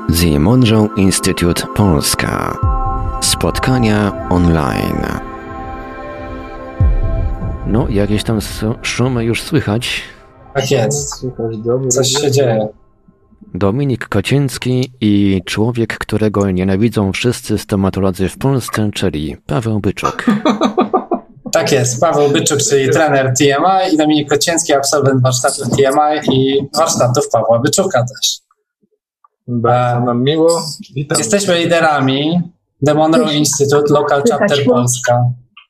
The Monroe Institute Polska. Spotkania online. No, jakieś tam szumy już słychać. Tak jest. Coś się dzieje. Dominik Kociński i człowiek, którego nienawidzą wszyscy stomatolodzy w Polsce, czyli Paweł Byczuk. Tak jest. Paweł Byczuk, czyli trener TMI, i Dominik Kociński, absolwent warsztatów TMI i warsztatów Pawła Byczuka też. Bardzo nam miło. Witam. Jesteśmy liderami The Monroe Institute Local Chapter Polska.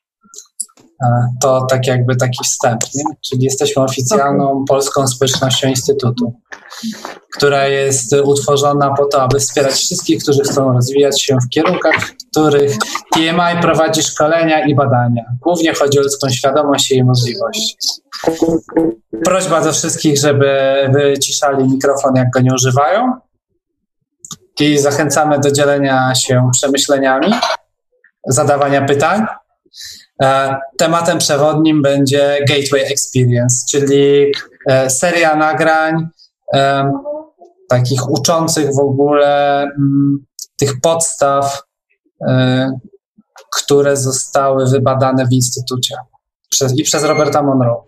To tak jakby taki wstęp, nie? Czyli jesteśmy oficjalną polską społecznością Instytutu, która jest utworzona po to, aby wspierać wszystkich, którzy chcą rozwijać się w kierunkach, w których TMI prowadzi szkolenia i badania. Głównie chodzi o ludzką świadomość i jej możliwości. Prośba do wszystkich, żeby wyciszali mikrofon, jak go nie używają, i zachęcamy do dzielenia się przemyśleniami, zadawania pytań. Tematem przewodnim będzie Gateway Experience, czyli seria nagrań takich uczących w ogóle tych podstaw, które zostały wybadane w Instytucie przez Roberta Monroe.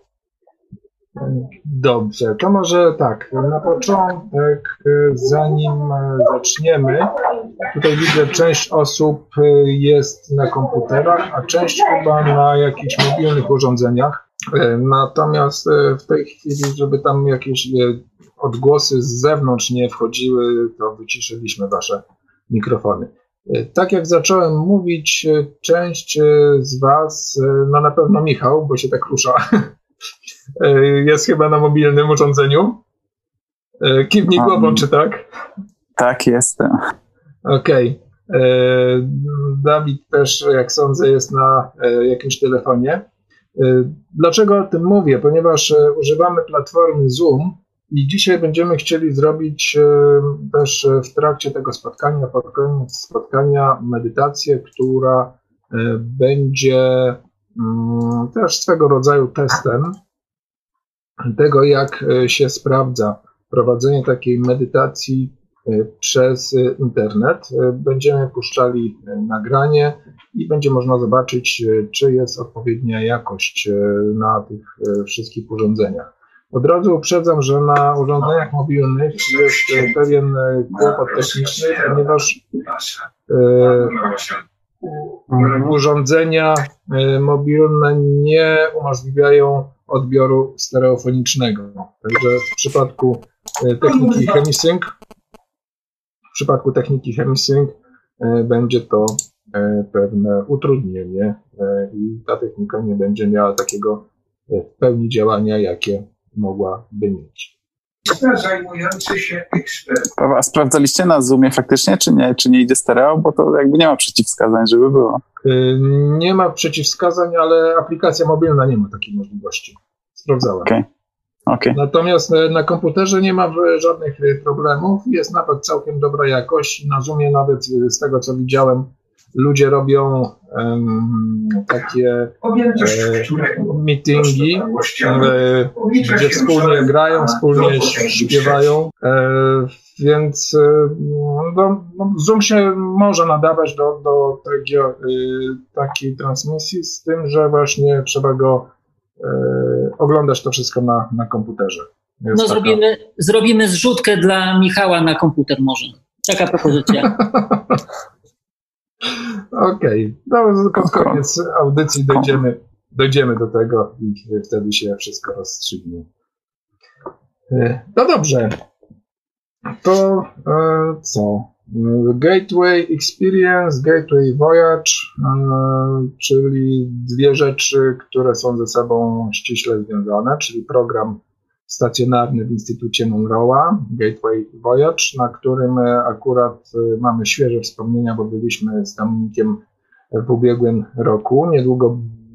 Dobrze, to może tak, na początek, zanim zaczniemy, tutaj widzę, część osób jest na komputerach, a część chyba na jakichś mobilnych urządzeniach. Natomiast w tej chwili, żeby tam jakieś odgłosy z zewnątrz nie wchodziły, to wyciszyliśmy wasze mikrofony. Tak jak zacząłem mówić, część z was, no na pewno Michał, bo się tak rusza, jest chyba na mobilnym urządzeniu. Kiwnij głową, czy tak? Tak, jestem. Okej. Dawid też, jak sądzę, jest na jakimś telefonie. Dlaczego o tym mówię? Ponieważ używamy platformy Zoom i dzisiaj będziemy chcieli zrobić też w trakcie tego spotkania medytację, która będzie też swego rodzaju testem tego, jak się sprawdza prowadzenie takiej medytacji przez internet. Będziemy puszczali nagranie i będzie można zobaczyć, czy jest odpowiednia jakość na tych wszystkich urządzeniach. Od razu uprzedzam, że na urządzeniach mobilnych jest pewien kłopot techniczny, ponieważ urządzenia mobilne nie umożliwiają odbioru stereofonicznego. Także w przypadku techniki HemiSync będzie to pewne utrudnienie i ta technika nie będzie miała takiego w pełni działania, jakie mogłaby mieć. Zajmujący się ekspert. A sprawdzaliście na Zoomie faktycznie, czy nie idzie stereo? Bo to jakby nie ma przeciwwskazań, żeby było. Nie ma przeciwwskazań, ale aplikacja mobilna nie ma takiej możliwości. Sprawdzałem. Okay. Natomiast na komputerze nie ma żadnych problemów. Jest nawet całkiem dobra jakość. Na Zoomie nawet z tego, co widziałem, ludzie robią takie meetingi, gdzie wspólnie grają, wspólnie śpiewają, więc Zoom się może nadawać do takiej transmisji, z tym, że właśnie trzeba go oglądać to wszystko na komputerze. Zrobimy zrzutkę dla Michała na komputer może. Taka propozycja. Okej. Pod koniec audycji dojdziemy do tego i wtedy się wszystko rozstrzygnie. No dobrze. To co? Gateway Experience, Gateway Voyage, czyli dwie rzeczy, które są ze sobą ściśle związane, czyli program stacjonarny w Instytucie Monroe'a, Gateway Voyage, na którym akurat mamy świeże wspomnienia, bo byliśmy z Dominikiem w ubiegłym roku. Niedługo,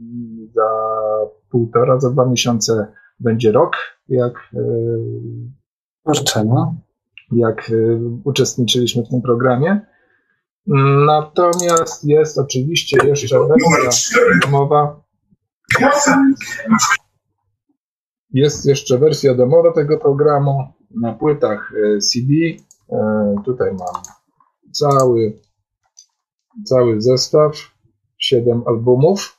za 2 miesiące będzie rok, jak uczestniczyliśmy w tym programie. Natomiast jest oczywiście jeszcze wersja domowa. Jest jeszcze wersja domowa tego programu na płytach CD Tutaj mam cały zestaw, 7 albumów,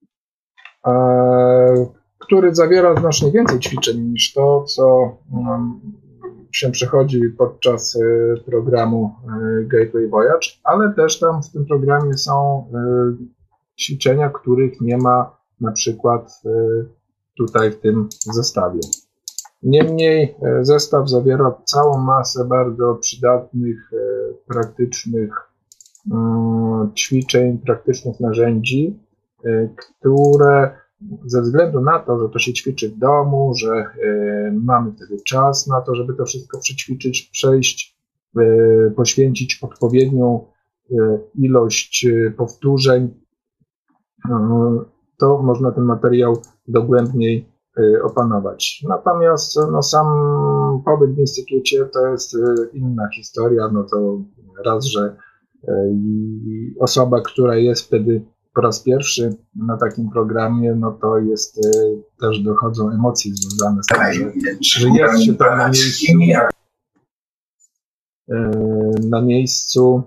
który zawiera znacznie więcej ćwiczeń niż to, co się przechodzi podczas programu Gateway Voyage, ale też tam w tym programie są ćwiczenia, których nie ma na przykład tutaj w tym zestawie. Niemniej zestaw zawiera całą masę bardzo przydatnych, praktycznych ćwiczeń, praktycznych narzędzi, które ze względu na to, że to się ćwiczy w domu, że mamy wtedy czas na to, żeby to wszystko przećwiczyć, przejść, poświęcić odpowiednią ilość powtórzeń, to można ten materiał dogłębniej opanować. Natomiast sam pobyt w instytucie to jest inna historia, to raz, że osoba, która jest wtedy po raz pierwszy na takim programie, to jest też dochodzą emocje związane z tym, że jest się tam na miejscu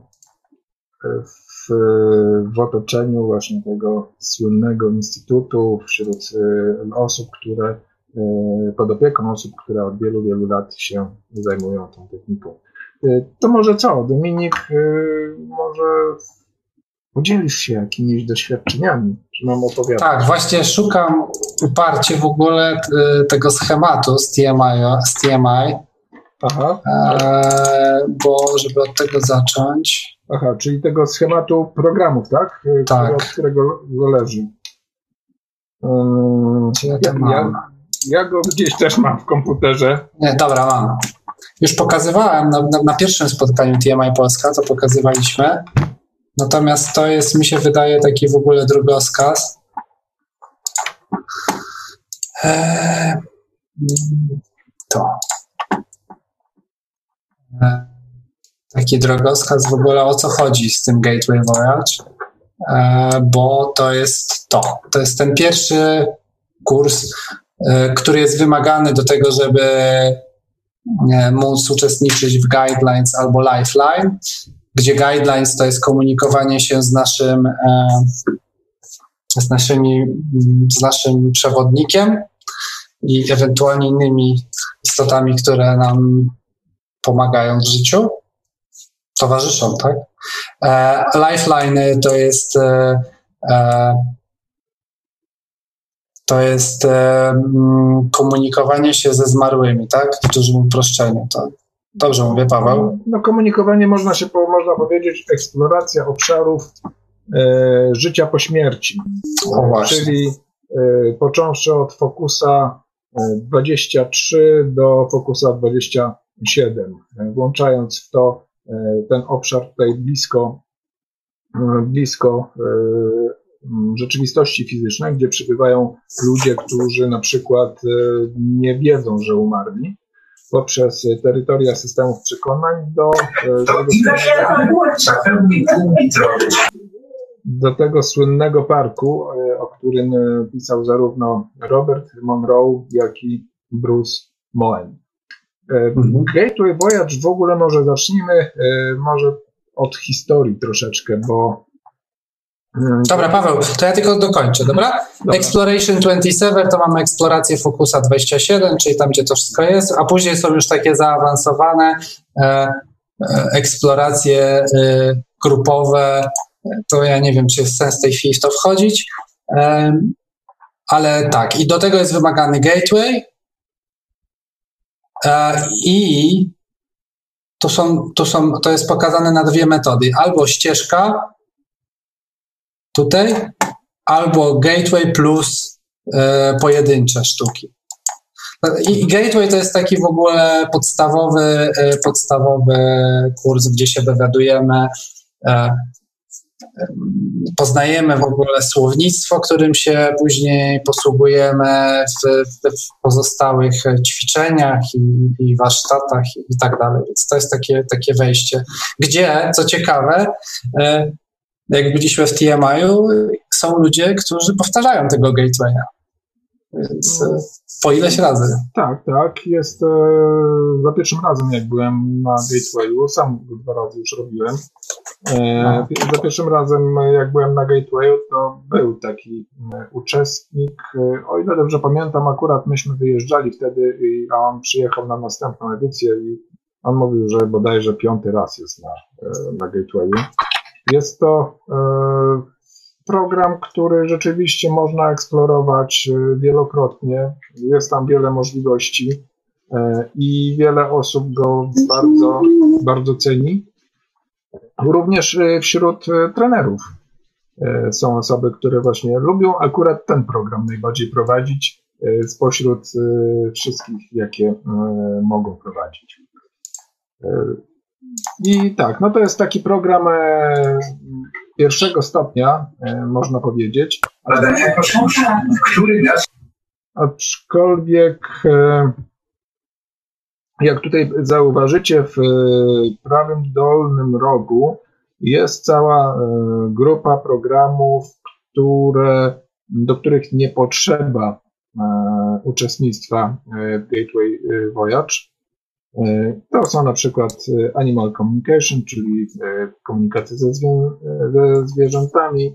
w otoczeniu właśnie tego słynnego instytutu, wśród osób, które pod opieką osób, które od wielu, wielu lat się zajmują tą techniką. To może co, Dominik, może podzielisz się jakimiś doświadczeniami, czy mam opowiadać? Tak, właśnie szukam uparcie w ogóle tego schematu z TMI. Aha. Bo żeby od tego zacząć. Aha, czyli tego schematu programów, tak? Tak. Od którego zależy. Ja go gdzieś też mam w komputerze. Nie, dobra, mam. Już pokazywałem na pierwszym spotkaniu TMI Polska, to pokazywaliśmy. Natomiast to jest, mi się wydaje, taki w ogóle drogowskaz. Taki drogowskaz w ogóle, o co chodzi z tym Gateway Voyage, bo to jest ten pierwszy kurs, który jest wymagany do tego, żeby móc uczestniczyć w Guidelines albo Lifeline, gdzie Guidelines to jest komunikowanie się z naszym przewodnikiem i ewentualnie innymi istotami, które nam pomagają w życiu, towarzyszą, tak? Lifeline to jest komunikowanie się ze zmarłymi, tak? W dużym uproszczeniu. To dobrze mówię, Paweł? Komunikowanie można powiedzieć, eksploracja obszarów życia po śmierci. Czyli począwszy od Focusa 23 do Focusa 27, włączając w to ten obszar tutaj blisko rzeczywistości fizycznej, gdzie przybywają ludzie, którzy na przykład nie wiedzą, że umarli, poprzez terytoria systemów przekonań do tego słynnego parku, o którym pisał zarówno Robert Monroe, jak i Bruce Moen. Gateway Voyage w ogóle może zacznijmy od historii troszeczkę, bo... Dobra, Paweł, to ja tylko dokończę, dobra? Exploration 27 to mamy eksplorację Focusa 27, czyli tam, gdzie to wszystko jest, a później są już takie zaawansowane eksploracje grupowe. To ja nie wiem, czy jest sens w tej chwili w to wchodzić, ale tak, i do tego jest wymagany gateway i to jest pokazane na dwie metody, albo ścieżka tutaj, albo gateway plus pojedyncze sztuki. I gateway to jest taki w ogóle podstawowy kurs, gdzie się dowiadujemy, poznajemy w ogóle słownictwo, którym się później posługujemy w pozostałych ćwiczeniach i warsztatach i tak dalej. Więc to jest takie wejście. Gdzie, co ciekawe, jak byliśmy w TMI-u, są ludzie, którzy powtarzają tego gatewaya. Więc po ileś razy. Tak. Jest za pierwszym razem, jak byłem na Gatewayu, sam 2 razy już robiłem. Za pierwszym razem, jak byłem na Gatewayu, to był taki uczestnik, o ile dobrze pamiętam, akurat myśmy wyjeżdżali wtedy, a on przyjechał na następną edycję i on mówił, że bodajże 5. raz jest na Gatewayu. Jest to program, który rzeczywiście można eksplorować wielokrotnie. Jest tam wiele możliwości i wiele osób go bardzo, bardzo ceni. Również wśród trenerów są osoby, które właśnie lubią akurat ten program najbardziej prowadzić spośród wszystkich, jakie mogą prowadzić. I tak, no to jest taki program pierwszego stopnia, można powiedzieć. Aczkolwiek, jak tutaj zauważycie, w prawym dolnym rogu jest cała grupa programów, do których nie potrzeba uczestnictwa w Gateway Voyage. To są na przykład Animal Communication, czyli komunikacja ze zwierzętami,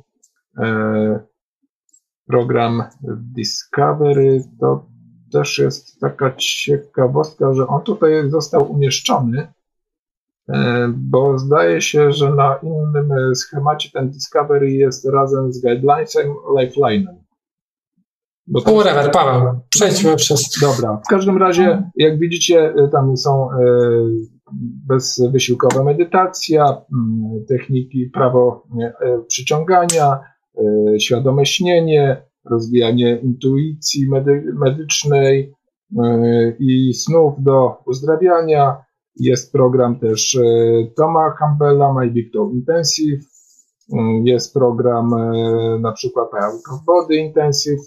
program Discovery. To też jest taka ciekawostka, że on tutaj został umieszczony, bo zdaje się, że na innym schemacie ten Discovery jest razem z Guidelinesem, Lifeline'em. Whatever, Paweł, przejdźmy przez... Dobra, w każdym razie, jak widzicie, tam są bezwysiłkowa medytacja, techniki prawo przyciągania, świadome śnienie, rozwijanie intuicji medycznej i snów do uzdrawiania. Jest program też Toma Campbella, My Big Toe Intensive. Jest program na przykład Out of Body Intensive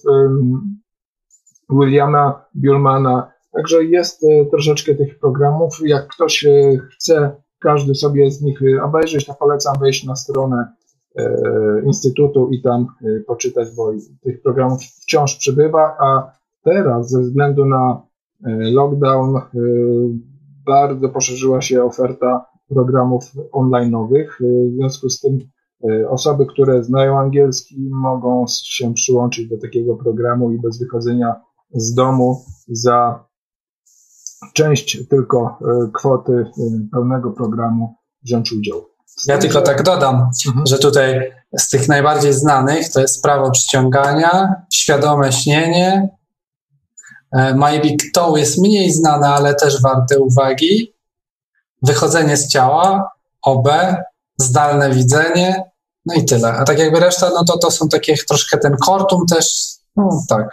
Williama Buhlmana. Także jest troszeczkę tych programów. Jak ktoś chce każdy sobie z nich obejrzeć, to polecam wejść na stronę Instytutu i tam poczytać, bo tych programów wciąż przybywa, a teraz ze względu na lockdown bardzo poszerzyła się oferta programów online'owych. W związku z tym osoby, które znają angielski, mogą się przyłączyć do takiego programu i bez wychodzenia z domu za część tylko kwoty pełnego programu wziąć udział. Ja tylko tak dodam, że tutaj z tych najbardziej znanych to jest prawo przyciągania, świadome śnienie. My Big Toe jest mniej znane, ale też warte uwagi. Wychodzenie z ciała, OB, zdalne widzenie, no i tyle. A tak jakby reszta, no to są takie troszkę ten kortum też, no tak.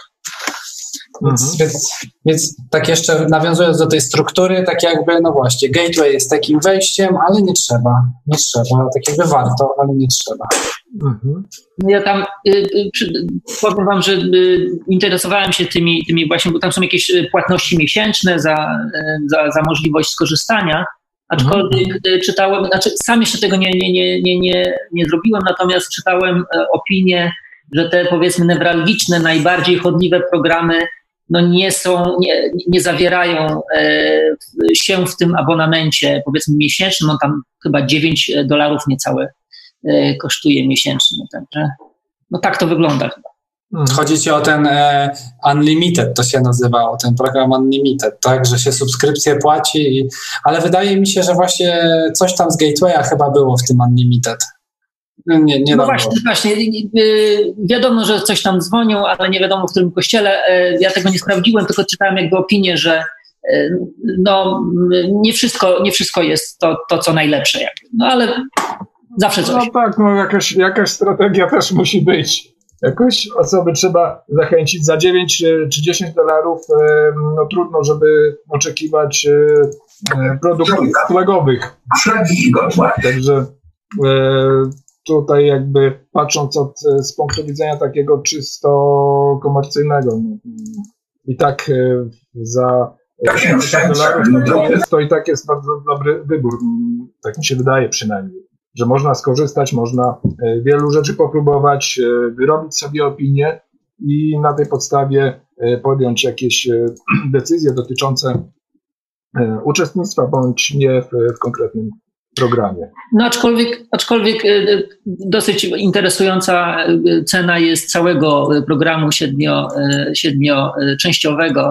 Więc tak jeszcze nawiązując do tej struktury, tak jakby, no właśnie, gateway jest takim wejściem, ale nie trzeba, tak jakby warto, ale nie trzeba. Ja tam powiem wam, że interesowałem się tymi właśnie, bo tam są jakieś płatności miesięczne za możliwość skorzystania, aczkolwiek czytałem, znaczy sam jeszcze tego nie zrobiłem, natomiast czytałem opinię, że te powiedzmy newralgiczne, najbardziej chodliwe programy no nie zawierają się w tym abonamencie powiedzmy miesięcznym, on tam chyba $9 niecałe kosztuje miesięcznie, także no tak to wygląda chyba. Chodzi ci o ten Unlimited, to się nazywało, ten program Unlimited, tak, że się subskrypcję płaci, ale wydaje mi się, że właśnie coś tam z Gatewaya chyba było w tym Unlimited. No właśnie, wiadomo, że coś tam dzwonią, ale nie wiadomo w którym kościele. Ja tego nie sprawdziłem, tylko czytałem jakby opinię, że no nie wszystko jest to co najlepsze jakby. No ale zawsze coś. No tak, no jakaś strategia też musi być. Jakoś osoby trzeba zachęcić. Za 9 czy $10 no trudno, żeby oczekiwać produktów flagowych. Także tutaj jakby patrząc z punktu widzenia takiego czysto komercyjnego, no, i tak za $10 to i tak jest bardzo dobry wybór, tak mi się wydaje przynajmniej, że można skorzystać, można wielu rzeczy popróbować, wyrobić sobie opinię i na tej podstawie podjąć jakieś decyzje dotyczące uczestnictwa bądź nie w konkretnym programie. No aczkolwiek dosyć interesująca cena jest całego programu siedmioczęściowego.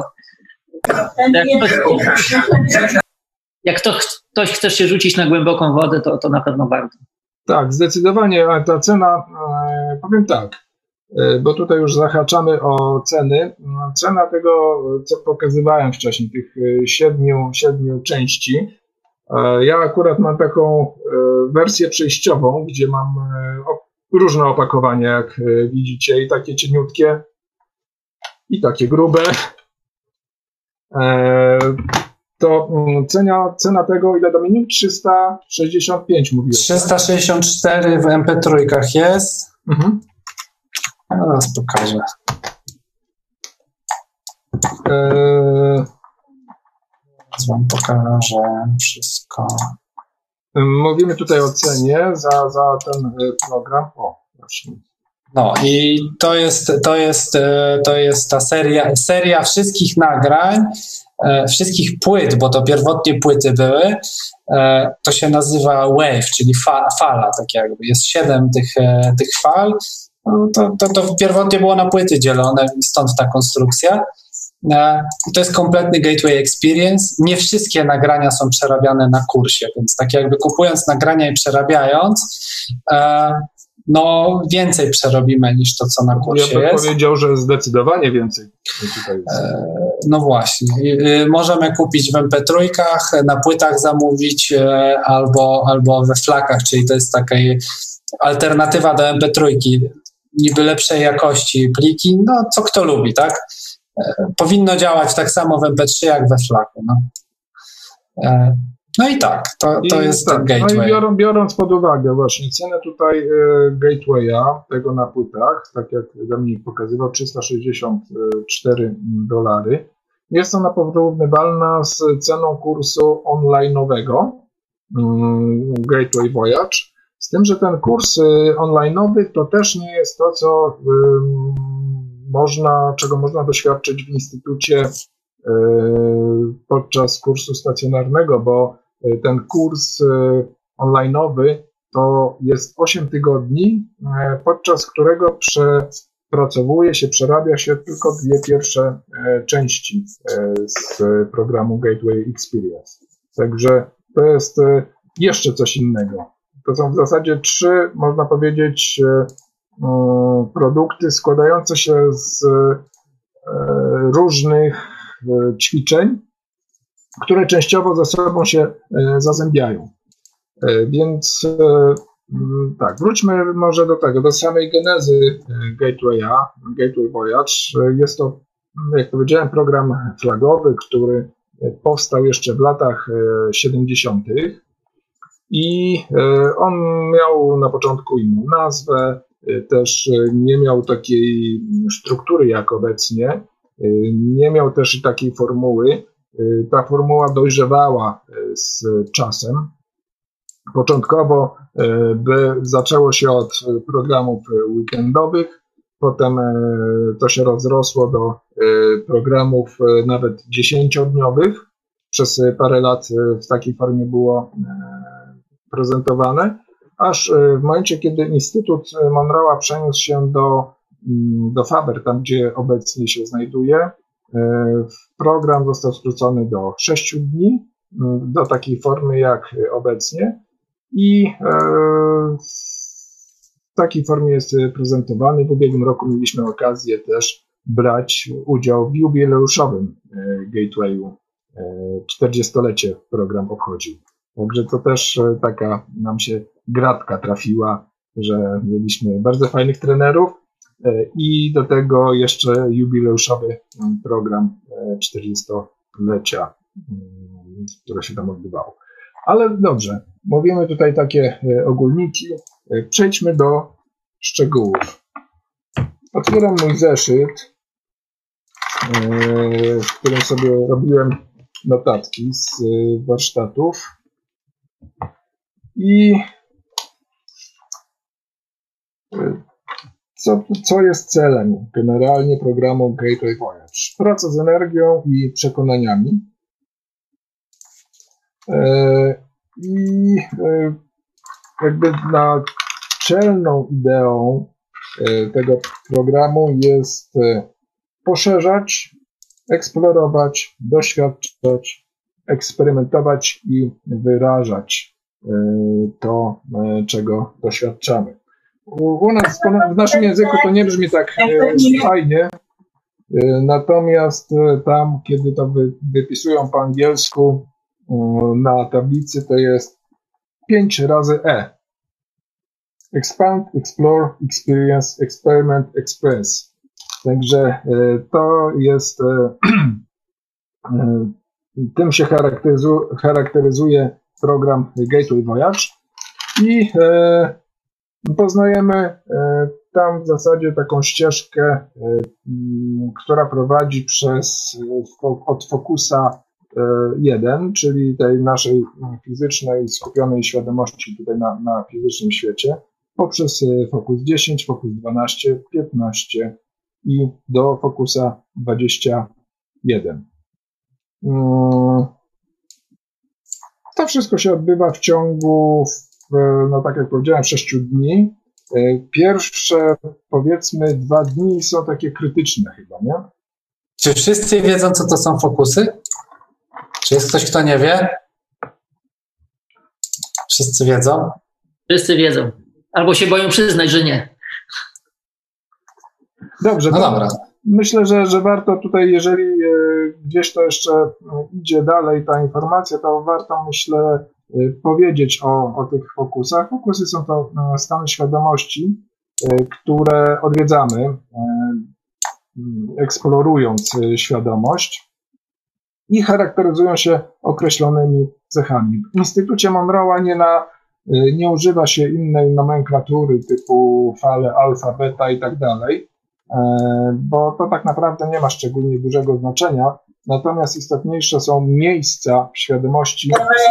Jak ktoś chce się rzucić na głęboką wodę, to na pewno warto. Tak, zdecydowanie ta cena, powiem tak, bo tutaj już zahaczamy o ceny. Cena tego, co pokazywałem wcześniej, tych siedmiu części. Ja akurat mam taką wersję przejściową, gdzie mam różne opakowania, jak widzicie, i takie cieniutkie, i takie grube. To cena tego, ile Dominik? 365 mówiłeś. 364 w MP3 jest. Mhm. Zaraz pokażę. Teraz wam pokażę wszystko. Mówimy tutaj o cenie za ten program. O, właśnie. No i to jest ta seria wszystkich nagrań, wszystkich płyt, bo to pierwotnie płyty były. To się nazywa wave, czyli fala, tak jakby. Jest 7 tych fal. No, to pierwotnie było na płyty dzielone, stąd ta konstrukcja. To jest kompletny Gateway Experience. Nie wszystkie nagrania są przerabiane na kursie, więc tak jakby kupując nagrania i przerabiając, no więcej przerobimy niż to, co na kursie jest. Ja bym powiedział, że zdecydowanie więcej tutaj jest. No właśnie. Możemy kupić w MP3, na płytach zamówić albo we flakach, czyli to jest taka alternatywa do MP3. Niby lepszej jakości pliki, no co kto lubi, tak? Powinno działać tak samo w MP3 jak we flaku. No i tak, to jest tak, ten gateway. No i biorąc pod uwagę właśnie cenę tutaj gatewaya, tego na płytach, tak jak Dominik pokazywał, $364, jest ona porównywalna z ceną kursu online'owego Gateway Voyage, z tym, że ten kurs online'owy to też nie jest to, czego można doświadczyć w instytucie podczas kursu stacjonarnego, bo ten kurs online'owy to jest 8 tygodni, podczas którego przerabia się tylko 2 pierwsze części z programu Gateway Experience. Także to jest jeszcze coś innego. To są w zasadzie 3, można powiedzieć, produkty składające się z różnych ćwiczeń, które częściowo ze sobą się zazębiają. Więc tak, wróćmy może do samej genezy Gateway Voyage. Jest to, jak powiedziałem, program flagowy, który powstał jeszcze w latach 70. I on miał na początku inną nazwę, też nie miał takiej struktury jak obecnie, nie miał też i takiej formuły. Ta formuła dojrzewała z czasem. Początkowo zaczęło się od programów weekendowych, potem to się rozrosło do programów nawet 10-dniowych. Przez parę lat w takiej formie było prezentowane, aż w momencie, kiedy Instytut Monroe'a przeniósł się do Faber, tam gdzie obecnie się znajduje, program został skrócony do 6 dni, do takiej formy jak obecnie, i w takiej formie jest prezentowany. W ubiegłym roku mieliśmy okazję też brać udział w jubileuszowym Gatewayu. 40-lecie program obchodził. Także to też taka nam się gratka trafiła, że mieliśmy bardzo fajnych trenerów i do tego jeszcze jubileuszowy program 40-lecia, które się tam odbywało. Ale dobrze, mówimy tutaj takie ogólniki. Przejdźmy do szczegółów. Otwieram mój zeszyt, w którym sobie robiłem notatki z warsztatów i Co jest celem generalnie programu Gateway Voyage? Praca z energią i przekonaniami. I jakby naczelną ideą tego programu jest poszerzać, eksplorować, doświadczać, eksperymentować i wyrażać to, czego doświadczamy. U nas, w naszym języku to nie brzmi tak fajnie, natomiast tam, kiedy to wypisują po angielsku na tablicy, to jest 5 razy E. Expand, explore, experience, experiment, express. Także to jest, tym się charakteryzuje program Gateway Voyage i poznajemy tam w zasadzie taką ścieżkę, która prowadzi od fokusa 1, czyli tej naszej fizycznej, skupionej świadomości tutaj na fizycznym świecie, poprzez fokus 10, fokus 12, 15 i do fokusa 21. To wszystko się odbywa w ciągu, no tak jak powiedziałem, 6 dni. Pierwsze, powiedzmy, 2 dni są takie krytyczne chyba, nie? Czy wszyscy wiedzą, co to są fokusy? Czy jest ktoś, kto nie wie? Wszyscy wiedzą? Wszyscy wiedzą. Albo się boją przyznać, że nie. Dobrze, no dobra. Myślę, że warto tutaj, jeżeli gdzieś to jeszcze idzie dalej ta informacja, to warto, myślę, powiedzieć o tych fokusach. Fokusy są to stany świadomości, które odwiedzamy, eksplorując świadomość i charakteryzują się określonymi cechami. W Instytucie Monroe'a nie używa się innej nomenklatury typu fale alfa, beta i tak dalej, bo to tak naprawdę nie ma szczególnie dużego znaczenia, natomiast istotniejsze są miejsca w świadomości,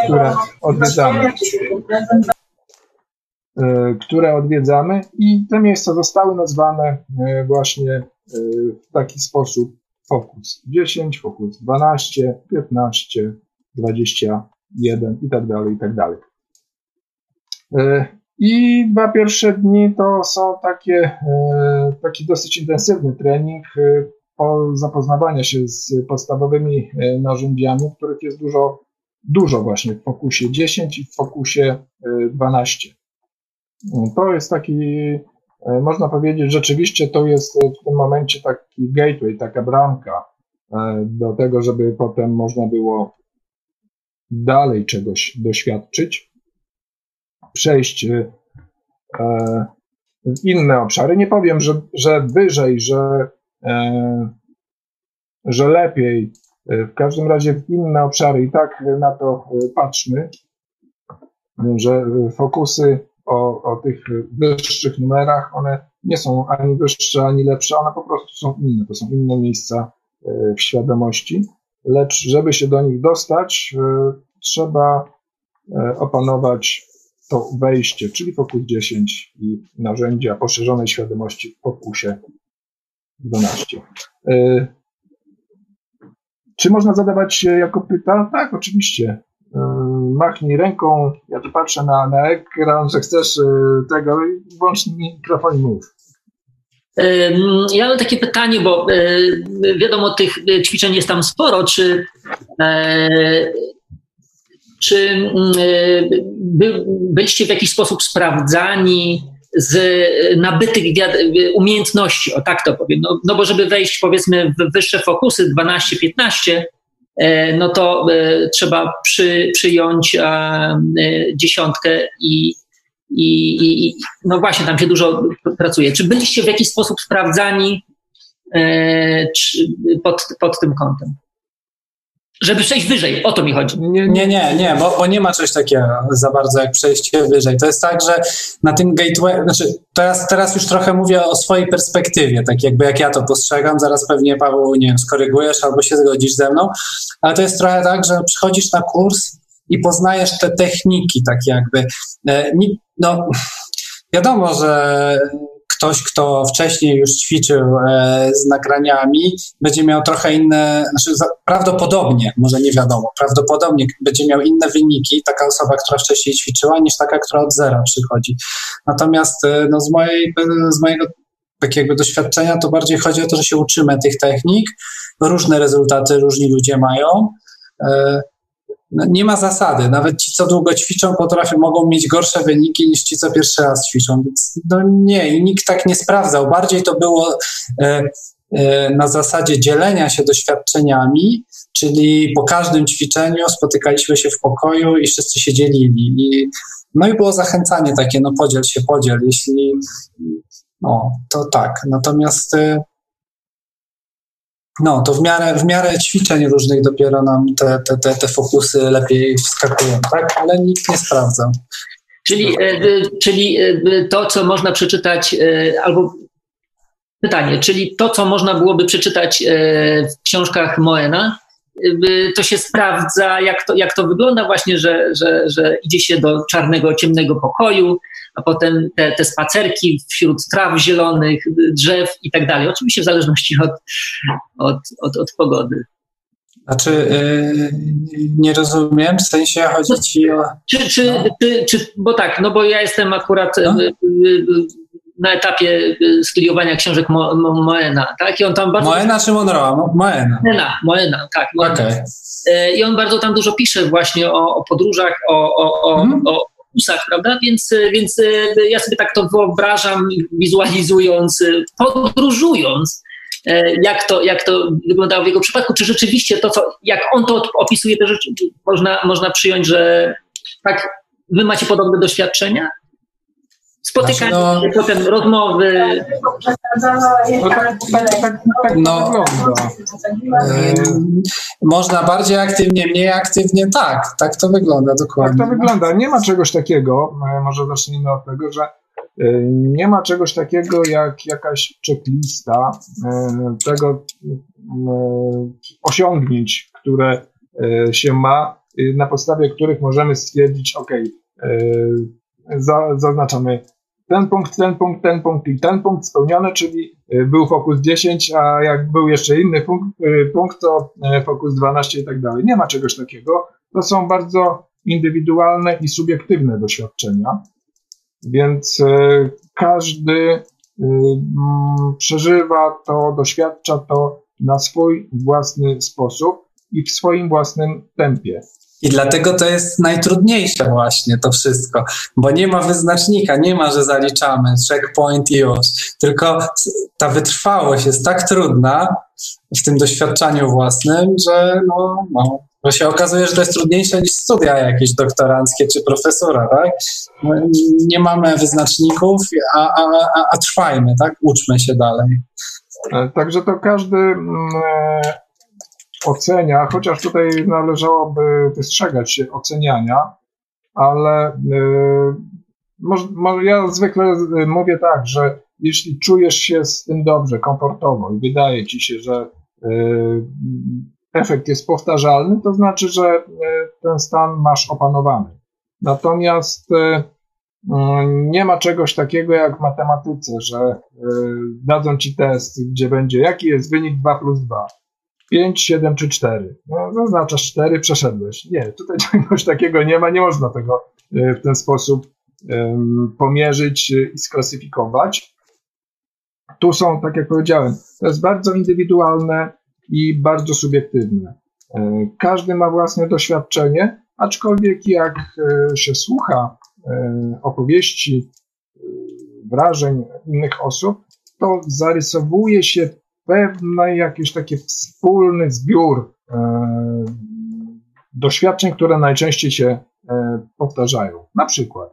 które odwiedzamy i te miejsca zostały nazwane właśnie w taki sposób: fokus 10, fokus 12, 15, 21 i tak dalej, i tak dalej. I 2 pierwsze dni to są taki dosyć intensywny trening zapoznawania się z podstawowymi narzędziami, których jest dużo właśnie w fokusie 10 i w fokusie 12. To jest taki, można powiedzieć, rzeczywiście to jest w tym momencie taki gateway, taka bramka do tego, żeby potem można było dalej czegoś doświadczyć, przejść w inne obszary. Nie powiem, że wyżej, że lepiej, w każdym razie w inne obszary i tak na to patrzmy, że fokusy o tych wyższych numerach, one nie są ani wyższe, ani lepsze, one po prostu są inne, to są inne miejsca w świadomości, lecz żeby się do nich dostać, trzeba opanować to wejście, czyli fokus 10 i narzędzia poszerzonej świadomości w fokusie 12. Czy można zadawać jako pytanie? Tak, oczywiście. Machnij ręką, ja tu patrzę na ekran, że chcesz tego, włącz mikrofon i mów. Ja mam takie pytanie, bo wiadomo, tych ćwiczeń jest tam sporo. Czy byliście w jakiś sposób sprawdzani z nabytych umiejętności, o tak to powiem, no bo żeby wejść, powiedzmy, w wyższe fokusy 12-15, no to trzeba przyjąć 10 i no właśnie, tam się dużo pracuje. Czy byliście w jakiś sposób sprawdzani pod tym kątem? Żeby przejść wyżej, o to mi chodzi. Nie, bo nie ma czegoś takiego za bardzo jak przejście wyżej. To jest tak, że na tym gateway, znaczy teraz już trochę mówię o swojej perspektywie, tak jakby jak ja to postrzegam, zaraz pewnie, Paweł, nie wiem, skorygujesz albo się zgodzisz ze mną, ale to jest trochę tak, że przychodzisz na kurs i poznajesz te techniki, tak jakby. No, wiadomo, że ktoś, kto wcześniej już ćwiczył z nagraniami, będzie miał trochę inne, prawdopodobnie, może nie wiadomo, prawdopodobnie będzie miał inne wyniki taka osoba, która wcześniej ćwiczyła, niż taka, która od zera przychodzi. Natomiast z mojego takiego doświadczenia to bardziej chodzi o to, że się uczymy tych technik, różne rezultaty różni ludzie mają. Nie ma zasady. Nawet ci, co długo ćwiczą, mogą mieć gorsze wyniki niż ci, co pierwszy raz ćwiczą. Więc nie, i nikt tak nie sprawdzał. Bardziej to było na zasadzie dzielenia się doświadczeniami, czyli po każdym ćwiczeniu spotykaliśmy się w pokoju i wszyscy się dzielili. I było zachęcanie takie, podziel, jeśli... to tak. Natomiast to w miarę ćwiczeń różnych dopiero nam te fokusy lepiej wskakują, tak? Ale nikt nie sprawdza. Czyli to, co można przeczytać, albo pytanie, czyli to, co można byłoby przeczytać w książkach Moena, to się sprawdza, jak to wygląda właśnie, że idzie się do czarnego, ciemnego pokoju, a potem te spacerki wśród traw zielonych, drzew i tak dalej. Oczywiście w zależności od pogody. Znaczy, nie rozumiem, w sensie chodzi ci o... Bo ja jestem akurat na etapie studiowania książek Moena, tak? I on tam bardzo... Moena czy Monroe? Moena, tak. Okay. I on bardzo tam dużo pisze właśnie o podróżach, o fokusach, prawda? Więc ja sobie tak to wyobrażam, wizualizując, podróżując, jak to wyglądało w jego przypadku. Czy rzeczywiście jak on to opisuje, te rzeczy można przyjąć, że tak, wy macie podobne doświadczenia? Spotykania się, potem rozmowy. Można bardziej aktywnie, mniej aktywnie, tak to wygląda dokładnie. Tak to wygląda. Nie ma czegoś takiego, może zacznijmy od tego, że nie ma czegoś takiego jak jakaś checklista tego osiągnięć, które się ma, na podstawie których możemy stwierdzić, zaznaczamy ten punkt i ten punkt spełniony, czyli był fokus 10, a jak był jeszcze inny punkt, to fokus 12 i tak dalej. Nie ma czegoś takiego. To są bardzo indywidualne i subiektywne doświadczenia, więc każdy przeżywa to, doświadcza to na swój własny sposób i w swoim własnym tempie. I dlatego to jest najtrudniejsze właśnie to wszystko, bo nie ma wyznacznika, nie ma, że zaliczamy checkpoint i już, tylko ta wytrwałość jest tak trudna w tym doświadczeniu własnym, że że się okazuje, że to jest trudniejsze niż studia jakieś doktoranckie czy profesora, tak? Nie mamy wyznaczników, a trwajmy, tak? Uczmy się dalej. Także to każdy ocenia, chociaż tutaj należałoby wystrzegać się oceniania, ale ja zwykle mówię tak, że jeśli czujesz się z tym dobrze, komfortowo i wydaje ci się, że efekt jest powtarzalny, to znaczy, że ten stan masz opanowany. Natomiast nie ma czegoś takiego jak w matematyce, że dadzą ci test, gdzie będzie jaki jest wynik 2 + 2. 5, 7 czy 4. Zaznaczasz 4, przeszedłeś. Nie, tutaj czegoś takiego nie ma, nie można tego w ten sposób pomierzyć i sklasyfikować. Tu są, tak jak powiedziałem, to jest bardzo indywidualne i bardzo subiektywne. Każdy ma własne doświadczenie, aczkolwiek jak się słucha opowieści, wrażeń innych osób, to zarysowuje się pewny jakiś taki wspólny zbiór doświadczeń, które najczęściej się powtarzają. Na przykład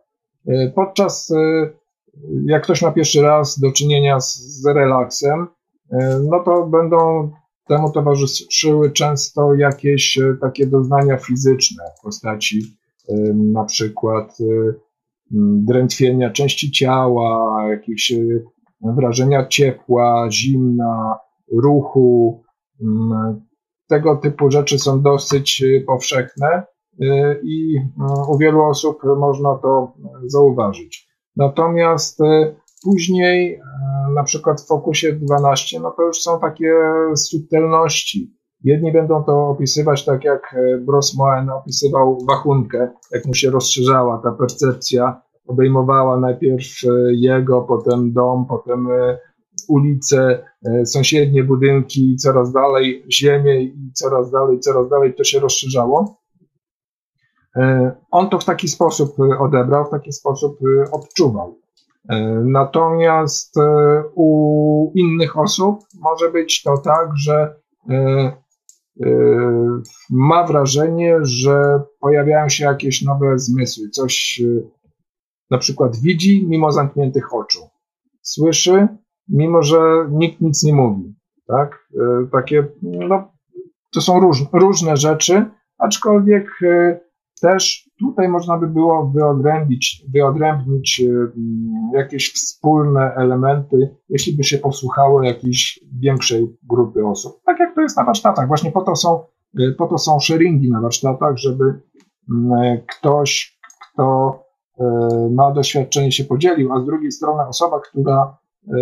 jak ktoś ma pierwszy raz do czynienia z relaksem, no to będą temu towarzyszyły często jakieś takie doznania fizyczne w postaci na przykład drętwienia części ciała, jakieś wrażenia ciepła, zimna, ruchu. Tego typu rzeczy są dosyć powszechne i u wielu osób można to zauważyć. Natomiast później na przykład w Focusie 12, no to już są takie subtelności. Jedni będą to opisywać tak, jak Brosmoen opisywał wachunkę, jak mu się rozszerzała ta percepcja, obejmowała najpierw jego, potem dom, potem ulice, sąsiednie budynki, coraz dalej ziemię i coraz dalej to się rozszerzało. On to w taki sposób odebrał, w taki sposób odczuwał. Natomiast u innych osób może być to tak, że ma wrażenie, że pojawiają się jakieś nowe zmysły. Coś na przykład widzi mimo zamkniętych oczu. Słyszy, mimo że nikt nic nie mówi. Tak? Takie, no, to są różne rzeczy, aczkolwiek też tutaj można by było wyodrębnić jakieś wspólne elementy, jeśli by się posłuchało jakiejś większej grupy osób. Tak jak to jest na warsztatach. Właśnie po to są sharingi na warsztatach, żeby ktoś, kto ma doświadczenie, się podzielił, a z drugiej strony osoba, która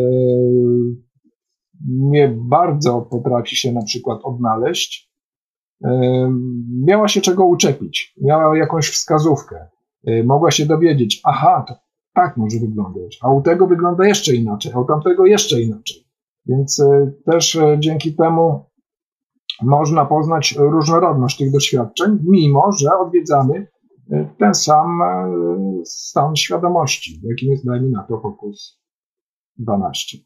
nie bardzo potrafi się na przykład odnaleźć, miała się czego uczepić, miała jakąś wskazówkę, mogła się dowiedzieć, aha, to tak może wyglądać, a u tego wygląda jeszcze inaczej, a u tamtego jeszcze inaczej. Więc też dzięki temu można poznać różnorodność tych doświadczeń, mimo że odwiedzamy ten sam stan świadomości, jakim jest, dajmy na to, Focus 12.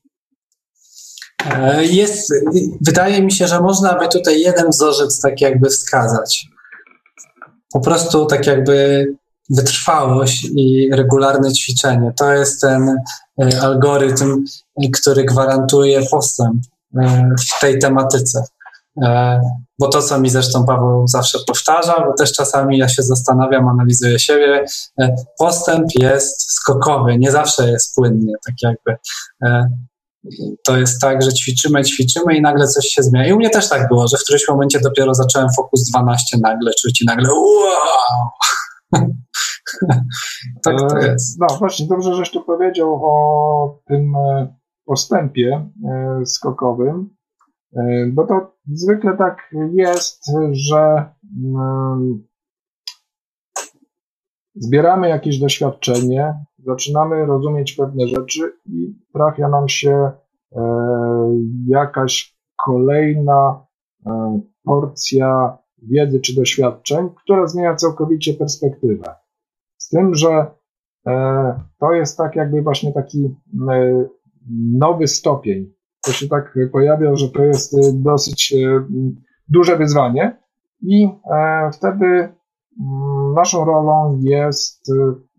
Wydaje mi się, że można by tutaj jeden wzorzec tak jakby wskazać. Po prostu tak jakby wytrwałość i regularne ćwiczenie. To jest ten algorytm, który gwarantuje postęp w tej tematyce. Bo to, co mi zresztą Paweł zawsze powtarza, bo też czasami ja się zastanawiam, analizuję siebie, postęp jest skokowy, nie zawsze jest płynnie, tak jakby. To jest tak, że ćwiczymy i nagle coś się zmienia. I u mnie też tak było, że w którymś momencie dopiero zacząłem Focus 12 nagle czuć i nagle wow! Tak to jest. No właśnie, dobrze, żeś tu powiedział o tym postępie skokowym, bo to zwykle tak jest, że zbieramy jakieś doświadczenie, zaczynamy rozumieć pewne rzeczy i trafia nam się jakaś kolejna porcja wiedzy czy doświadczeń, która zmienia całkowicie perspektywę. Z tym, że to jest tak jakby właśnie taki nowy stopień. To się tak pojawia, że to jest dosyć duże wyzwanie i wtedy naszą rolą jest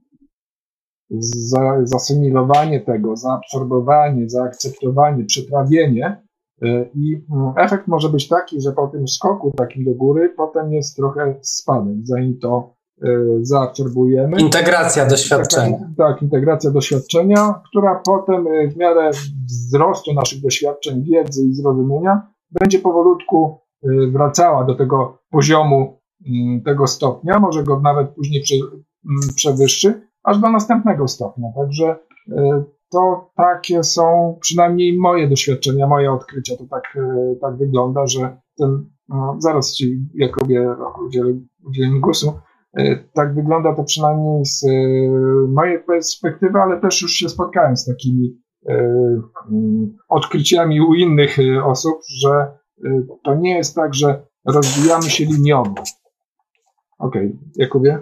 zasymilowanie tego, zaabsorbowanie, zaakceptowanie, przetrawienie i efekt może być taki, że po tym skoku takim do góry potem jest trochę spadek, zanim to zaabsorbujemy. Integracja doświadczenia. Tak, integracja doświadczenia, która potem w miarę wzrostu naszych doświadczeń, wiedzy i zrozumienia będzie powolutku wracała do tego poziomu, tego stopnia, może go nawet później przewyższy, aż do następnego stopnia. Także to takie są przynajmniej moje doświadczenia, moje odkrycia. To tak wygląda, że zaraz Ci, Jakubie, udzielę głosu. Tak wygląda to przynajmniej z mojej perspektywy, ale też już się spotkałem z takimi odkryciami u innych osób, że to nie jest tak, że rozwijamy się liniowo. Okej, Jakubie?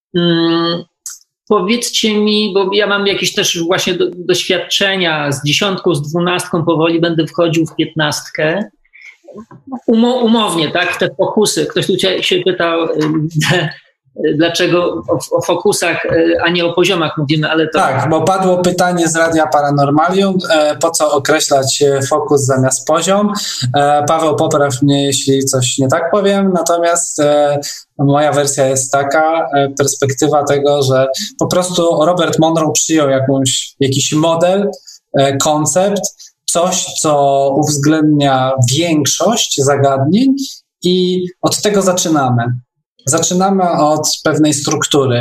Powiedzcie mi, bo ja mam jakieś też właśnie doświadczenia z 10, z 12, powoli będę wchodził w 15. Umownie, tak, te fokusy. Ktoś tu się pytał, dlaczego o fokusach, a nie o poziomach mówimy, ale to... Tak, bo padło pytanie z Radia Paranormalium, po co określać fokus zamiast poziom. Paweł, popraw mnie, jeśli coś nie tak powiem, natomiast moja wersja jest taka, perspektywa tego, że po prostu Robert Monroe przyjął jakiś model, koncept, coś, co uwzględnia większość zagadnień i od tego zaczynamy. Zaczynamy od pewnej struktury.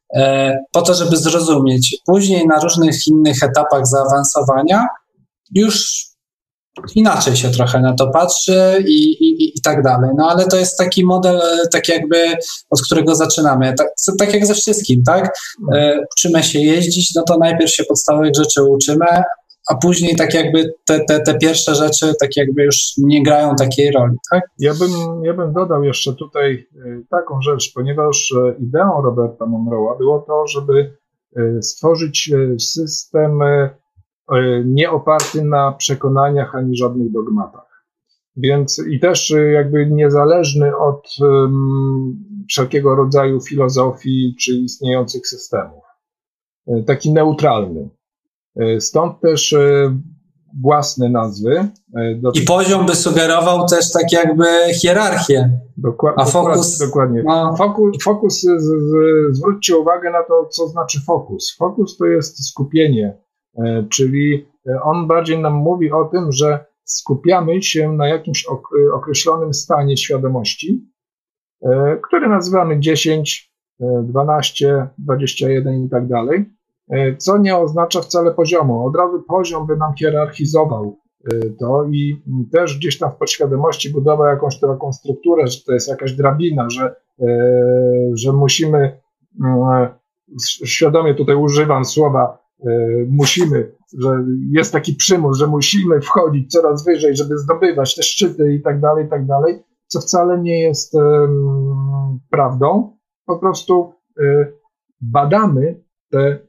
po to, żeby zrozumieć. Później na różnych innych etapach zaawansowania już inaczej się trochę na to patrzy i tak dalej. No ale to jest taki model, tak jakby od którego zaczynamy. Tak jak ze wszystkim, tak? Uczymy się jeździć, no to najpierw się podstawowych rzeczy uczymy, a później tak jakby te pierwsze rzeczy tak jakby już nie grają takiej roli, tak? Ja bym dodał jeszcze tutaj taką rzecz, ponieważ ideą Roberta Monroe'a było to, żeby stworzyć system nie oparty na przekonaniach ani żadnych dogmatach. Więc i też jakby niezależny od wszelkiego rodzaju filozofii czy istniejących systemów. Taki neutralny. Stąd też własne nazwy. I poziom by sugerował też tak jakby hierarchię. A fokus? Dokładnie. No. Fokus, zwróćcie uwagę na to, co znaczy fokus. Fokus to jest skupienie, czyli on bardziej nam mówi o tym, że skupiamy się na jakimś określonym stanie świadomości, który nazywamy 10, 12, 21 i tak dalej, co nie oznacza wcale poziomu. Od razu poziom by nam hierarchizował to i też gdzieś tam w podświadomości budował jakąś taką strukturę, że to jest jakaś drabina, że musimy, świadomie tutaj używam słowa musimy, że jest taki przymus, że musimy wchodzić coraz wyżej, żeby zdobywać te szczyty i tak dalej, co wcale nie jest prawdą. Po prostu badamy te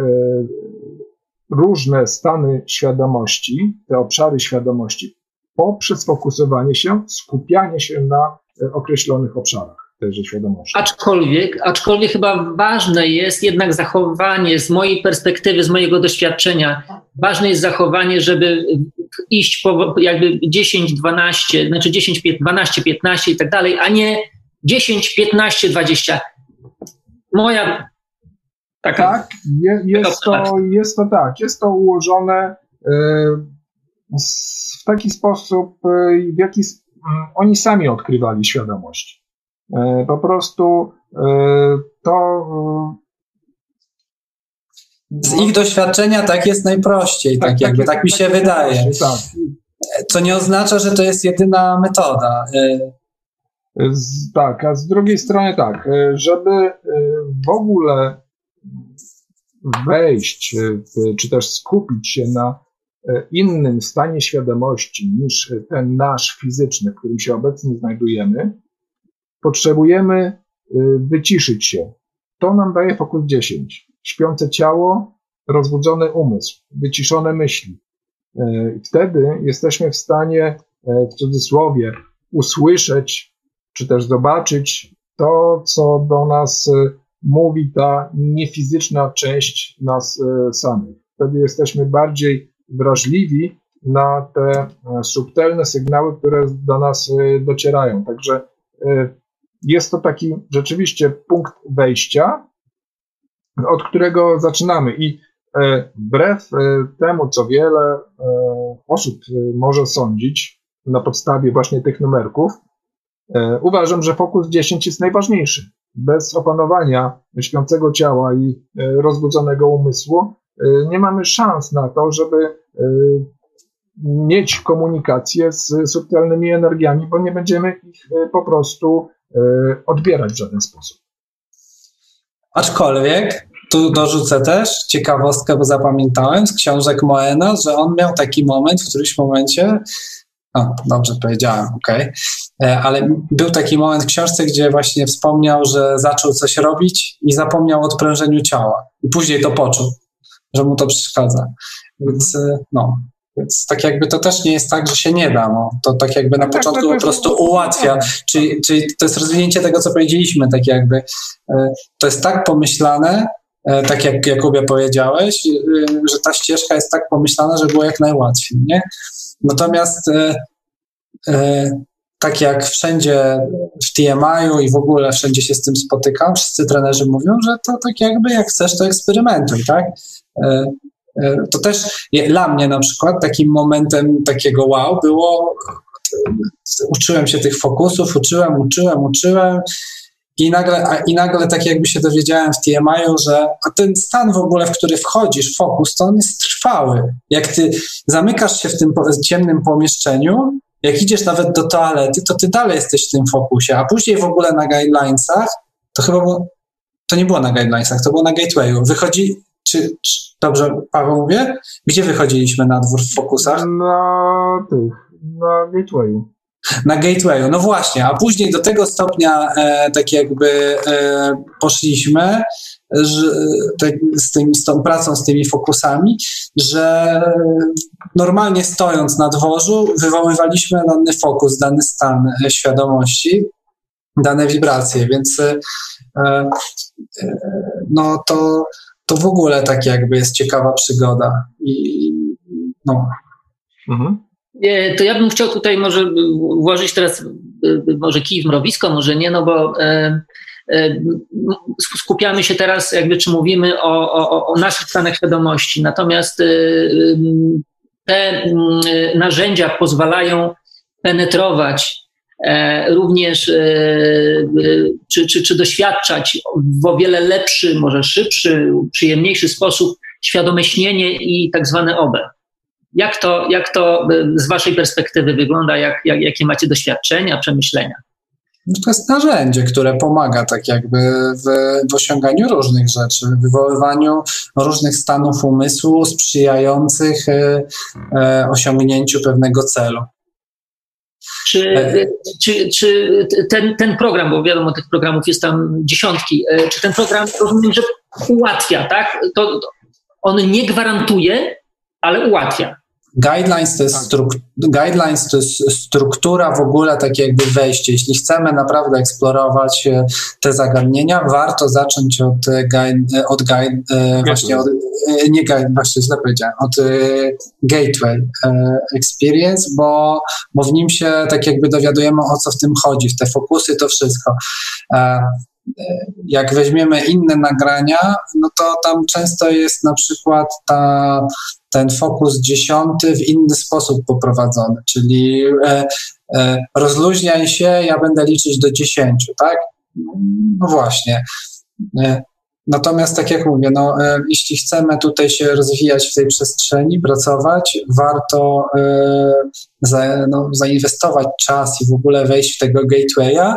różne stany świadomości, te obszary świadomości poprzez fokusowanie się, skupianie się na określonych obszarach tejże świadomości. Aczkolwiek chyba ważne jest jednak zachowanie, z mojej perspektywy, z mojego doświadczenia, ważne jest zachowanie, żeby iść po jakby 10, 12, znaczy 10, 12, 15 i tak dalej, a nie 10, 15, 20. Moja taka... Tak, jest to ułożone w taki sposób, w jaki oni sami odkrywali świadomość. Po prostu to... Z ich doświadczenia tak jest najprościej, tak mi się wydaje. Co nie oznacza, że to jest jedyna metoda. Tak, a z drugiej strony tak, żeby w ogóle wejść, czy też skupić się na innym stanie świadomości niż ten nasz fizyczny, w którym się obecnie znajdujemy, potrzebujemy wyciszyć się. To nam daje fokus 10. Śpiące ciało, rozbudzony umysł, wyciszone myśli. Wtedy jesteśmy w stanie, w cudzysłowie, usłyszeć, czy też zobaczyć to, co do nas mówi ta niefizyczna część nas samych. Wtedy jesteśmy bardziej wrażliwi na te subtelne sygnały, które do nas docierają. Także jest to taki rzeczywiście punkt wejścia, od którego zaczynamy. I wbrew temu, co wiele osób może sądzić na podstawie właśnie tych numerków, uważam, że fokus 10 jest najważniejszy. Bez opanowania śpiącego ciała i rozbudzonego umysłu nie mamy szans na to, żeby mieć komunikację z subtelnymi energiami, bo nie będziemy ich po prostu odbierać w żaden sposób. Aczkolwiek tu dorzucę też ciekawostkę, bo zapamiętałem z książek Moena, że on miał taki moment w którymś momencie, dobrze powiedziałem, okej. Ale był taki moment w książce, gdzie właśnie wspomniał, że zaczął coś robić i zapomniał o odprężeniu ciała. I później to poczuł, że mu to przeszkadza. Więc tak jakby to też nie jest tak, że się nie da. To tak jakby na początku po prostu ułatwia. Czyli to jest rozwinięcie tego, co powiedzieliśmy, tak jakby. To jest tak pomyślane, tak jak Jakubie powiedziałeś, że ta ścieżka jest tak pomyślana, że było jak najłatwiej, nie? Natomiast tak jak wszędzie w TMI-u i w ogóle wszędzie się z tym spotykam, wszyscy trenerzy mówią, że to tak jakby jak chcesz, to eksperymentuj, tak? To też dla mnie na przykład takim momentem takiego wow było, uczyłem się tych fokusów, uczyłem I nagle tak jakby się dowiedziałem w TMI-u, że ten stan w ogóle, w który wchodzisz, fokus, to on jest trwały. Jak ty zamykasz się w tym ciemnym pomieszczeniu, jak idziesz nawet do toalety, to ty dalej jesteś w tym fokusie, a później w ogóle na guidelinesach, to chyba to nie było na guidelinesach, to było na gatewayu. Dobrze Paweł mówię? Gdzie wychodziliśmy na dwór w fokusach? Na gatewayu. Na gatewayu, no właśnie, a później do tego stopnia tak jakby poszliśmy z tą pracą, z tymi fokusami, że normalnie stojąc na dworzu wywoływaliśmy dany fokus, dany stan świadomości, dane wibracje, więc no to w ogóle tak jakby jest ciekawa przygoda. To ja bym chciał tutaj może włożyć teraz może kij w mrowisko, może nie, no bo skupiamy się teraz jakby, czy mówimy o naszych stanach świadomości, natomiast te narzędzia pozwalają penetrować również czy doświadczać w o wiele lepszy, może szybszy, przyjemniejszy sposób świadome śnienie i tak zwane OB. Jak to z waszej perspektywy wygląda? Jakie macie doświadczenia, przemyślenia? To jest narzędzie, które pomaga tak jakby w osiąganiu różnych rzeczy, w wywoływaniu różnych stanów umysłu sprzyjających osiągnięciu pewnego celu. Czy ten program, bo wiadomo, tych programów jest tam dziesiątki, czy ten program, rozumiem, że ułatwia, tak? To on nie gwarantuje, ale ułatwia. Guidelines to jest struktura w ogóle, takie jakby wejście. Jeśli chcemy naprawdę eksplorować te zagadnienia, warto zacząć od Gateway Experience, bo w nim się tak jakby dowiadujemy, o co w tym chodzi, w te fokusy, to wszystko. Jak weźmiemy inne nagrania, no to tam często jest na przykład ten fokus 10 w inny sposób poprowadzony, czyli rozluźniaj się, ja będę liczyć do 10, tak? No właśnie. Natomiast tak jak mówię, jeśli chcemy tutaj się rozwijać w tej przestrzeni, pracować, warto zainwestować czas i w ogóle wejść w tego gatewaya,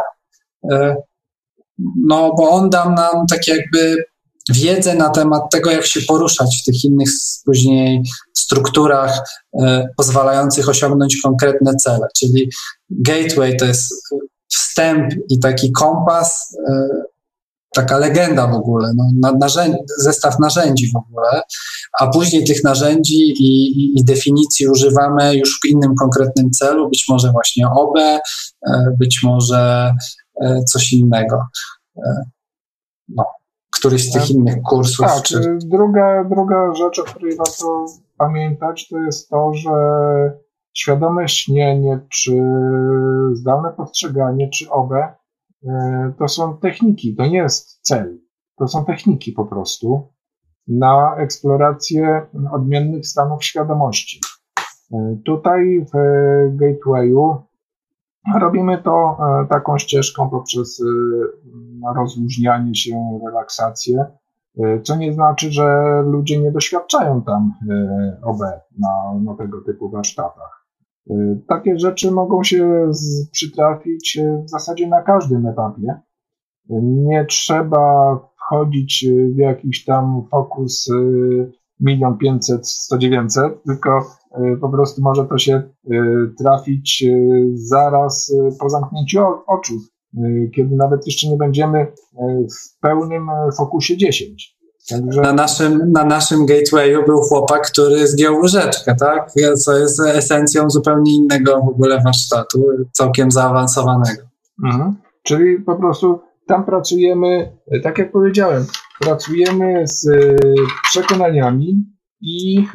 bo on da nam tak jakby wiedzę na temat tego, jak się poruszać w tych innych później strukturach pozwalających osiągnąć konkretne cele. Czyli gateway to jest wstęp i taki kompas, taka legenda w ogóle, zestaw narzędzi w ogóle, a później tych narzędzi i definicji używamy już w innym konkretnym celu, być może właśnie OB, być może coś innego. Któryś z tych innych kursów. Tak, druga rzecz, o której warto pamiętać, to jest to, że świadome śnienie, czy zdalne postrzeganie, czy OB, to są techniki, to nie jest cel. To są techniki po prostu na eksplorację odmiennych stanów świadomości. Tutaj w Gatewayu robimy to taką ścieżką poprzez rozluźnianie się, relaksację, co nie znaczy, że ludzie nie doświadczają tam OB na tego typu warsztatach. Takie rzeczy mogą się przytrafić w zasadzie na każdym etapie. Nie trzeba wchodzić w jakiś tam fokus 1 500 100 900, tylko po prostu może to się trafić zaraz po zamknięciu oczu, kiedy nawet jeszcze nie będziemy w pełnym fokusie 10. Także... Na naszym gatewayu był chłopak, który zgiął łyżeczkę, tak? Co jest esencją zupełnie innego w ogóle warsztatu, całkiem zaawansowanego. Czyli po prostu tam pracujemy, tak jak powiedziałem, pracujemy z przekonaniami i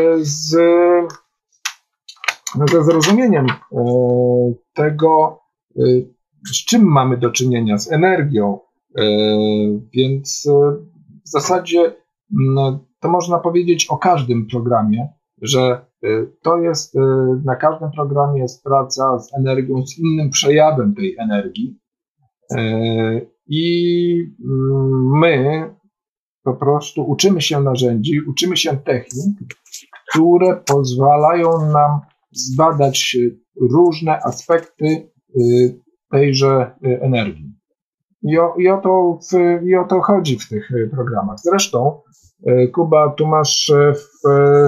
ze zrozumieniem tego, z czym mamy do czynienia, z energią. Więc w zasadzie to można powiedzieć o każdym programie, że to jest, na każdym programie jest praca z energią, z innym przejawem tej energii. i my po prostu uczymy się narzędzi, uczymy się technik, które pozwalają nam zbadać różne aspekty tejże energii. I o to chodzi w tych programach. Zresztą, Kuba, tu masz w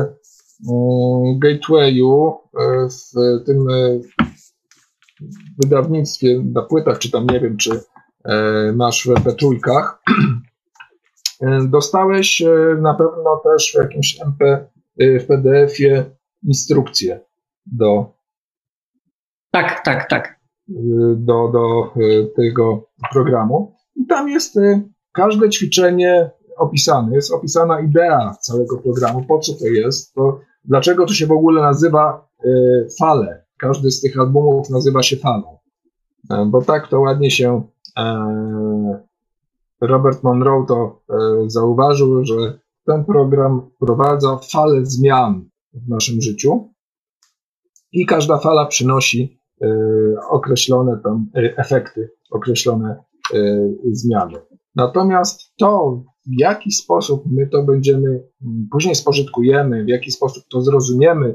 Gatewayu, w tym wydawnictwie na płytach, czy tam nie wiem, czy masz w MP3, dostałeś na pewno też w jakimś w PDF-ie instrukcję do tego programu. I tam jest każde ćwiczenie opisane. Jest opisana idea całego programu, po co to jest, dlaczego to się w ogóle nazywa fale. Każdy z tych albumów nazywa się falą. Bo tak to ładnie się Robert Monroe to zauważył, że ten program wprowadza falę zmian w naszym życiu i każda fala przynosi określone tam efekty, określone zmiany. Natomiast to, w jaki sposób my to będziemy później spożytkujemy, w jaki sposób to zrozumiemy,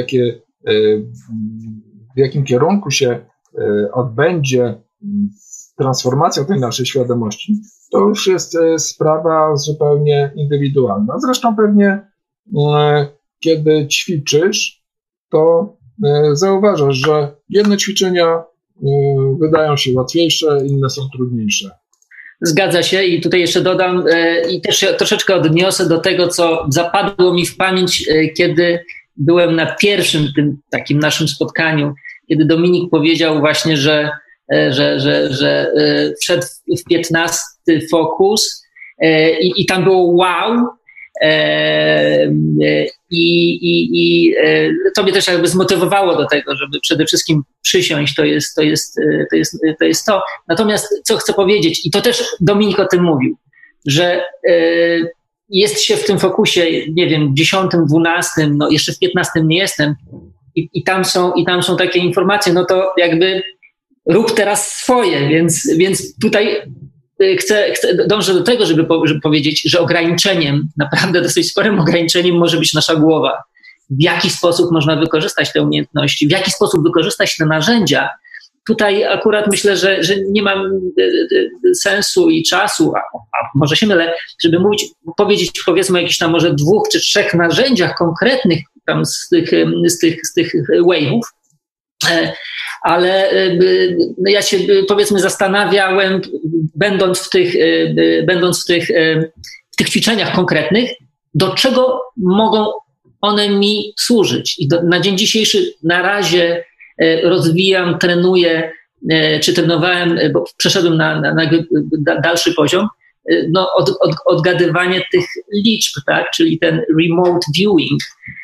w jakim kierunku się odbędzie transformacja tej naszej świadomości, to już jest sprawa zupełnie indywidualna. Zresztą pewnie kiedy ćwiczysz, to zauważasz, że jedne ćwiczenia wydają się łatwiejsze, inne są trudniejsze. Zgadza się i tutaj jeszcze dodam i też troszeczkę odniosę do tego, co zapadło mi w pamięć, kiedy byłem na pierwszym tym takim naszym spotkaniu, kiedy Dominik powiedział właśnie, że wszedł w 15 fokus i tam było wow. I to mnie też jakby zmotywowało do tego, żeby przede wszystkim przysiąść, to jest to. Natomiast co chcę powiedzieć, i to też Dominik o tym mówił, że jest się w tym fokusie, nie wiem, 10, 12, no jeszcze w 15 nie jestem i tam są takie informacje, no to jakby rób teraz swoje, więc tutaj dążę do tego, żeby powiedzieć, że ograniczeniem, naprawdę dosyć sporym ograniczeniem może być nasza głowa. W jaki sposób można wykorzystać te umiejętności, w jaki sposób wykorzystać te narzędzia. Tutaj akurat myślę, że nie mam sensu i czasu, a może się mylę, żeby powiedzieć powiedzmy o jakichś tam może 2 czy 3 narzędziach konkretnych tam z tych wave'ów, ale ja się powiedzmy zastanawiałem, będąc w tych ćwiczeniach konkretnych, do czego mogą one mi służyć. I na dzień dzisiejszy na razie rozwijam, trenuję, czy trenowałem, bo przeszedłem na dalszy poziom, no odgadywanie tych liczb, tak? Czyli ten remote viewing.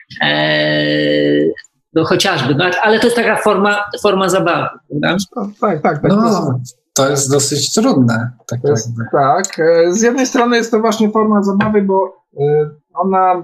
No chociażby, no, ale to jest taka forma zabawy, prawda? Tak. No, to jest dosyć trudne. Tak, z jednej strony jest to właśnie forma zabawy, bo ona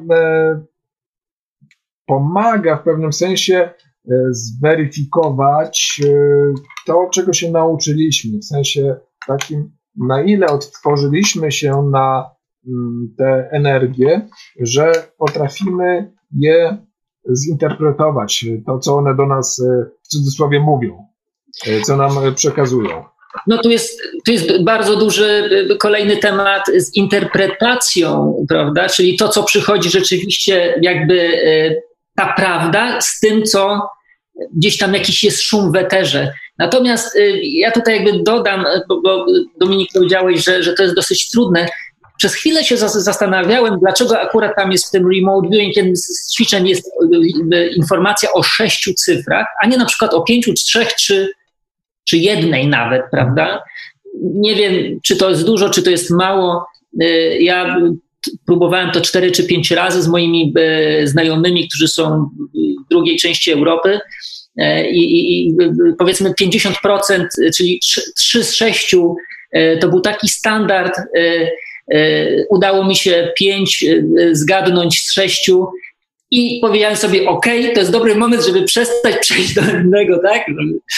pomaga w pewnym sensie zweryfikować to, czego się nauczyliśmy, w sensie takim, na ile odtworzyliśmy się na te energie, że potrafimy je zinterpretować, to co one do nas w cudzysłowie mówią, co nam przekazują. No tu jest bardzo duży kolejny temat z interpretacją, prawda? Czyli to, co przychodzi rzeczywiście jakby ta prawda z tym, co gdzieś tam jakiś jest szum w eterze. Natomiast ja tutaj jakby dodam, bo Dominik powiedziałeś, że to jest dosyć trudne. Przez chwilę się zastanawiałem, dlaczego akurat tam jest w tym remote viewing, jednym z ćwiczeń jest informacja o 6 cyfrach, a nie na przykład o 5, 3 czy jednej nawet, prawda? Nie wiem, czy to jest dużo, czy to jest mało. Ja próbowałem to 4 czy 5 razy z moimi znajomymi, którzy są w drugiej części Europy i powiedzmy 50%, czyli 3 z 6 to był taki standard. Udało mi się 5 zgadnąć z 6 i powiedziałem sobie, to jest dobry moment, żeby przejść do innego, tak?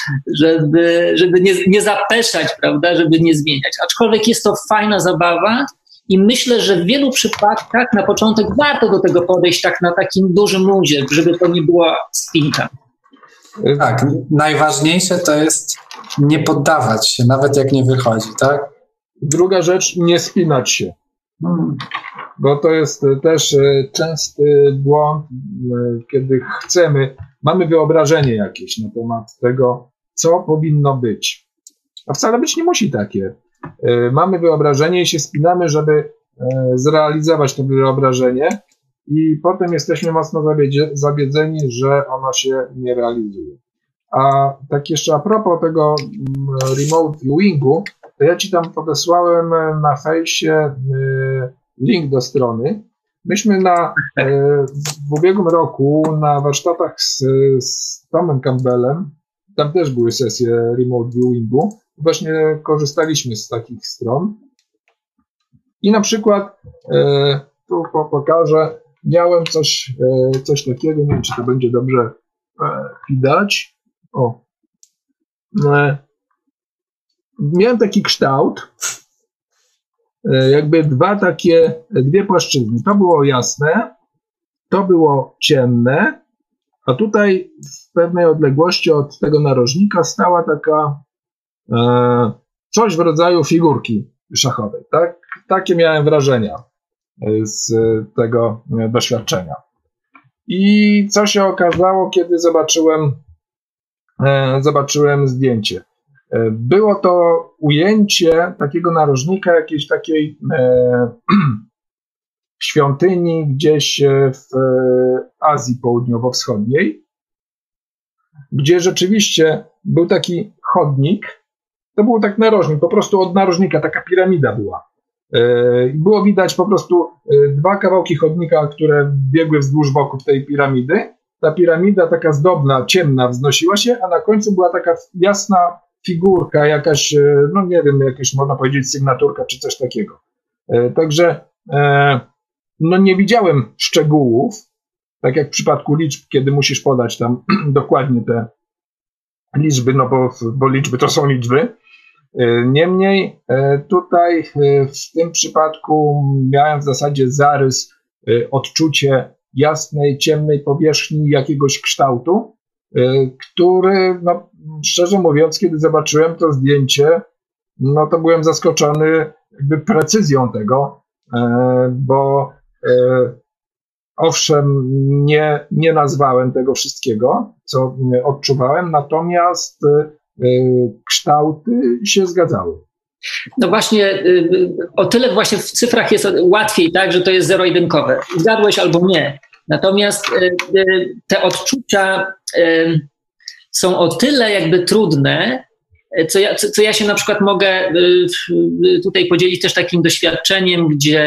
żeby nie zapeszać, prawda, żeby nie zmieniać. Aczkolwiek jest to fajna zabawa i myślę, że w wielu przypadkach na początek warto do tego podejść tak na takim dużym luzie, żeby to nie była spinka. Tak, najważniejsze to jest nie poddawać się, nawet jak nie wychodzi, tak? Druga rzecz, nie spinać się. Bo to jest też częsty błąd, kiedy mamy wyobrażenie jakieś na temat tego, co powinno być. A wcale być nie musi takie. Mamy wyobrażenie i się spinamy, żeby zrealizować to wyobrażenie i potem jesteśmy mocno zawiedzeni, że ono się nie realizuje. A tak jeszcze a propos tego remote viewingu, to ja ci tam podesłałem na fejsie link do strony. Myśmy w ubiegłym roku na warsztatach z Tomem Campbellem, tam też były sesje remote viewingu, właśnie korzystaliśmy z takich stron. I na przykład, tu pokażę, miałem coś takiego, nie wiem, czy to będzie dobrze widać. Miałem taki kształt, jakby dwie płaszczyzny. To było jasne, to było ciemne, a tutaj w pewnej odległości od tego narożnika stała taka coś w rodzaju figurki szachowej. Tak? Takie miałem wrażenia z tego doświadczenia. I co się okazało, kiedy zobaczyłem zdjęcie. Było to ujęcie takiego narożnika, jakiejś takiej świątyni gdzieś w Azji Południowo-Wschodniej, gdzie rzeczywiście był taki chodnik. To był tak narożnik, po prostu od narożnika taka piramida była. Było widać po prostu dwa kawałki chodnika, które biegły wzdłuż boków tej piramidy. Ta piramida taka zdobna, ciemna wznosiła się, a na końcu była taka jasna figurka, jakaś, no nie wiem, jakaś można powiedzieć sygnaturka czy coś takiego. Także no nie widziałem szczegółów, tak jak w przypadku liczb, kiedy musisz podać tam dokładnie te liczby, no bo liczby to są liczby. Niemniej tutaj w tym przypadku miałem w zasadzie zarys, odczucie jasnej, ciemnej powierzchni jakiegoś kształtu, który, no, szczerze mówiąc, kiedy zobaczyłem to zdjęcie, no to byłem zaskoczony jakby precyzją tego, bo owszem, nie nazwałem tego wszystkiego, co odczuwałem, natomiast kształty się zgadzały. No właśnie, o tyle właśnie w cyfrach jest łatwiej, tak, że to jest zero-jedynkowe. Zgadłeś albo nie. Natomiast te odczucia są o tyle jakby trudne, co ja się na przykład mogę tutaj podzielić też takim doświadczeniem,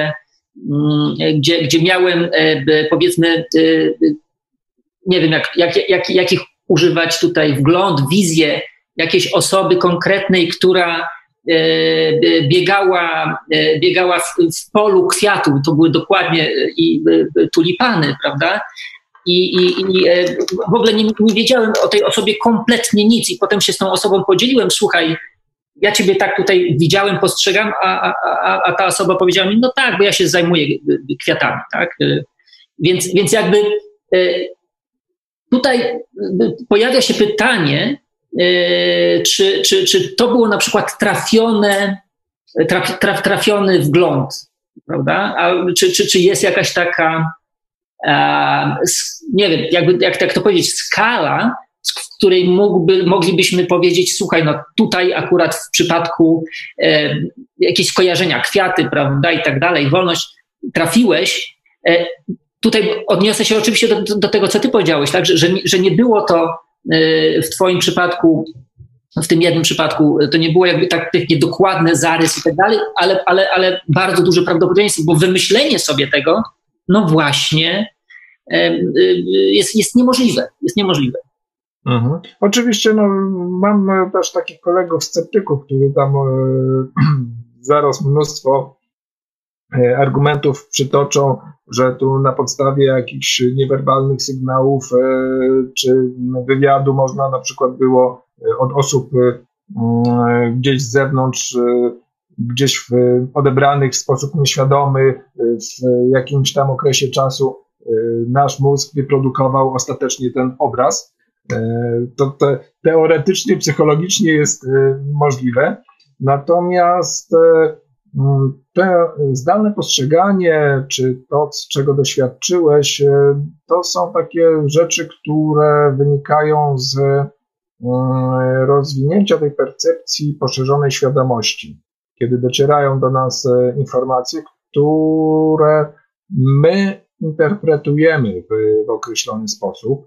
gdzie miałem, powiedzmy, nie wiem, jakich używać tutaj wgląd, wizję jakiejś osoby konkretnej, która biegała w polu kwiatów, to były dokładnie tulipany, prawda? I w ogóle nie wiedziałem o tej osobie kompletnie nic i potem się z tą osobą podzieliłem, słuchaj, ja ciebie tak tutaj widziałem, postrzegam, a ta osoba powiedziała mi, no tak, bo ja się zajmuję kwiatami, tak? Więc jakby tutaj pojawia się pytanie, czy to było na przykład trafiony wgląd, prawda? Czy jest jakaś taka, nie wiem, jak to powiedzieć, skala, w której moglibyśmy powiedzieć, słuchaj, no tutaj akurat w przypadku jakieś skojarzenia, kwiaty, prawda, i tak dalej, wolność, trafiłeś. Tutaj odniosę się oczywiście do tego, co ty powiedziałeś, tak, że nie było to w twoim przypadku, w tym jednym przypadku, to nie było jakby takie dokładne zarys i tak dalej, ale bardzo duże prawdopodobieństwo, bo wymyślenie sobie tego, no właśnie, jest niemożliwe. Jest niemożliwe. Mhm. Oczywiście no, mam też takich kolegów sceptyków, którzy tam zaraz mnóstwo argumentów przytoczą, że tu na podstawie jakichś niewerbalnych sygnałów czy wywiadu można na przykład było od osób gdzieś z zewnątrz, gdzieś odebranych w sposób nieświadomy w jakimś tam okresie czasu nasz mózg wyprodukował ostatecznie ten obraz. To teoretycznie, psychologicznie jest możliwe, natomiast te zdalne postrzeganie, czy to, z czego doświadczyłeś, to są takie rzeczy, które wynikają z rozwinięcia tej percepcji poszerzonej świadomości, kiedy docierają do nas informacje, które my interpretujemy w określony sposób.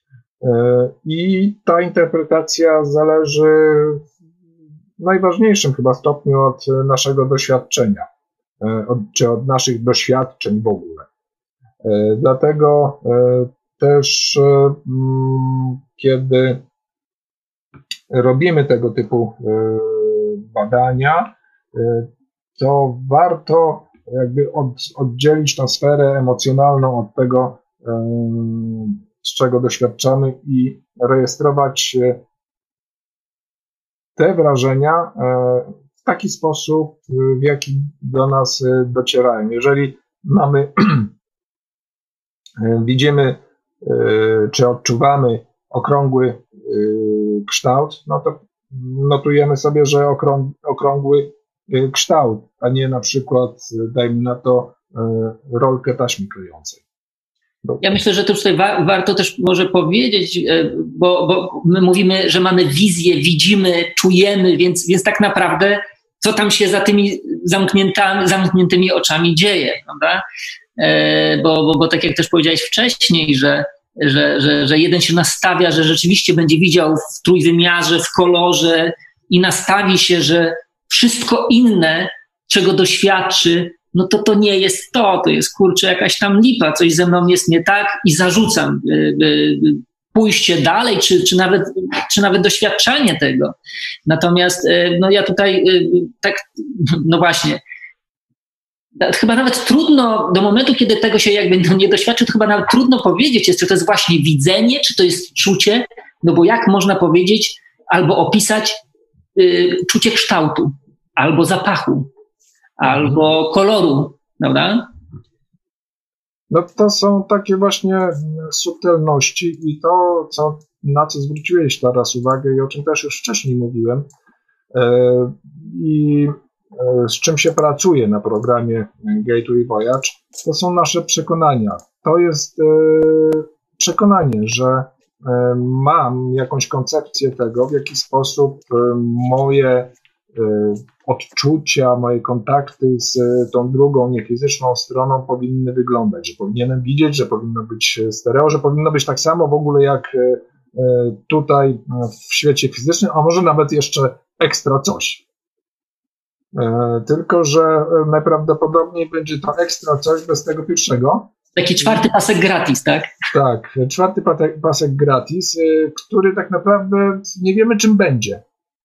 I ta interpretacja zależy w najważniejszym chyba stopniu od naszego doświadczenia, czy od naszych doświadczeń w ogóle. Dlatego też kiedy robimy tego typu badania, to warto jakby oddzielić tę sferę emocjonalną od tego, z czego doświadczamy, i rejestrować te wrażenia w taki sposób, w jaki do nas docierają. Jeżeli widzimy czy odczuwamy okrągły kształt, no to notujemy sobie, że okrągły kształt, a nie na przykład, dajmy na to, rolkę taśmy klejącej. Ja myślę, że tutaj warto też może powiedzieć, bo my mówimy, że mamy wizję, widzimy, czujemy, więc tak naprawdę co tam się za tymi zamkniętymi oczami dzieje, prawda? Bo tak jak też powiedziałeś wcześniej, że jeden się nastawia, że rzeczywiście będzie widział w trójwymiarze, w kolorze i nastawi się, że wszystko inne, czego doświadczy, no to nie jest to jest kurczę jakaś tam lipa, coś ze mną jest nie tak i zarzucam pójście dalej, czy nawet doświadczanie tego. Natomiast no ja tutaj tak, no właśnie, chyba nawet trudno, do momentu, kiedy tego się jakby nie doświadczy, to chyba nawet trudno powiedzieć, czy to jest właśnie widzenie, czy to jest czucie, no bo jak można powiedzieć albo opisać czucie kształtu, albo zapachu, albo koloru, prawda? No to są takie właśnie subtelności i to, na co zwróciłeś teraz uwagę i o czym też już wcześniej mówiłem, i z czym się pracuje na programie Gateway Voyage, to są nasze przekonania. To jest przekonanie, że mam jakąś koncepcję tego, w jaki sposób moje odczucia, moje kontakty z tą drugą, niefizyczną stroną powinny wyglądać, że powinienem widzieć, że powinno być stereo, że powinno być tak samo w ogóle jak tutaj w świecie fizycznym, a może nawet jeszcze ekstra coś. Tylko że najprawdopodobniej będzie to ekstra coś bez tego pierwszego. Taki czwarty pasek gratis, tak? Tak, czwarty pasek gratis, który tak naprawdę nie wiemy, czym będzie.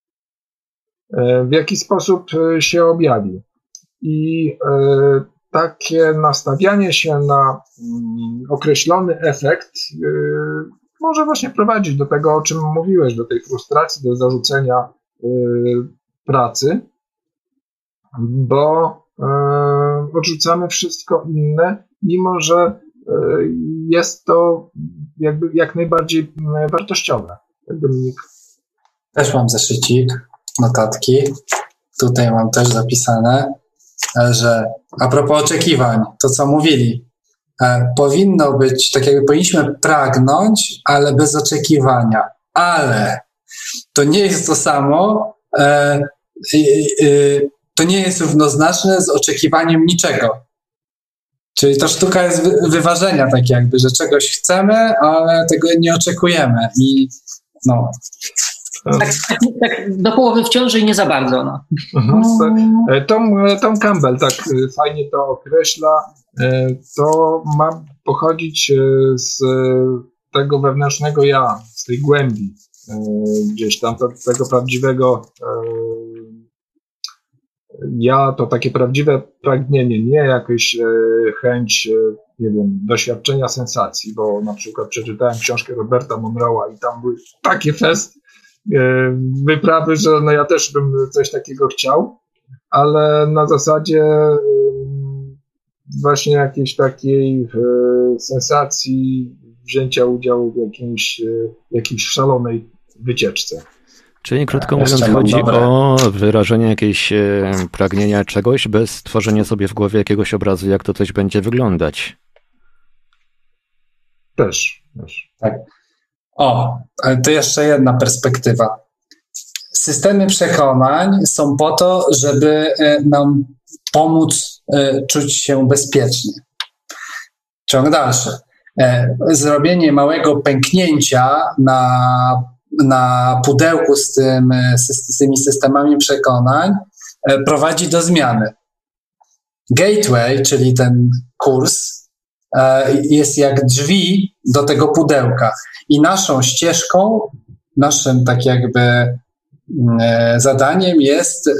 W jaki sposób się objawi. I takie nastawianie się na określony efekt może właśnie prowadzić do tego, o czym mówiłeś, do tej frustracji, do zarzucenia pracy, bo odrzucamy wszystko inne, mimo że jest to jakby jak najbardziej wartościowe. Dominik. Też mam zeszycik, notatki. Tutaj mam też zapisane, że a propos oczekiwań, to co mówili, powinno być, tak jakby powinniśmy pragnąć, ale bez oczekiwania. Ale to nie jest to samo, to nie jest równoznaczne z oczekiwaniem niczego. Czyli ta sztuka jest wyważenia, tak jakby, że czegoś chcemy, ale tego nie oczekujemy. I no. Tak do połowy w ciąży i nie za bardzo. No. Tom Campbell tak fajnie to określa. To ma pochodzić z tego wewnętrznego ja, z tej głębi, gdzieś tam tego prawdziwego ja, to takie prawdziwe pragnienie, nie jakaś chęć, nie wiem, doświadczenia sensacji, bo na przykład przeczytałem książkę Roberta Monroe'a i tam był taki fest wyprawy, że no ja też bym coś takiego chciał, ale na zasadzie właśnie jakiejś takiej sensacji wzięcia udziału w jakiejś szalonej wycieczce. Czyli krótko mówiąc chodzi o wyrażenie jakiejś pragnienia czegoś bez tworzenia sobie w głowie jakiegoś obrazu, jak to coś będzie wyglądać. Też. Tak. Ale to jeszcze jedna perspektywa. Systemy przekonań są po to, żeby nam pomóc czuć się bezpiecznie. Ciąg dalszy. Zrobienie małego pęknięcia na pudełku z tymi systemami przekonań prowadzi do zmiany. Gateway, czyli ten kurs, jest jak drzwi do tego pudełka i naszą ścieżką, naszym tak jakby zadaniem jest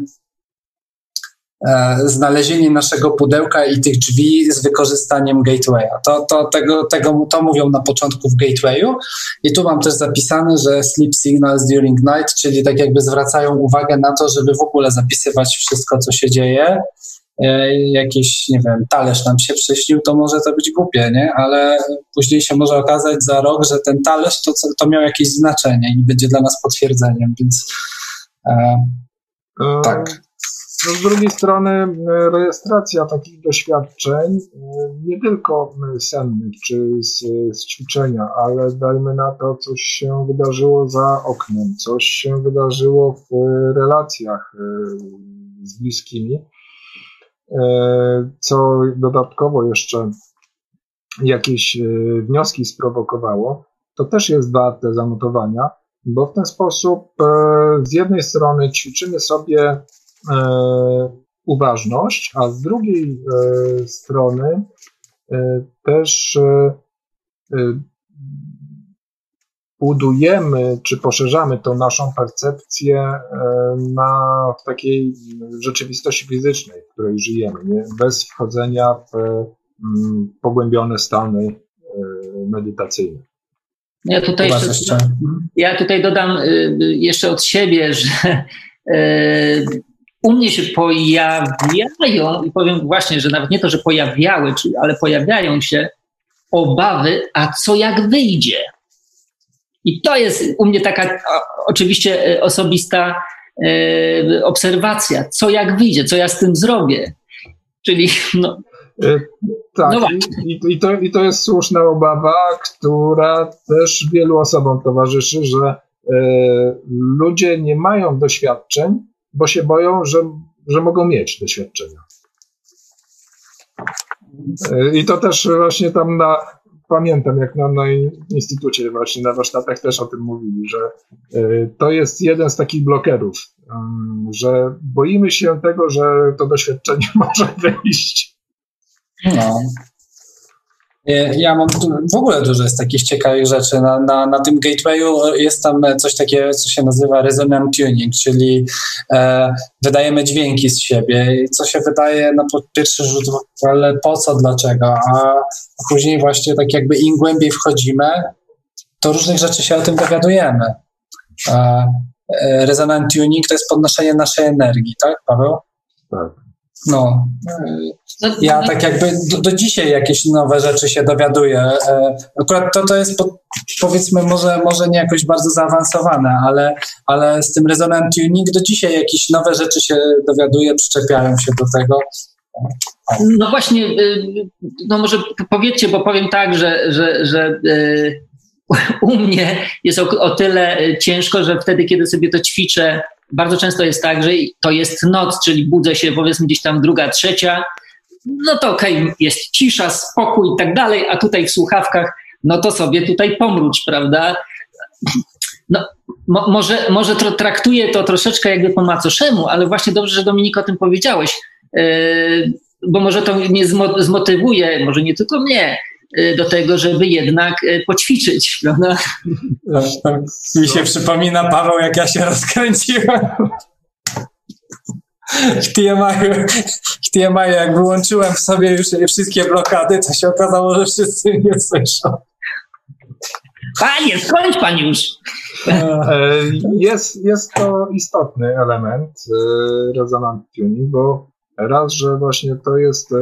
znalezienie naszego pudełka i tych drzwi z wykorzystaniem gatewaya. To mówią na początku w gatewayu i tu mam też zapisane, że sleep signals during night, czyli tak jakby zwracają uwagę na to, żeby w ogóle zapisywać wszystko, co się dzieje. Jakiś, nie wiem, talerz nam się przyśnił, to może to być głupie, nie? Ale później się może okazać za rok, że ten talerz to miał jakieś znaczenie i będzie dla nas potwierdzeniem, więc tak. No z drugiej strony rejestracja takich doświadczeń, nie tylko sennych czy z ćwiczenia, ale dajmy na to, coś się wydarzyło za oknem, coś się wydarzyło w relacjach z bliskimi, co dodatkowo jeszcze jakieś wnioski sprowokowało, to też jest warte zanotowania, bo w ten sposób z jednej strony ćwiczymy sobie uważność, a z drugiej strony też budujemy czy poszerzamy tą naszą percepcję w takiej rzeczywistości fizycznej, w której żyjemy, nie? Bez wchodzenia w pogłębione stany medytacyjne. Ja tutaj dodam jeszcze od siebie, że u mnie się pojawiają, i powiem właśnie, że nawet nie to, że pojawiały, ale pojawiają się obawy, a co jak wyjdzie? I to jest u mnie taka oczywiście osobista obserwacja. Co jak wyjdzie? Co ja z tym zrobię? Czyli tak, i to jest słuszna obawa, która też wielu osobom towarzyszy, że ludzie nie mają doświadczeń, bo się boją, że mogą mieć doświadczenia. I to też właśnie tam pamiętam, jak na instytucie właśnie na warsztatach też o tym mówili, że to jest jeden z takich blokerów, że boimy się tego, że to doświadczenie może wyjść. No. Ja mam w ogóle dużo jest takich ciekawych rzeczy. Na tym gatewayu jest tam coś takiego, co się nazywa resonant tuning, czyli wydajemy dźwięki z siebie, co się wydaje na pierwszy rzut, ale po co, dlaczego, a później właśnie tak jakby im głębiej wchodzimy, to różnych rzeczy się o tym dowiadujemy. Resonant tuning to jest podnoszenie naszej energii, tak, Paweł? Tak. No. Ja tak jakby do dzisiaj jakieś nowe rzeczy się dowiaduję. Akurat to jest powiedzmy może nie jakoś bardzo zaawansowane, ale z tym resonant tuning do dzisiaj jakieś nowe rzeczy się dowiaduję, przyczepiają się do tego. No właśnie, no może powiedzcie, bo powiem tak, że u mnie jest o tyle ciężko, że wtedy, kiedy sobie to ćwiczę, bardzo często jest tak, że to jest noc, czyli budzę się powiedzmy gdzieś tam 2, 3, no to okej, jest cisza, spokój i tak dalej, a tutaj w słuchawkach, no to sobie tutaj pomrucz, prawda? No, może traktuję to troszeczkę jakby po macoszemu, ale właśnie dobrze, że Dominik o tym powiedziałeś, bo może to mnie zmotywuje, może nie tylko mnie, do tego, żeby jednak poćwiczyć, prawda? Mi się przypomina, Paweł, jak ja się rozkręciłem w TMI, jak wyłączyłem w sobie już wszystkie blokady, to się okazało, że wszyscy mnie słyszą. Panie, skończ pan już! Jest to istotny element resonant tuning, bo raz, że właśnie to jest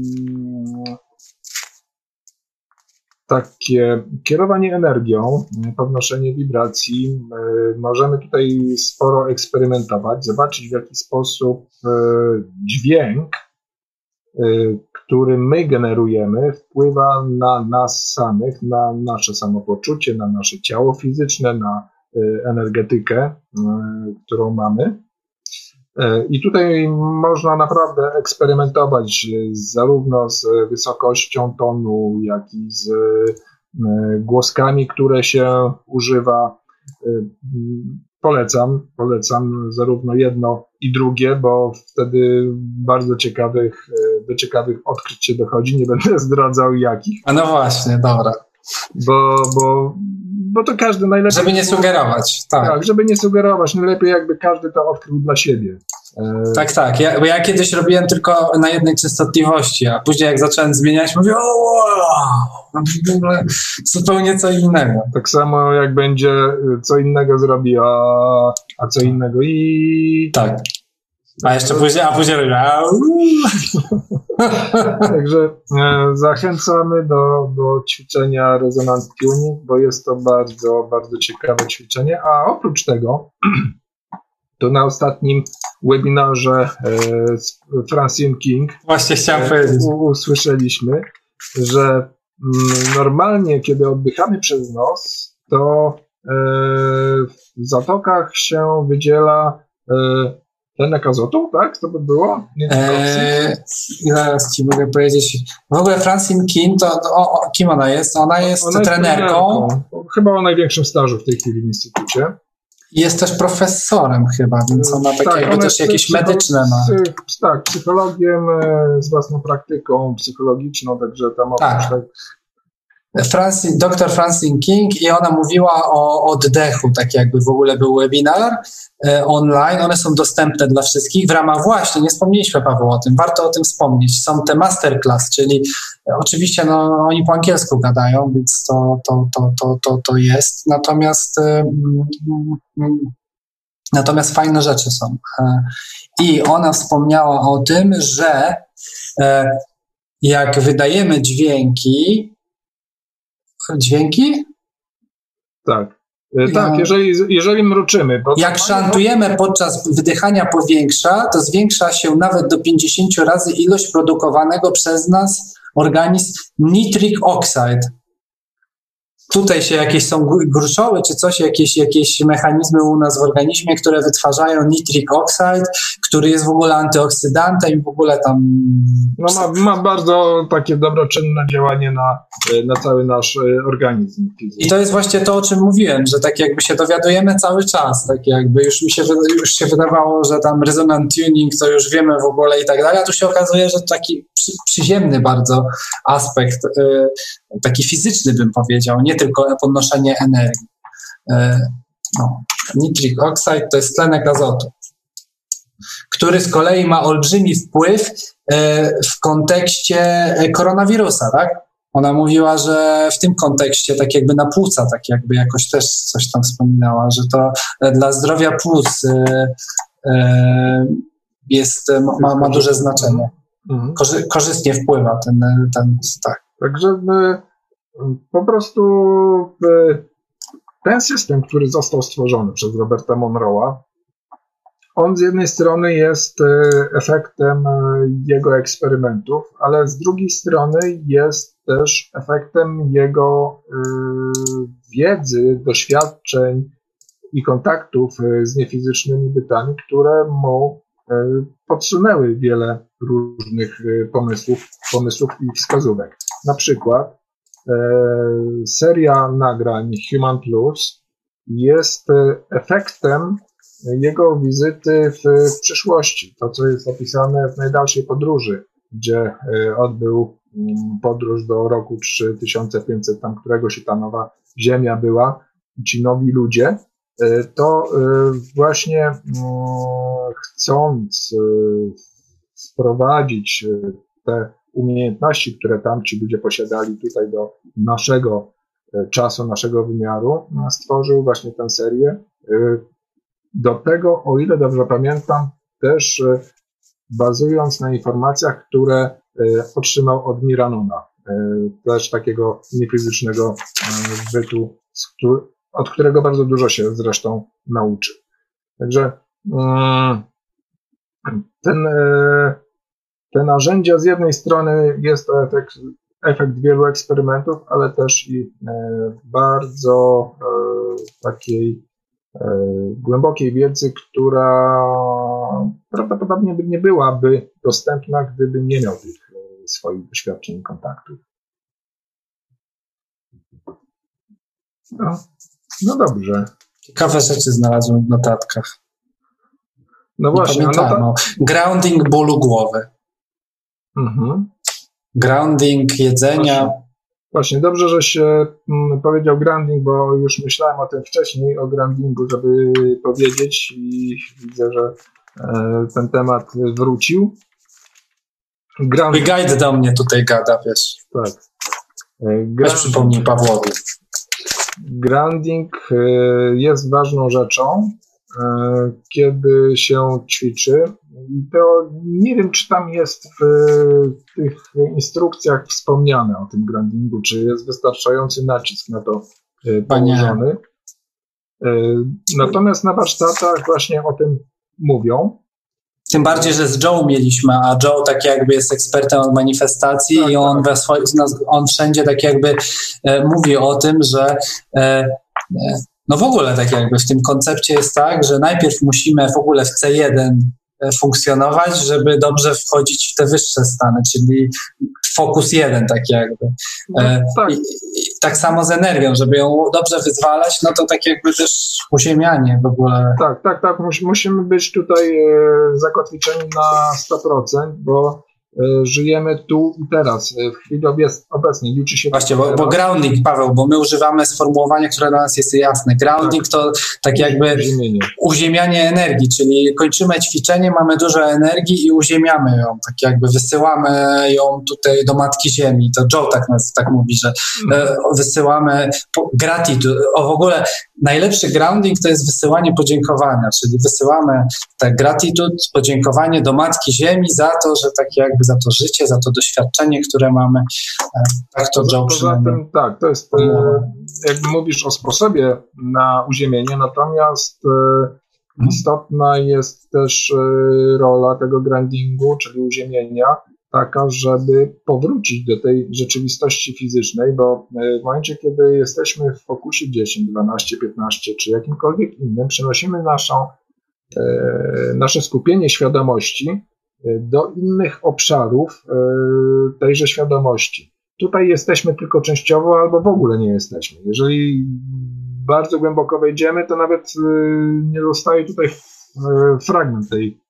takie kierowanie energią, podnoszenie wibracji. Możemy tutaj sporo eksperymentować, zobaczyć w jaki sposób dźwięk, który my generujemy, wpływa na nas samych, na nasze samopoczucie, na nasze ciało fizyczne, na energetykę, którą mamy. I tutaj można naprawdę eksperymentować zarówno z wysokością tonu, jak i z głoskami, które się używa. Polecam zarówno jedno i drugie, bo wtedy do ciekawych odkryć się dochodzi. Nie będę zdradzał jakich. A no właśnie, dobra. Bo to każdy najlepiej... Żeby nie sugerować, tak. Tak, żeby nie sugerować. Najlepiej jakby każdy to odkrył dla siebie. Tak. Ja kiedyś robiłem tylko na jednej częstotliwości, a później jak zacząłem zmieniać, mówię, o wow, w ogóle zupełnie co innego. Tak samo jak będzie co innego zrobi, a co innego i... Tak. A jeszcze później robię. Także zachęcamy do ćwiczenia Resonant Tuning, bo jest to bardzo, bardzo ciekawe ćwiczenie. A oprócz tego, to na ostatnim webinarze z Francine King właśnie chciałem powiedzieć. Usłyszeliśmy, że normalnie, kiedy oddychamy przez nos, to w zatokach się wydziela tlenek azotu, tak? To by było? Zaraz ci mogę powiedzieć. W ogóle Francine King, kim ona jest? Ona jest trenerką. Chyba o największym stażu w tej chwili w instytucie. Jest też profesorem chyba, więc ona jakby też jakieś medyczne ma. Tak, psychologiem z własną praktyką psychologiczną, także tam Dr. Francine King i ona mówiła o oddechu, tak jakby w ogóle był webinar online, one są dostępne dla wszystkich w ramach właśnie, nie wspomnieliśmy Paweł o tym, warto o tym wspomnieć, są te masterclass, czyli oczywiście oni po angielsku gadają, więc to jest, natomiast fajne rzeczy są i ona wspomniała o tym, że jak wydajemy dźwięki? Tak. Tak, jeżeli mruczymy. Jak szantujemy podczas wydychania powietrza, to zwiększa się nawet do 50 razy ilość produkowanego przez nas organizm nitric oxide. Tutaj się jakieś są gruczoły czy coś, jakieś mechanizmy u nas w organizmie, które wytwarzają nitric oxide, który jest w ogóle antyoksydantem i w ogóle tam... No ma bardzo takie dobroczynne działanie na cały nasz organizm. I to jest właśnie to, o czym mówiłem, że tak jakby się dowiadujemy cały czas, tak jakby już się wydawało, że tam resonant tuning to już wiemy w ogóle i tak dalej, a tu się okazuje, że taki przyziemny bardzo aspekt, taki fizyczny bym powiedział, nie tylko podnoszenie energii. Nitric oxide to jest tlenek azotu, który z kolei ma olbrzymi wpływ w kontekście koronawirusa, tak? Ona mówiła, że w tym kontekście tak jakby na płuca, tak jakby jakoś też coś tam wspominała, że to dla zdrowia płuc ma duże znaczenie. Korzystnie wpływa ten tak. Także po prostu ten system, który został stworzony przez Roberta Monroe'a, on z jednej strony jest efektem jego eksperymentów, ale z drugiej strony jest też efektem jego wiedzy, doświadczeń i kontaktów z niefizycznymi bytami, które mu podsunęły wiele różnych pomysłów i wskazówek. Na przykład seria nagrań Human Plus jest efektem jego wizyty w przyszłości. To, co jest opisane w najdalszej podróży, gdzie odbył podróż do roku 3500, tam któregoś ta nowa Ziemia była, ci nowi ludzie, to właśnie chcąc sprowadzić te umiejętności, które tam ci ludzie posiadali tutaj do naszego czasu naszego wymiaru stworzył właśnie tę serię. Do tego, o ile dobrze pamiętam, też bazując na informacjach, które otrzymał od Miranona, też takiego niefizycznego bytu, od którego bardzo dużo się zresztą nauczył. Także te narzędzia z jednej strony jest to efekt wielu eksperymentów, ale też i bardzo takiej głębokiej wiedzy, która prawdopodobnie nie byłaby dostępna, gdyby nie miał tych swoich doświadczeń i kontaktów. No dobrze. Ciekawe rzeczy znalazłem w notatkach. No właśnie. Grounding bólu głowy. Grounding jedzenia. Właśnie, dobrze, żeś powiedział grounding, bo już myślałem o tym wcześniej, o groundingu, żeby powiedzieć i widzę, że ten temat wrócił. Guide do mnie tutaj gada, wiesz. Tak. Weź przypomnij Pawłowi. Grounding jest ważną rzeczą, kiedy się ćwiczy. To nie wiem, czy tam jest w tych instrukcjach wspomniane o tym groundingu, czy jest wystarczający nacisk na to położony. Natomiast na warsztatach właśnie o tym mówią. Tym bardziej, że z Joe mieliśmy, a Joe tak jakby jest ekspertem od manifestacji i on wszędzie tak jakby mówi o tym, że no w ogóle tak jakby w tym koncepcie jest tak, że najpierw musimy w ogóle w C1 funkcjonować, żeby dobrze wchodzić w te wyższe stany, czyli fokus 1 tak jakby. Tak. I tak samo z energią, żeby ją dobrze wyzwalać, no to tak jakby też uziemianie w ogóle. Tak. Musimy być tutaj zakotwiczeni na 100%, bo żyjemy tu i teraz, w chwili obecnej liczy się... Właśnie, bo grounding, Paweł, bo my używamy sformułowania, które dla nas jest jasne. Grounding to tak jakby uziemianie energii, czyli kończymy ćwiczenie, mamy dużo energii i uziemiamy ją, tak jakby wysyłamy ją tutaj do Matki Ziemi. To Joe tak mówi, że wysyłamy gratitude. W ogóle najlepszy grounding to jest wysyłanie podziękowania, czyli wysyłamy tak gratitude, podziękowanie do Matki Ziemi za to, że tak jakby za to życie, za to doświadczenie, które mamy. Tak to Joe przynajmniej. Poza tym, tak, to jest, jakby mówisz o sposobie na uziemienie, natomiast istotna jest też rola tego groundingu, czyli uziemienia, taka, żeby powrócić do tej rzeczywistości fizycznej, bo w momencie, kiedy jesteśmy w fokusie 10, 12, 15 czy jakimkolwiek innym, przenosimy nasze skupienie świadomości do innych obszarów tejże świadomości. Tutaj jesteśmy tylko częściowo albo w ogóle nie jesteśmy. Jeżeli bardzo głęboko wejdziemy, to nawet nie zostaje tutaj fragment tej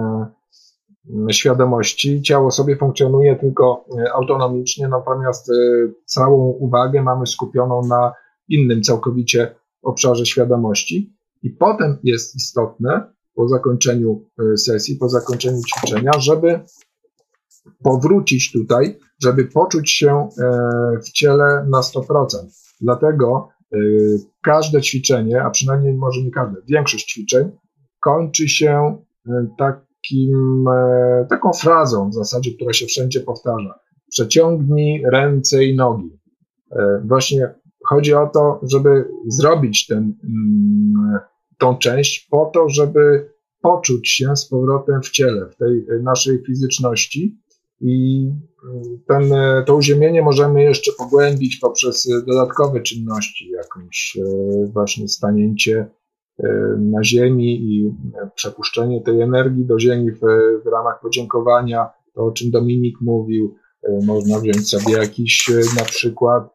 świadomości. Ciało sobie funkcjonuje tylko autonomicznie, natomiast całą uwagę mamy skupioną na innym całkowicie obszarze świadomości. I potem jest istotne, po zakończeniu sesji, po zakończeniu ćwiczenia, żeby powrócić tutaj, żeby poczuć się w ciele na 100%. Dlatego każde ćwiczenie, a przynajmniej może nie każde, większość ćwiczeń kończy się taką frazą w zasadzie, która się wszędzie powtarza. Przeciągnij ręce i nogi. Właśnie chodzi o to, żeby zrobić tą część po to, żeby poczuć się z powrotem w ciele, w tej naszej fizyczności i to uziemienie możemy jeszcze pogłębić poprzez dodatkowe czynności, jakąś właśnie stanięcie na ziemi i przepuszczenie tej energii do ziemi w ramach podziękowania, to o czym Dominik mówił. Można wziąć sobie jakiś na przykład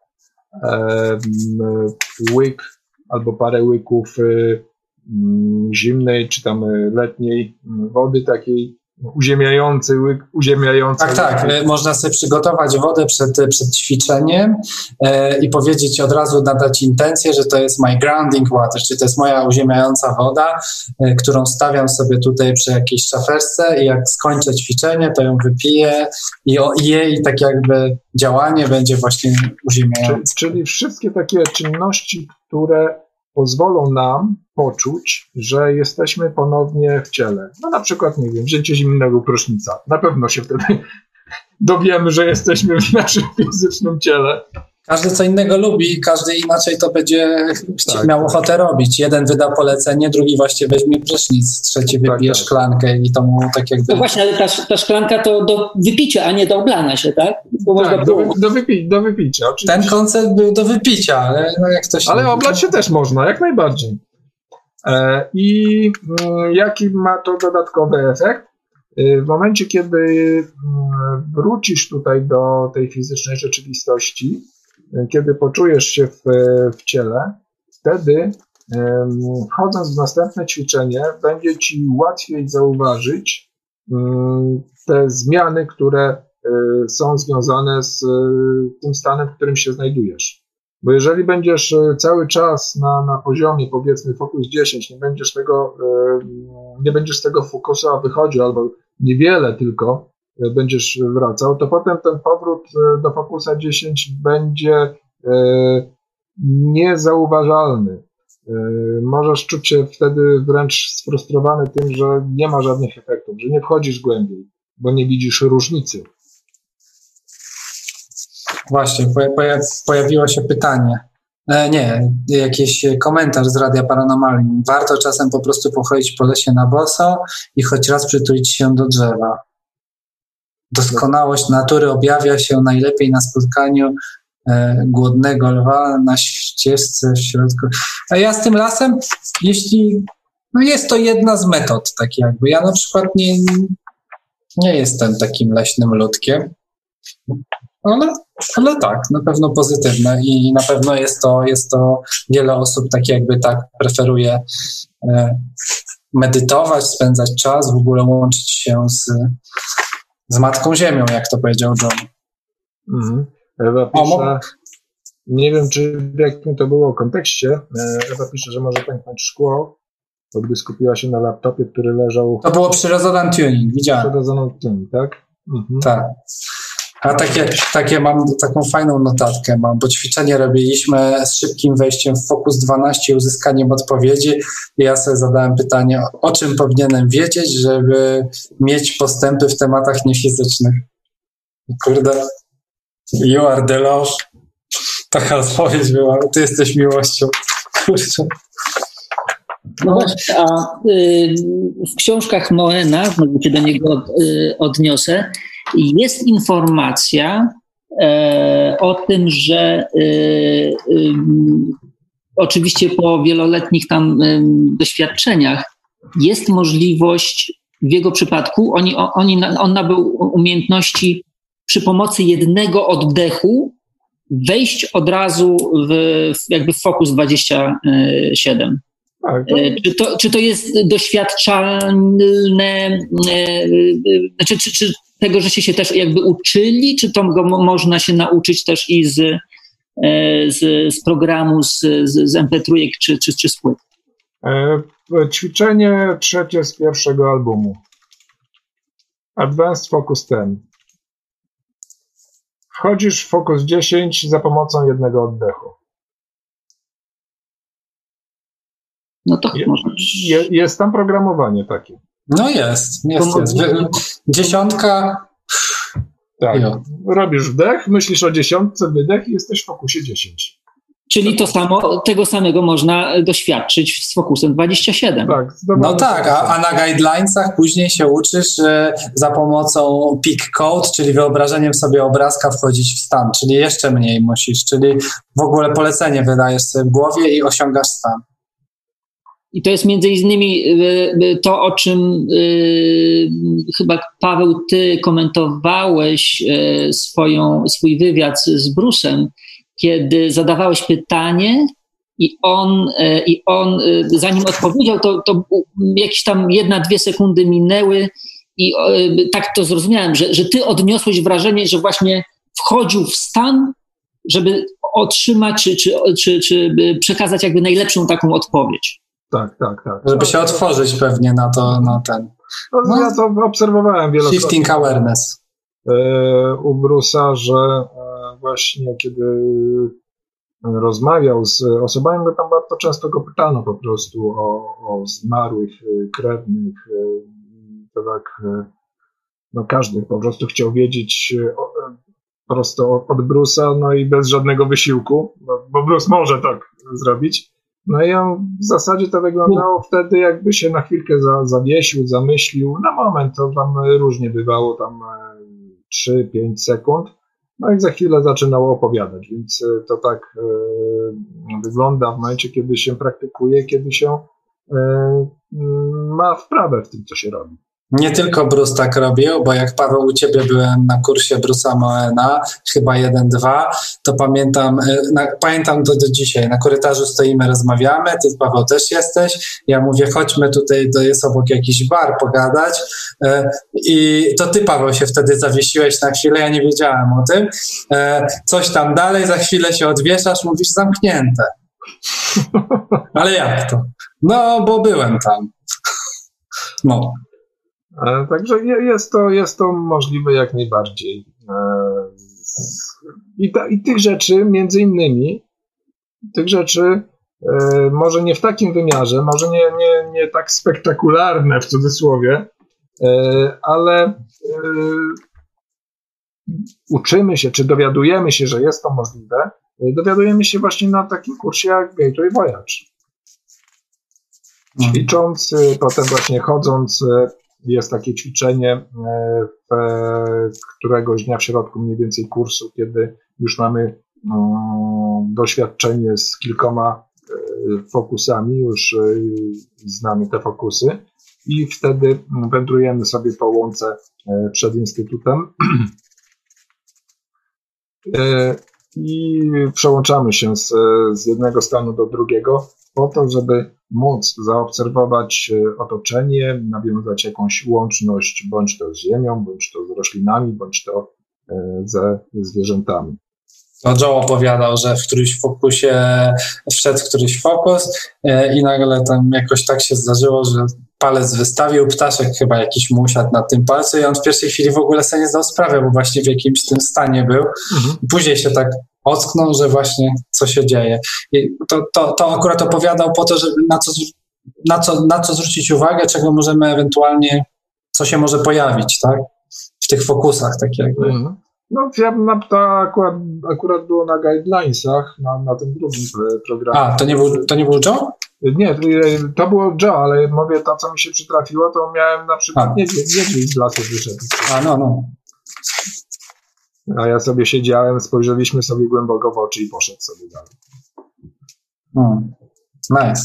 łyk albo parę łyków zimnej czy tam letniej wody takiej uziemiający łyk, uziemiający. Tak. Można sobie przygotować wodę przed ćwiczeniem i powiedzieć od razu, nadać intencję, że to jest my grounding water, czyli to jest moja uziemiająca woda, którą stawiam sobie tutaj przy jakiejś szaferce i jak skończę ćwiczenie, to ją wypiję i jej tak jakby działanie będzie właśnie uziemiające. Czyli wszystkie takie czynności, które pozwolą nam poczuć, że jesteśmy ponownie w ciele. No na przykład, nie wiem, wzięcie zimnego prysznica. Na pewno się wtedy dowiemy, że jesteśmy w naszym fizycznym ciele. Każdy co innego lubi, każdy inaczej to będzie miał ochotę robić. Jeden wyda polecenie, drugi właśnie weźmie prysznic, trzeci wypije szklankę i to mu tak jakby... No właśnie, ale ta szklanka to do wypicia, a nie do oblania się, tak? Tak, do wypicia. Oczywiście. Ten koncept był do wypicia, ale no jak to się... Ale oblać się też można, jak najbardziej. I jaki ma to dodatkowy efekt? W momencie, kiedy wrócisz tutaj do tej fizycznej rzeczywistości, kiedy poczujesz się w ciele, wtedy wchodząc w następne ćwiczenie będzie ci łatwiej zauważyć te zmiany, które są związane z tym stanem, w którym się znajdujesz. Bo jeżeli będziesz cały czas na poziomie, powiedzmy, fokus 10, nie będziesz z tego fokusu wychodził, albo niewiele tylko będziesz wracał, to potem ten powrót do fokusa 10 będzie niezauważalny. Możesz czuć się wtedy wręcz sfrustrowany tym, że nie ma żadnych efektów, że nie wchodzisz głębiej, bo nie widzisz różnicy. Właśnie, pojawiło się pytanie. Jakiś komentarz z Radia Paranormalium. Warto czasem po prostu pochodzić po lesie na boso i choć raz przytulić się do drzewa. Doskonałość natury objawia się najlepiej na spotkaniu głodnego lwa na ścieżce w środku. A ja z tym lasem, jeśli... No jest to jedna z metod, tak jakby. Ja na przykład nie jestem takim leśnym ludkiem. Ale tak, na pewno pozytywne i na pewno jest to wiele osób tak jakby tak preferuje medytować, spędzać czas, w ogóle łączyć się z Matką Ziemią, jak to powiedział John. Ewa pisze, nie wiem, czy w jakim to było kontekście, Ewa pisze, że może pęknąć szkło, bo gdy skupiła się na laptopie, który leżał... To było przy Resonant Tuning, widziałem. Przy Resonant Tuning, tak? Tak. A mam taką fajną notatkę bo ćwiczenie robiliśmy z szybkim wejściem w fokus 12 i uzyskaniem odpowiedzi i ja sobie zadałem pytanie, o czym powinienem wiedzieć, żeby mieć postępy w tematach niefizycznych. Kurde, you are the love. Taka odpowiedź była, ty jesteś miłością. Kurde. No właśnie, a w książkach Moena, może się do niego odniosę, jest informacja o tym, że oczywiście po wieloletnich tam doświadczeniach jest możliwość, w jego przypadku on nabył umiejętności przy pomocy jednego oddechu wejść od razu jakby w fokus 27. Tak, Czy to jest doświadczalne, czy tego, żeście się też jakby uczyli, czy to można się nauczyć też i z programu, z MP3 czy z płyt? Ćwiczenie trzecie z pierwszego albumu. Advanced Focus 10. Wchodzisz w Focus 10 za pomocą jednego oddechu. No to jest tam programowanie takie. No jest. 10. Tak. Robisz wdech, myślisz o 10, wydech i jesteś w fokusie 10. Czyli tego samego można doświadczyć z fokusem 27. Tak, no tak, a na guidelinesach później się uczysz za pomocą peak code, czyli wyobrażeniem sobie obrazka wchodzić w stan, czyli jeszcze mniej musisz, czyli w ogóle polecenie wydajesz sobie w głowie i osiągasz stan. I to jest między innymi to, o czym chyba, Paweł, ty komentowałeś swój wywiad z Bruce'em, kiedy zadawałeś pytanie i on zanim odpowiedział, to jakieś tam 1-2 sekundy minęły i tak to zrozumiałem, że ty odniosłeś wrażenie, że właśnie wchodził w stan, żeby otrzymać czy przekazać jakby najlepszą taką odpowiedź. Tak. Żeby się otworzyć pewnie na to, na ten... No, ja to obserwowałem wielokrotnie. Shifting awareness. U Bruce'a, że właśnie kiedy rozmawiał z osobami, bo tam bardzo często go pytano po prostu o zmarłych krewnych, to tak, no każdy po prostu chciał wiedzieć prosto od Bruce'a, no i bez żadnego wysiłku, bo Bruce może tak zrobić. No i on w zasadzie to wyglądało wtedy, jakby się na chwilkę zawiesił, zamyślił. Na moment to tam różnie bywało, tam 3-5 sekund. No i za chwilę zaczynało opowiadać, więc to tak wygląda w momencie, kiedy się praktykuje, kiedy się ma wprawę w tym, co się robi. Nie tylko Bruce tak robił, bo jak Paweł u ciebie byłem na kursie Bruce'a Moena, chyba 1-2, to pamiętam do dzisiaj, na korytarzu stoimy, rozmawiamy, ty Paweł też jesteś, ja mówię chodźmy tutaj, to jest obok jakiś bar pogadać i to ty Paweł się wtedy zawiesiłeś na chwilę, ja nie wiedziałem o tym, coś tam dalej, za chwilę się odwieszasz, mówisz zamknięte. Ale jak to? No, bo byłem tam. No. Także jest to możliwe jak najbardziej. I tych rzeczy, między innymi, może nie w takim wymiarze, może nie tak spektakularne w cudzysłowie, ale uczymy się, czy dowiadujemy się, że jest to możliwe, dowiadujemy się właśnie na takim kursie jak Gateway Voyage. Ćwicząc, potem właśnie chodząc, jest takie ćwiczenie któregoś dnia w środku mniej więcej kursu, kiedy już mamy doświadczenie z kilkoma fokusami, już znamy te fokusy i wtedy wędrujemy sobie po łące przed instytutem i przełączamy się z jednego stanu do drugiego po to, żeby móc zaobserwować otoczenie, nawiązać jakąś łączność bądź to z ziemią, bądź to z roślinami, bądź to ze zwierzętami. Joe opowiadał, że w którymś fokusie wszedł któryś fokus i nagle tam jakoś tak się zdarzyło, że palec wystawił, ptaszek chyba jakiś mu usiadł na tym palcu i on w pierwszej chwili w ogóle sobie nie zdał sprawy, bo właśnie w jakimś tym stanie był. Później się tak ocknął, że właśnie co się dzieje. I to akurat opowiadał po to, żeby na co zwrócić uwagę, czego możemy ewentualnie, co się może pojawić, tak? W tych fokusach, tak jakby. No, to akurat było na guidelinesach, na tym drugim programie. A, to nie był Joe? Nie, to było Joe, ale mówię, to co mi się przytrafiło, to miałem na przykład niedźwiedź z lasu wyszedł. No. A ja sobie siedziałem, spojrzeliśmy sobie głęboko w oczy i poszedł sobie dalej. Nice.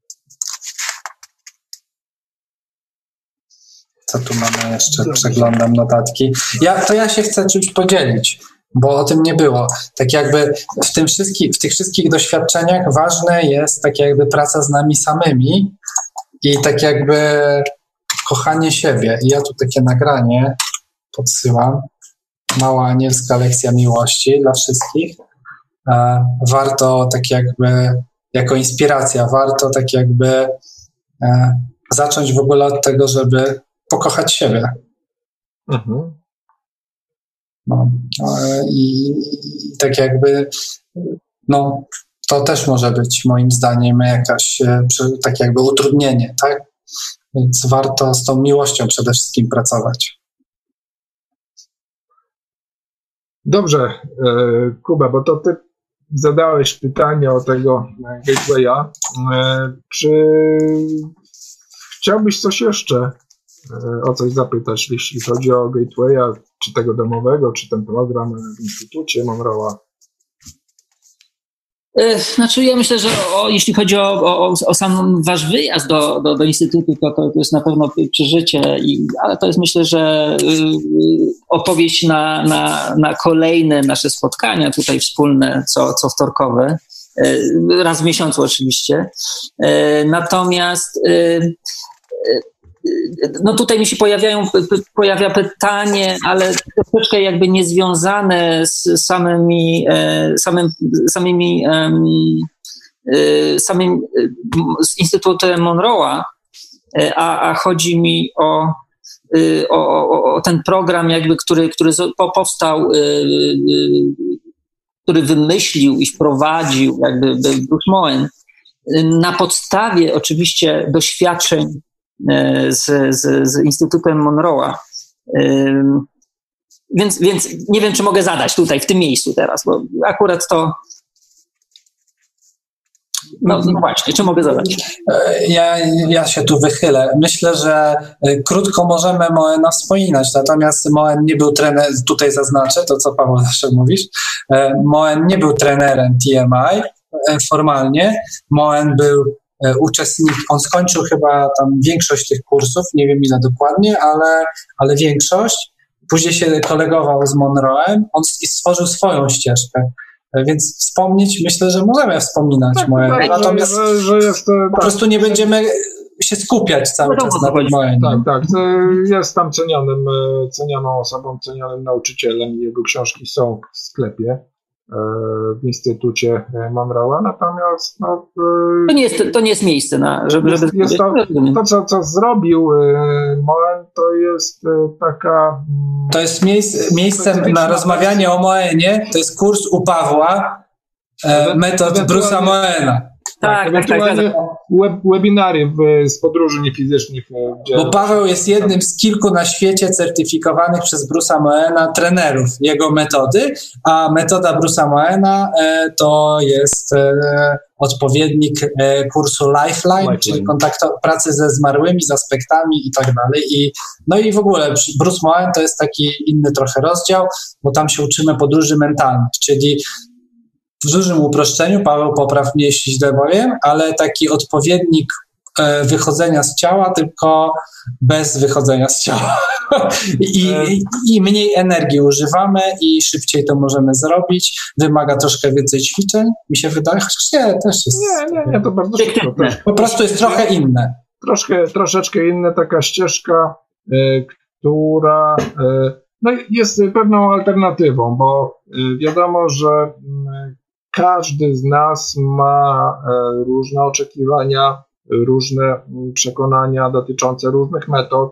Co tu mamy jeszcze? Przeglądam notatki. Ja się chcę czymś podzielić, bo o tym nie było. Tak jakby w tych wszystkich doświadczeniach ważne jest tak jakby praca z nami samymi i tak jakby kochanie siebie. I ja tu takie nagranie podsyłam. Mała anielska lekcja miłości dla wszystkich. Warto tak jakby, jako inspiracja, warto tak jakby zacząć w ogóle od tego, żeby pokochać siebie. I tak jakby to też może być moim zdaniem jakaś tak jakby utrudnienie, tak? Więc warto z tą miłością przede wszystkim pracować. Dobrze, Kuba, bo to ty zadałeś pytanie o tego Gatewaya. Czy chciałbyś coś jeszcze o coś zapytać, jeśli chodzi o Gatewaya, czy tego domowego, czy ten program w Instytucie Monroe'a? Znaczy ja myślę, że jeśli chodzi o sam wasz wyjazd do Instytutu, to jest na pewno przeżycie, ale to jest myślę, że opowieść na kolejne nasze spotkania tutaj wspólne, co wtorkowe, raz w miesiącu oczywiście. Natomiast no tutaj mi się pojawia pytanie, ale troszeczkę jakby niezwiązane z z Instytutem Monroe'a, a chodzi mi o ten program jakby, który powstał, który wymyślił i wprowadził jakby Bruce Moen na podstawie oczywiście doświadczeń z Instytutem Monroe'a. Więc nie wiem, czy mogę zadać tutaj w tym miejscu teraz, bo akurat to no właśnie, czy mogę zadać? Ja się tu wychylę. Myślę, że krótko możemy Moena wspominać, natomiast Moen nie był trenerem, tutaj zaznaczę to, co Paweł zawsze mówisz, Moen nie był trenerem TMI formalnie. Moen był uczestnikiem, on skończył chyba tam większość tych kursów, nie wiem ile dokładnie, ale większość. Później się kolegował z Monroe'em, on stworzył swoją ścieżkę. Więc wspomnieć, myślę, że możemy wspominać Moena, natomiast że jest, po prostu nie będziemy się skupiać cały czas na Moenie. Tak. Jest tam cenioną osobą, cenionym nauczycielem. Jego książki są w sklepie w Instytucie Monroe'a, natomiast to nie jest miejsce na, żeby jest to, co zrobił Moen, to jest taka... To jest miejscem na rozmawianie o Moenie, to jest kurs u Pawła metod Bruce'a Moena. Tak. Webinary z podróży niefizycznych. Bo Paweł jest jednym z kilku na świecie certyfikowanych przez Bruce'a Moena trenerów jego metody, a metoda Bruce'a Moena to jest odpowiednik kursu Lifeline, czyli pracy ze zmarłymi, z aspektami i tak dalej. No i w ogóle Bruce Moen to jest taki inny trochę rozdział, bo tam się uczymy podróży mentalnych, czyli w dużym uproszczeniu, Paweł popraw mnie, jeśli źle powiem, ale taki odpowiednik wychodzenia z ciała, tylko bez wychodzenia z ciała. I mniej energii używamy i szybciej to możemy zrobić. Wymaga troszkę więcej ćwiczeń, mi się wydaje, chociaż nie, też jest... Nie, to bardzo szybko. Po prostu jest trochę inne. Troszeczkę inna taka ścieżka, która jest pewną alternatywą, bo wiadomo, że każdy z nas ma różne oczekiwania, różne przekonania dotyczące różnych metod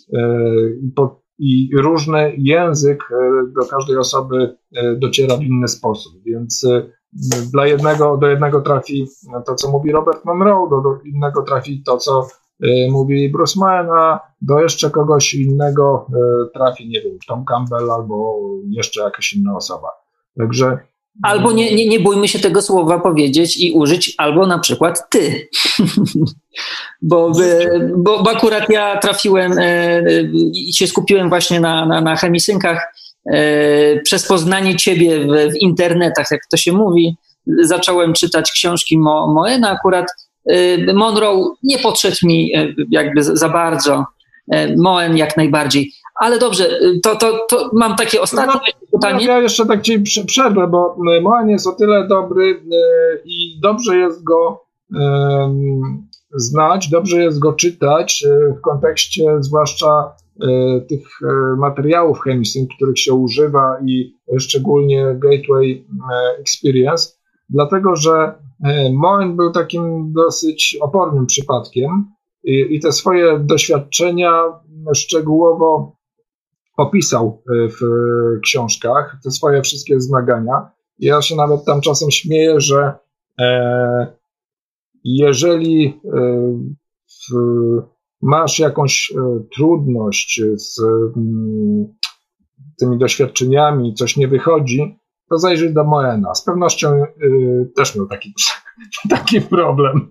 i różny język do każdej osoby dociera w inny sposób, więc do jednego trafi to, co mówi Robert Monroe, do innego trafi to, co mówi Bruce Moen, a do jeszcze kogoś innego trafi, nie wiem, Tom Campbell albo jeszcze jakaś inna osoba. Także albo nie bójmy się tego słowa powiedzieć i użyć, albo na przykład ty. bo akurat ja trafiłem i się skupiłem właśnie na chemisynkach przez poznanie ciebie w internetach, jak to się mówi. Zacząłem czytać książki Moena. Akurat Monroe nie podszedł mi jakby za bardzo. Moen jak najbardziej. Ale dobrze, to mam takie ostatnie pytanie. Ja jeszcze tak ci przerwę, bo Moen jest o tyle dobry i dobrze jest go znać, dobrze jest go czytać w kontekście zwłaszcza tych materiałów chemicznych, których się używa i szczególnie Gateway Experience, dlatego że Moen był takim dosyć opornym przypadkiem i te swoje doświadczenia szczegółowo opisał w książkach, te swoje wszystkie zmagania. Ja się nawet tam czasem śmieję, że jeżeli masz jakąś trudność z tymi doświadczeniami, coś nie wychodzi, to zajrzyj do Moena. Z pewnością też miał taki problem.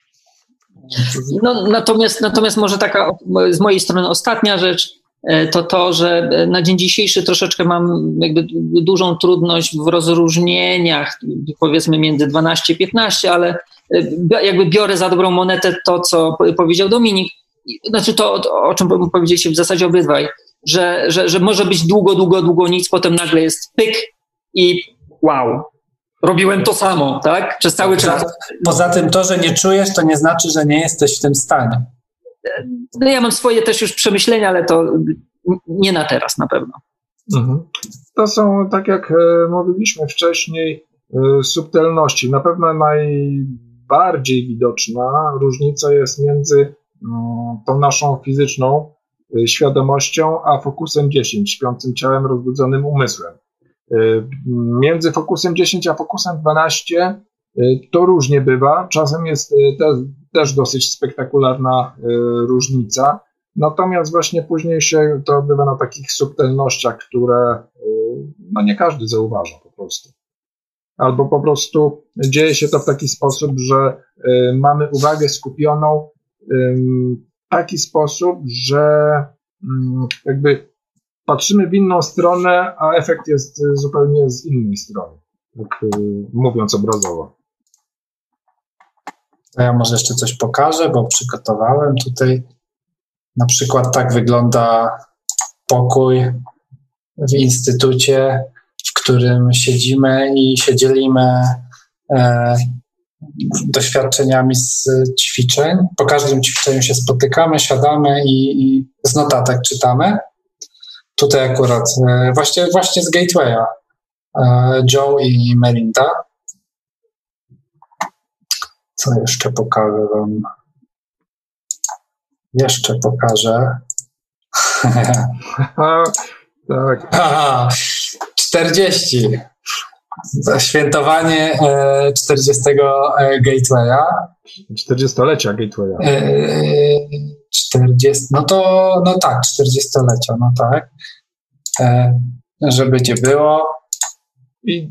No, natomiast może taka z mojej strony ostatnia rzecz, to, że na dzień dzisiejszy troszeczkę mam jakby dużą trudność w rozróżnieniach, powiedzmy między 12 a 15, ale jakby biorę za dobrą monetę to, co powiedział Dominik, znaczy to, o czym powiedzieliście w zasadzie obydwaj, że może być długo nic, potem nagle jest pyk i wow, robiłem to samo, tak? Przez cały czas. Poza tym to, że nie czujesz, to nie znaczy, że nie jesteś w tym stanie. no ja mam swoje też już przemyślenia, ale to nie na teraz na pewno. To są, tak jak mówiliśmy wcześniej, subtelności. Na pewno najbardziej widoczna różnica jest między tą naszą fizyczną świadomością a fokusem 10, śpiącym ciałem, rozbudzonym umysłem. Między fokusem 10 a fokusem 12 to różnie bywa. Czasem jest też dosyć spektakularna różnica. Natomiast właśnie później się to odbywa na takich subtelnościach, które no nie każdy zauważa po prostu. Albo po prostu dzieje się to w taki sposób, że mamy uwagę skupioną w taki sposób, że jakby patrzymy w inną stronę, a efekt jest zupełnie z innej strony, tak mówiąc obrazowo. Ja może jeszcze coś pokażę, bo przygotowałem tutaj. Na przykład tak wygląda pokój w instytucie, w którym siedzimy i się dzielimy doświadczeniami z ćwiczeń. Po każdym ćwiczeniu się spotykamy, siadamy i z notatek czytamy. Tutaj akurat właśnie z Gatewaya Joe i Melinda. Co jeszcze pokażę wam? Jeszcze pokażę. Tak. 40. Świętowanie 40 Gatewaya. 40-lecia Gatewaya. 40, no tak, 40-lecia, no tak. Żeby cię było. I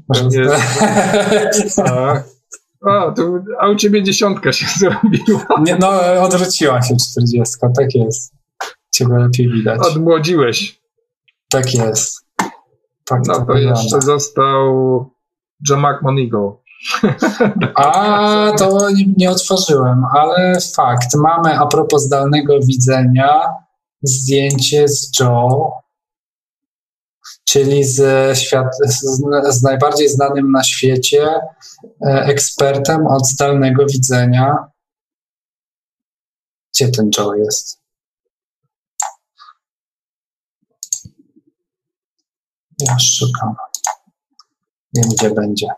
a u ciebie 10 się zrobiła. Nie, no odwróciła się 40, tak jest. Ciebie lepiej widać. Odmłodziłeś. Tak jest. Tak no to jeszcze został John McMonigal. A, to nie otworzyłem, ale fakt. Mamy a propos zdalnego widzenia zdjęcie z Joe, czyli z najbardziej znanym na świecie ekspertem od zdalnego widzenia. Gdzie ten Joe jest? Ja szukam. Wiem, gdzie będzie.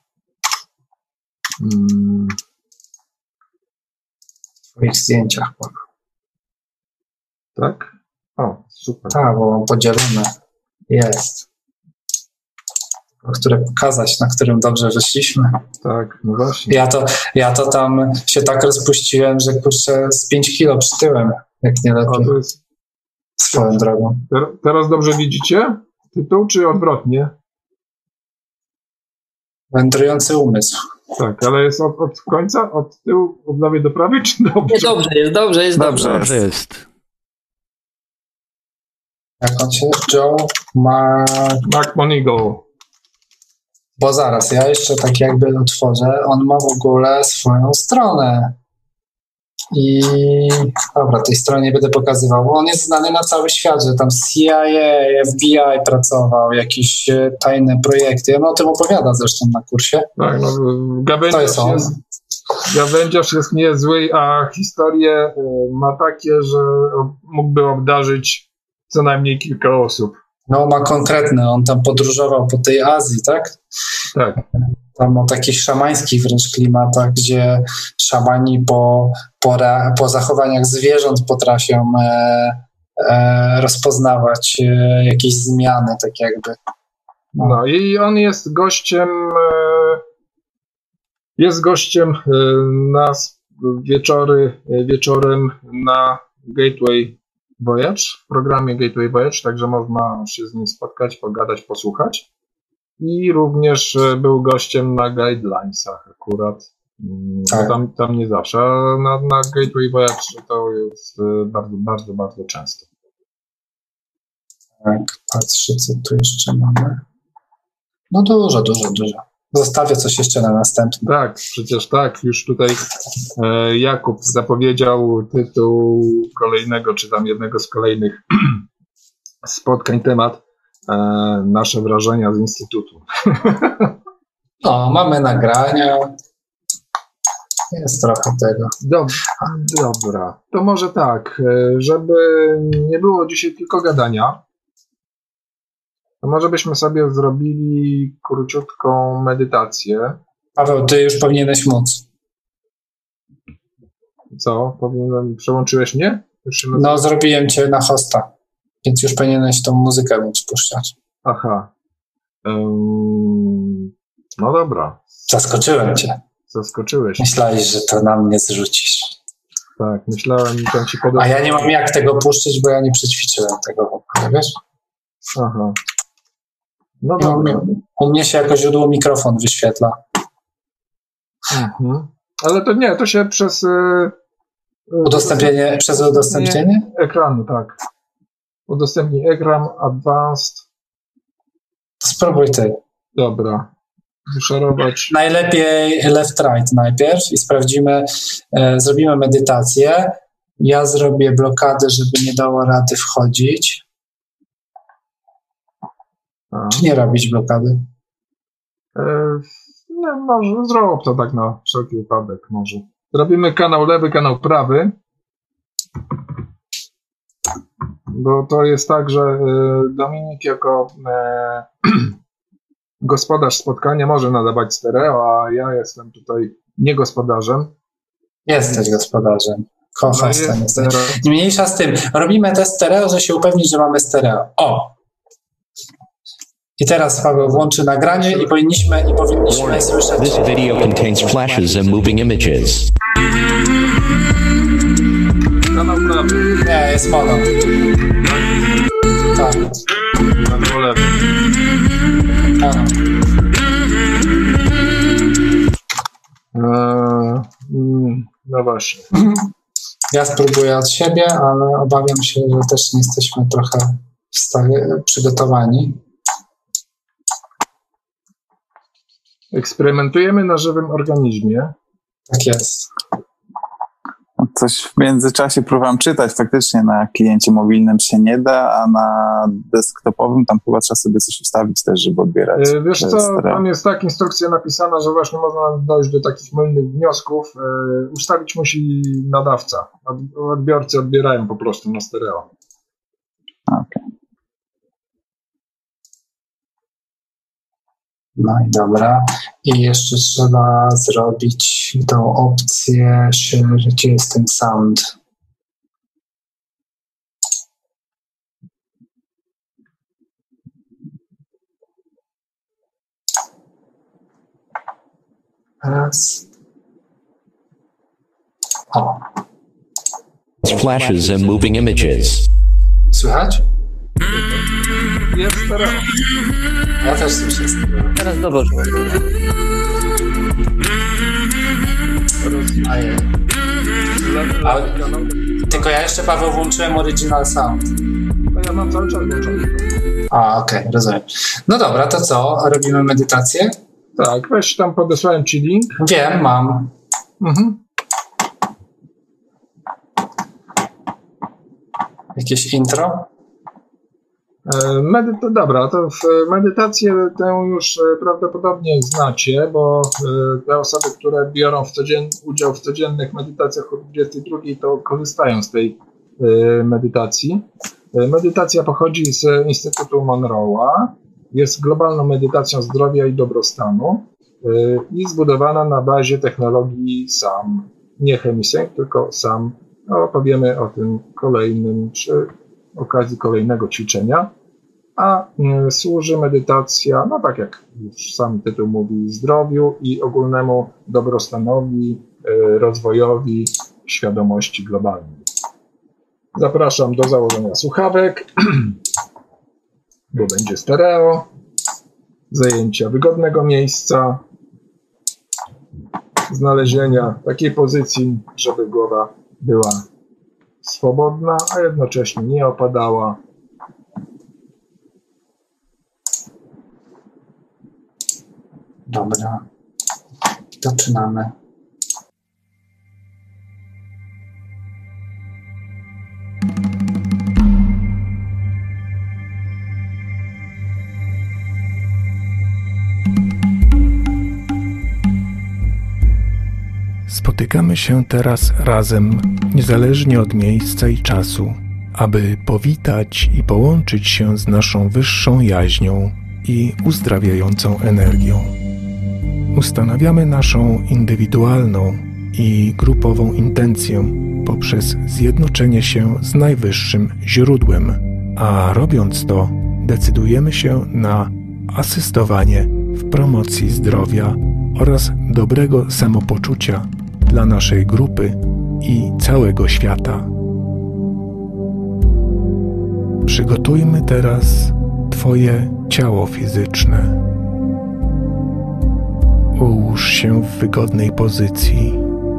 W swoich zdjęciach. Tak? O, super. Tak, bo mam podzielone. Jest. Które pokazać, na którym dobrze wyszliśmy. Tak, no właśnie. Ja to tam się tak rozpuściłem, że kurczę z 5 kilo przytyłem, jak nie lepiej. Swoją drogą. Teraz dobrze widzicie tytuł, czy odwrotnie? Wędrujący umysł. Tak, ale jest od końca, od tyłu, od lewej do prawej, czy dobrze? Dobrze jest. Jak on się? Joe McMonigal. Bo zaraz, ja jeszcze tak jakby otworzę. On ma w ogóle swoją stronę. I dobra, tej stronie nie będę pokazywał, bo on jest znany na cały świat, że tam CIA, FBI pracował, jakieś tajne projekty. On o tym opowiada zresztą na kursie. Tak, no Gawędziarz jest niezły, a historie ma takie, że mógłby obdarzyć co najmniej kilka osób. No ma konkretne, on tam podróżował po tej Azji, tak? Tak. Tam o takich szamańskich wręcz klimatach, gdzie szamani po zachowaniach zwierząt potrafią rozpoznawać jakieś zmiany, tak jakby. No i on jest gościem na wieczorem na Gateway Voyage, w programie Gateway Voyage, także można się z nim spotkać, pogadać, posłuchać. I również był gościem na Guidelinesach akurat. Tak. Tam nie zawsze, a na Gateway Voyage to jest bardzo, bardzo, bardzo często. Tak, patrzę, co tu jeszcze mamy. No dużo. Zostawię coś jeszcze na następny. Tak, przecież tak, już tutaj Jakub zapowiedział tytuł kolejnego, czy tam jednego z kolejnych spotkań, temat nasze wrażenia z Instytutu. No, mamy nagrania. Jest trochę tego. Dobra. To może tak, żeby nie było dzisiaj tylko gadania, to może byśmy sobie zrobili króciutką medytację. Paweł, ty już powinieneś móc. Co? Przełączyłeś mnie? No, zrobiłem cię na hosta, więc już powinieneś tą muzykę móc puszczać. Aha. No dobra. Zaskoczyłem cię. Zaskoczyłeś. Myślałeś, że to na mnie zrzucisz. Tak, myślałem, że tam ci podoba. A ja nie mam jak tego puszczyć, bo ja nie przećwiczyłem tego w ogóle, wiesz? Aha. No dobra. U mnie się jako źródło mikrofon wyświetla. Mhm. Ale to nie, to się przez... Przez udostępnienie? Ekranu, tak. Udostępnij ekran, advanced. Spróbuj ty. Dobra. Wyszarować. Najlepiej left-right najpierw i sprawdzimy, zrobimy medytację. Ja zrobię blokadę, żeby nie dało rady wchodzić. Czy nie robić blokady? Nie, może zrób to tak na wszelki wypadek może. Zrobimy kanał lewy, kanał prawy. Bo to jest tak, że Dominik jako gospodarz spotkania może nadawać stereo, a ja jestem tutaj nie gospodarzem. Jesteś gospodarzem. Co-hostem jesteś. Mniejsza z tym. Robimy te stereo, że się upewnić, że mamy stereo. O! I teraz Paweł włączy nagranie i powinniśmy słyszeć. This video contains flashes and moving images. Kanał prawy. Nie, jest mono. Tak. Kanał lewy. Mono. No właśnie. Ja spróbuję od siebie, ale obawiam się, że też nie jesteśmy trochę przygotowani. Eksperymentujemy na żywym organizmie. Tak jest. Coś w międzyczasie próbowałem czytać. Faktycznie na kliencie mobilnym się nie da, a na desktopowym tam chyba trzeba sobie coś ustawić też, żeby odbierać. Wiesz co, tam jest tak instrukcja napisana, że właśnie można dojść do takich mylnych wniosków. Ustawić musi nadawca. Odbiorcy odbierają po prostu na stereo. Okay. No i dobra. I jeszcze trzeba zrobić tą opcję, gdzie jest ten sound. Raz. O. Flashes and moving images. Słychać? Jest stereo. Ja też słyszę stereo. Teraz dobrze. Tylko ja jeszcze, Paweł, włączyłem original sound. No ja mam cały czas włączony. Okej, rozumiem. No dobra, to co? Robimy medytację? Tak, weź tam podesłałem ci link. Wiem, mam. Mhm. Jakieś intro? Dobra, to w medytację tę już prawdopodobnie znacie, bo te osoby, które biorą udział w codziennych medytacjach o 22, to korzystają z tej medytacji. Medytacja pochodzi z Instytutu Monroe'a, jest globalną medytacją zdrowia i dobrostanu i zbudowana na bazie technologii SAM. Nie ChemiSync, tylko SAM. Opowiemy o tym kolejnym przy okazji kolejnego ćwiczenia. A służy medytacja, no tak jak już sam tytuł mówi, zdrowiu i ogólnemu dobrostanowi, rozwojowi świadomości globalnej. Zapraszam do założenia słuchawek, bo będzie stereo, zajęcia wygodnego miejsca, znalezienia takiej pozycji, żeby głowa była swobodna, a jednocześnie nie opadała. Dobra. Zaczynamy. Spotykamy się teraz razem, niezależnie od miejsca i czasu, aby powitać i połączyć się z naszą wyższą jaźnią i uzdrawiającą energią. Ustanawiamy naszą indywidualną i grupową intencję poprzez zjednoczenie się z najwyższym źródłem, a robiąc to, decydujemy się na asystowanie w promocji zdrowia oraz dobrego samopoczucia dla naszej grupy i całego świata. Przygotujmy teraz Twoje ciało fizyczne. Ułóż się w wygodnej pozycji.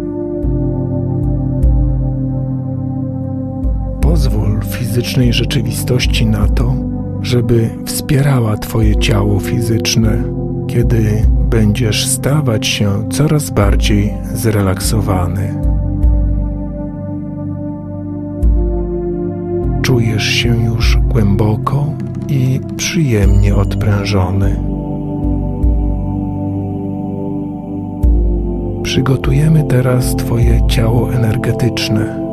Pozwól fizycznej rzeczywistości na to, żeby wspierała Twoje ciało fizyczne, kiedy będziesz stawać się coraz bardziej zrelaksowany. Czujesz się już głęboko i przyjemnie odprężony. Przygotujemy teraz Twoje ciało energetyczne.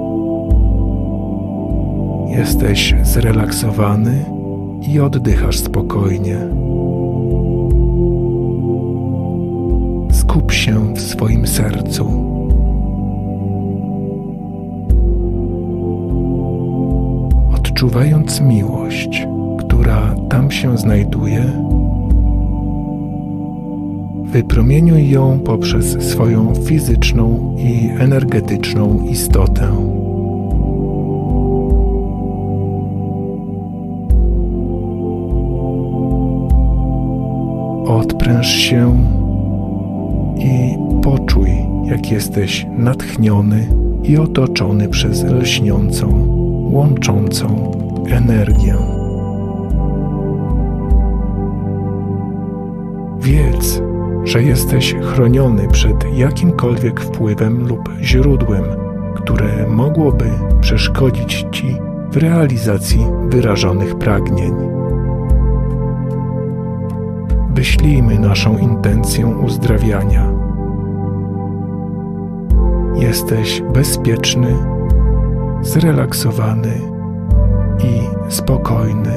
Jesteś zrelaksowany i oddychasz spokojnie. Skup się w swoim sercu. Odczuwając miłość, która tam się znajduje, wypromieniuj ją poprzez swoją fizyczną i energetyczną istotę. Odpręż się i poczuj, jak jesteś natchniony i otoczony przez lśniącą, łączącą energię. Wiedz, że jesteś chroniony przed jakimkolwiek wpływem lub źródłem, które mogłoby przeszkodzić Ci w realizacji wyrażonych pragnień. Wyślijmy naszą intencję uzdrawiania. Jesteś bezpieczny, zrelaksowany i spokojny.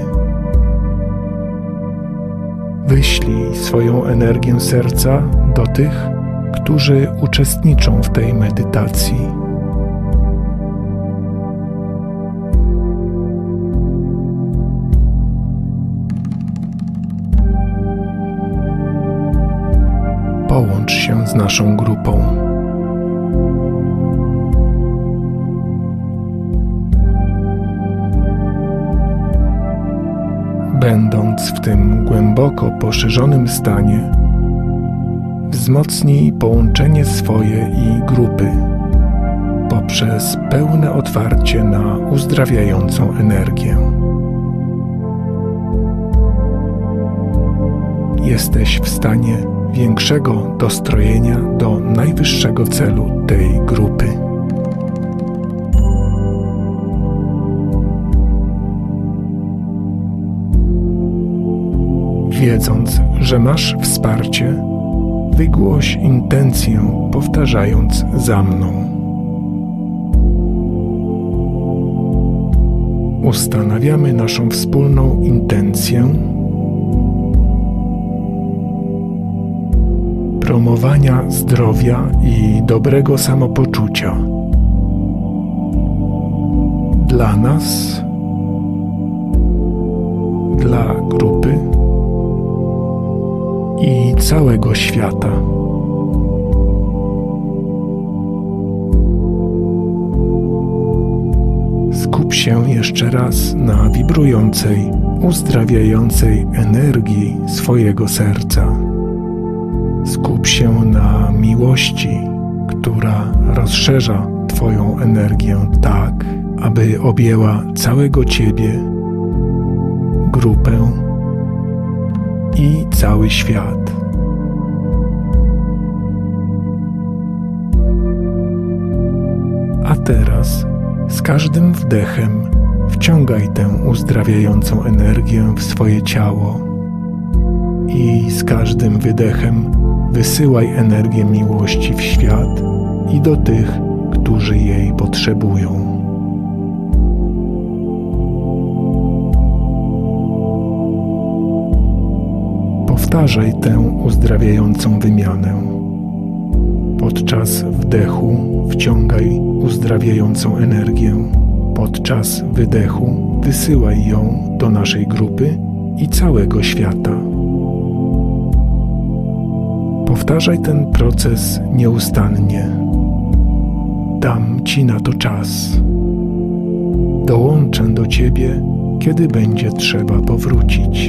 Wyślij swoją energię serca do tych, którzy uczestniczą w tej medytacji. Połącz się z naszą grupą. Będąc w tym głęboko poszerzonym stanie, wzmocnij połączenie swoje i grupy poprzez pełne otwarcie na uzdrawiającą energię. Jesteś w stanie większego dostrojenia do najwyższego celu tej grupy. Wiedząc, że masz wsparcie, wygłoś intencję, powtarzając za mną. Ustanawiamy naszą wspólną intencję promowania zdrowia i dobrego samopoczucia dla nas, dla grupy i całego świata. Skup się jeszcze raz na wibrującej, uzdrawiającej energii swojego serca. Skup się na miłości, która rozszerza Twoją energię tak, aby objęła całego Ciebie, grupę i cały świat. A teraz z każdym wdechem wciągaj tę uzdrawiającą energię w swoje ciało i z każdym wydechem wysyłaj energię miłości w świat i do tych, którzy jej potrzebują. Powtarzaj tę uzdrawiającą wymianę. Podczas wdechu wciągaj uzdrawiającą energię. Podczas wydechu wysyłaj ją do naszej grupy i całego świata. Powtarzaj ten proces nieustannie. Dam Ci na to czas. Dołączę do Ciebie, kiedy będzie trzeba powrócić.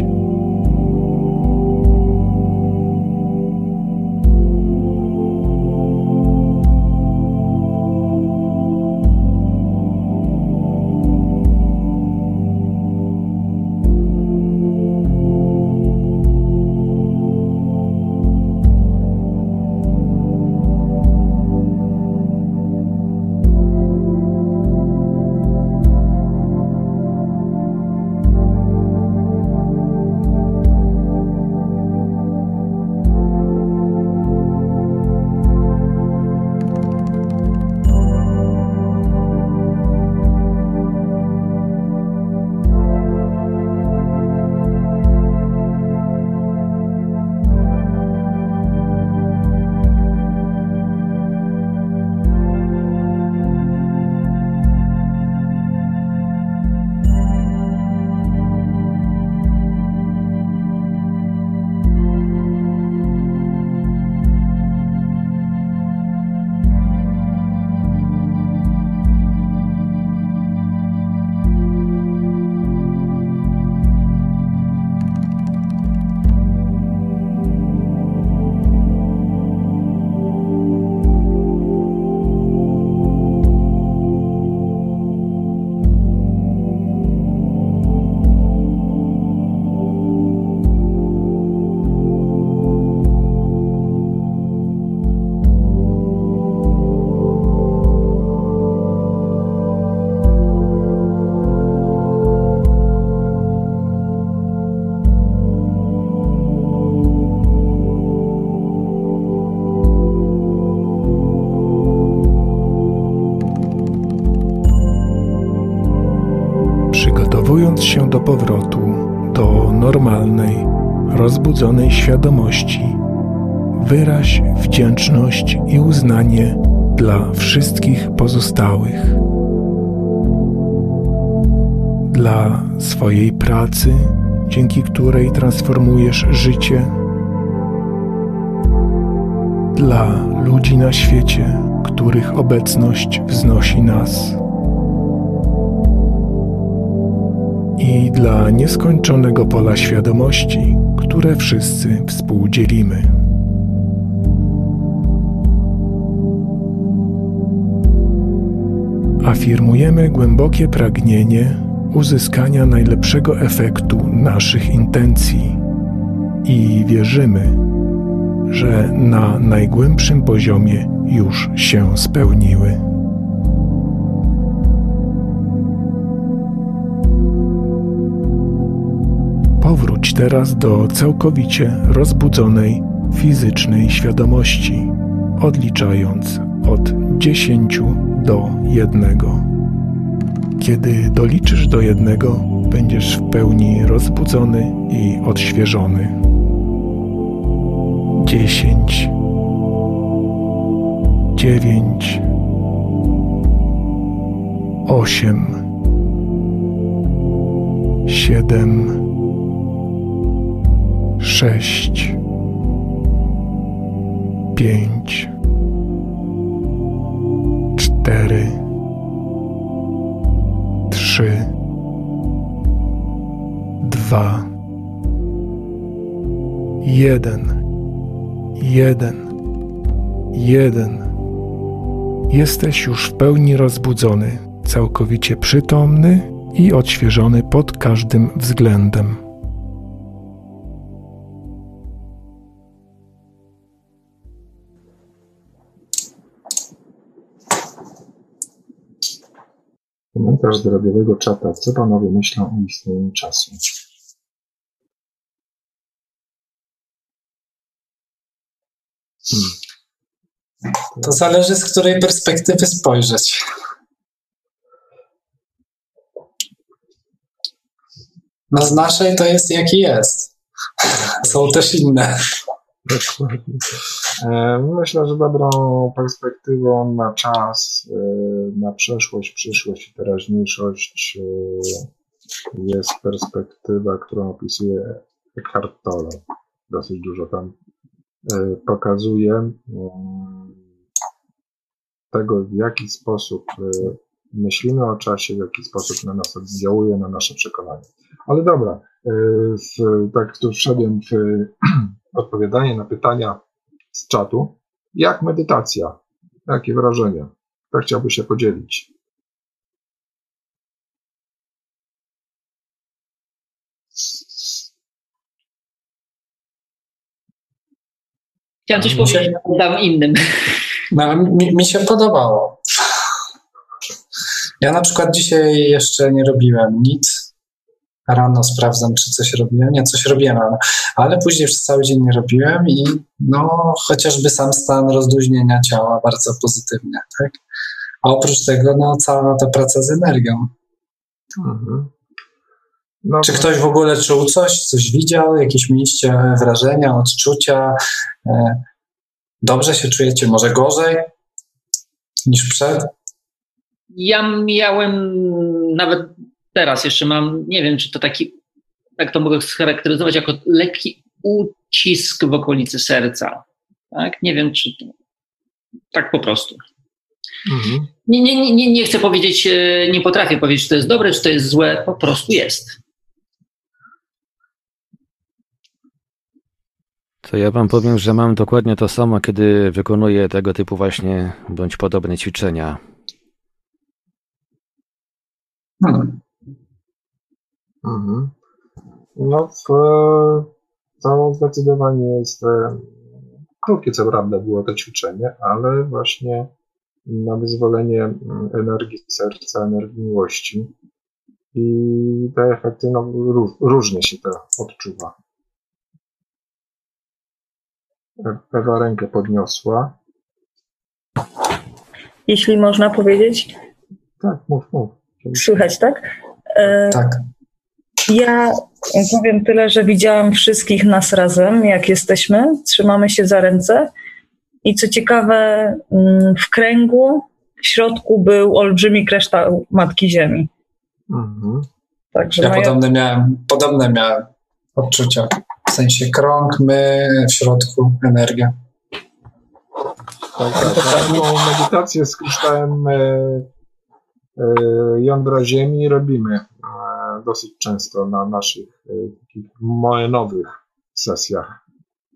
Przygotowując się do powrotu do normalnej, rozbudzonej świadomości, wyraź wdzięczność i uznanie dla wszystkich pozostałych. Dla swojej pracy, dzięki której transformujesz życie. Dla ludzi na świecie, których obecność wznosi nas. I dla nieskończonego pola świadomości, które wszyscy współdzielimy. Afirmujemy głębokie pragnienie uzyskania najlepszego efektu naszych intencji i wierzymy, że na najgłębszym poziomie już się spełniły. Powróć teraz do całkowicie rozbudzonej fizycznej świadomości, odliczając od 10 do 1. Kiedy doliczysz do 1, będziesz w pełni rozbudzony i odświeżony. 10, 9, 8, 7, 6, 5, 4, 3, 2, 1. 1. Jesteś już w pełni rozbudzony, całkowicie przytomny i odświeżony pod każdym względem. Komentarz z radiowego czata. Co panowie myślą o istnieniu czasu? To zależy, z której perspektywy spojrzeć. No z naszej to jest jaki jest. Są też inne. Myślę, że dobrą perspektywą na czas, na przeszłość, przyszłość i teraźniejszość jest perspektywa, którą opisuje Eckhart Tolle. Dosyć dużo tam pokazuje tego, w jaki sposób myślimy o czasie, w jaki sposób na nas oddziałuje, na nasze przekonanie. Ale dobra, tak tu wszedłem w odpowiadanie na pytania z czatu. Jak medytacja? Jakie wrażenia? Kto chciałby się podzielić? Chciałem coś powiedzieć, dam innym. No, mi się podobało. Ja na przykład dzisiaj jeszcze nie robiłem nic. Rano sprawdzam, czy coś robiłem. Nie, coś robiłem rano, ale później przez cały dzień nie robiłem i no chociażby sam stan rozluźnienia ciała bardzo pozytywnie, tak? A oprócz tego no cała ta praca z energią. Mhm. No, czy ktoś w ogóle czuł coś widział, jakieś mieliście wrażenia, odczucia? Dobrze się czujecie, może gorzej niż przed? Ja miałem, nawet teraz jeszcze mam, nie wiem, czy to taki, tak to mogę scharakteryzować, jako lekki ucisk w okolicy serca. Tak? Nie wiem, czy to tak po prostu. Mhm. Nie chcę powiedzieć, nie potrafię powiedzieć, czy to jest dobre, czy to jest złe, po prostu jest. To ja wam powiem, że mam dokładnie to samo, kiedy wykonuję tego typu właśnie bądź podobne ćwiczenia. Mhm. No to zdecydowanie jest krótkie, co prawda było to ćwiczenie, ale właśnie na wyzwolenie energii serca, energii miłości i te efekty no, różnie się to odczuwa. Ewa rękę podniosła. Jeśli można powiedzieć. Tak, mów. Słychać, tak? Tak. Ja powiem tyle, że widziałam wszystkich nas razem, jak jesteśmy. Trzymamy się za ręce. I co ciekawe, w kręgu, w środku był olbrzymi kryształ Matki Ziemi. Mhm. Także ja podobne miałem odczucia. W sensie krąg, my, w środku energia. Tak. Taką medytację z kryształem jądra Ziemi robimy dosyć często na naszych takich moenowych sesjach.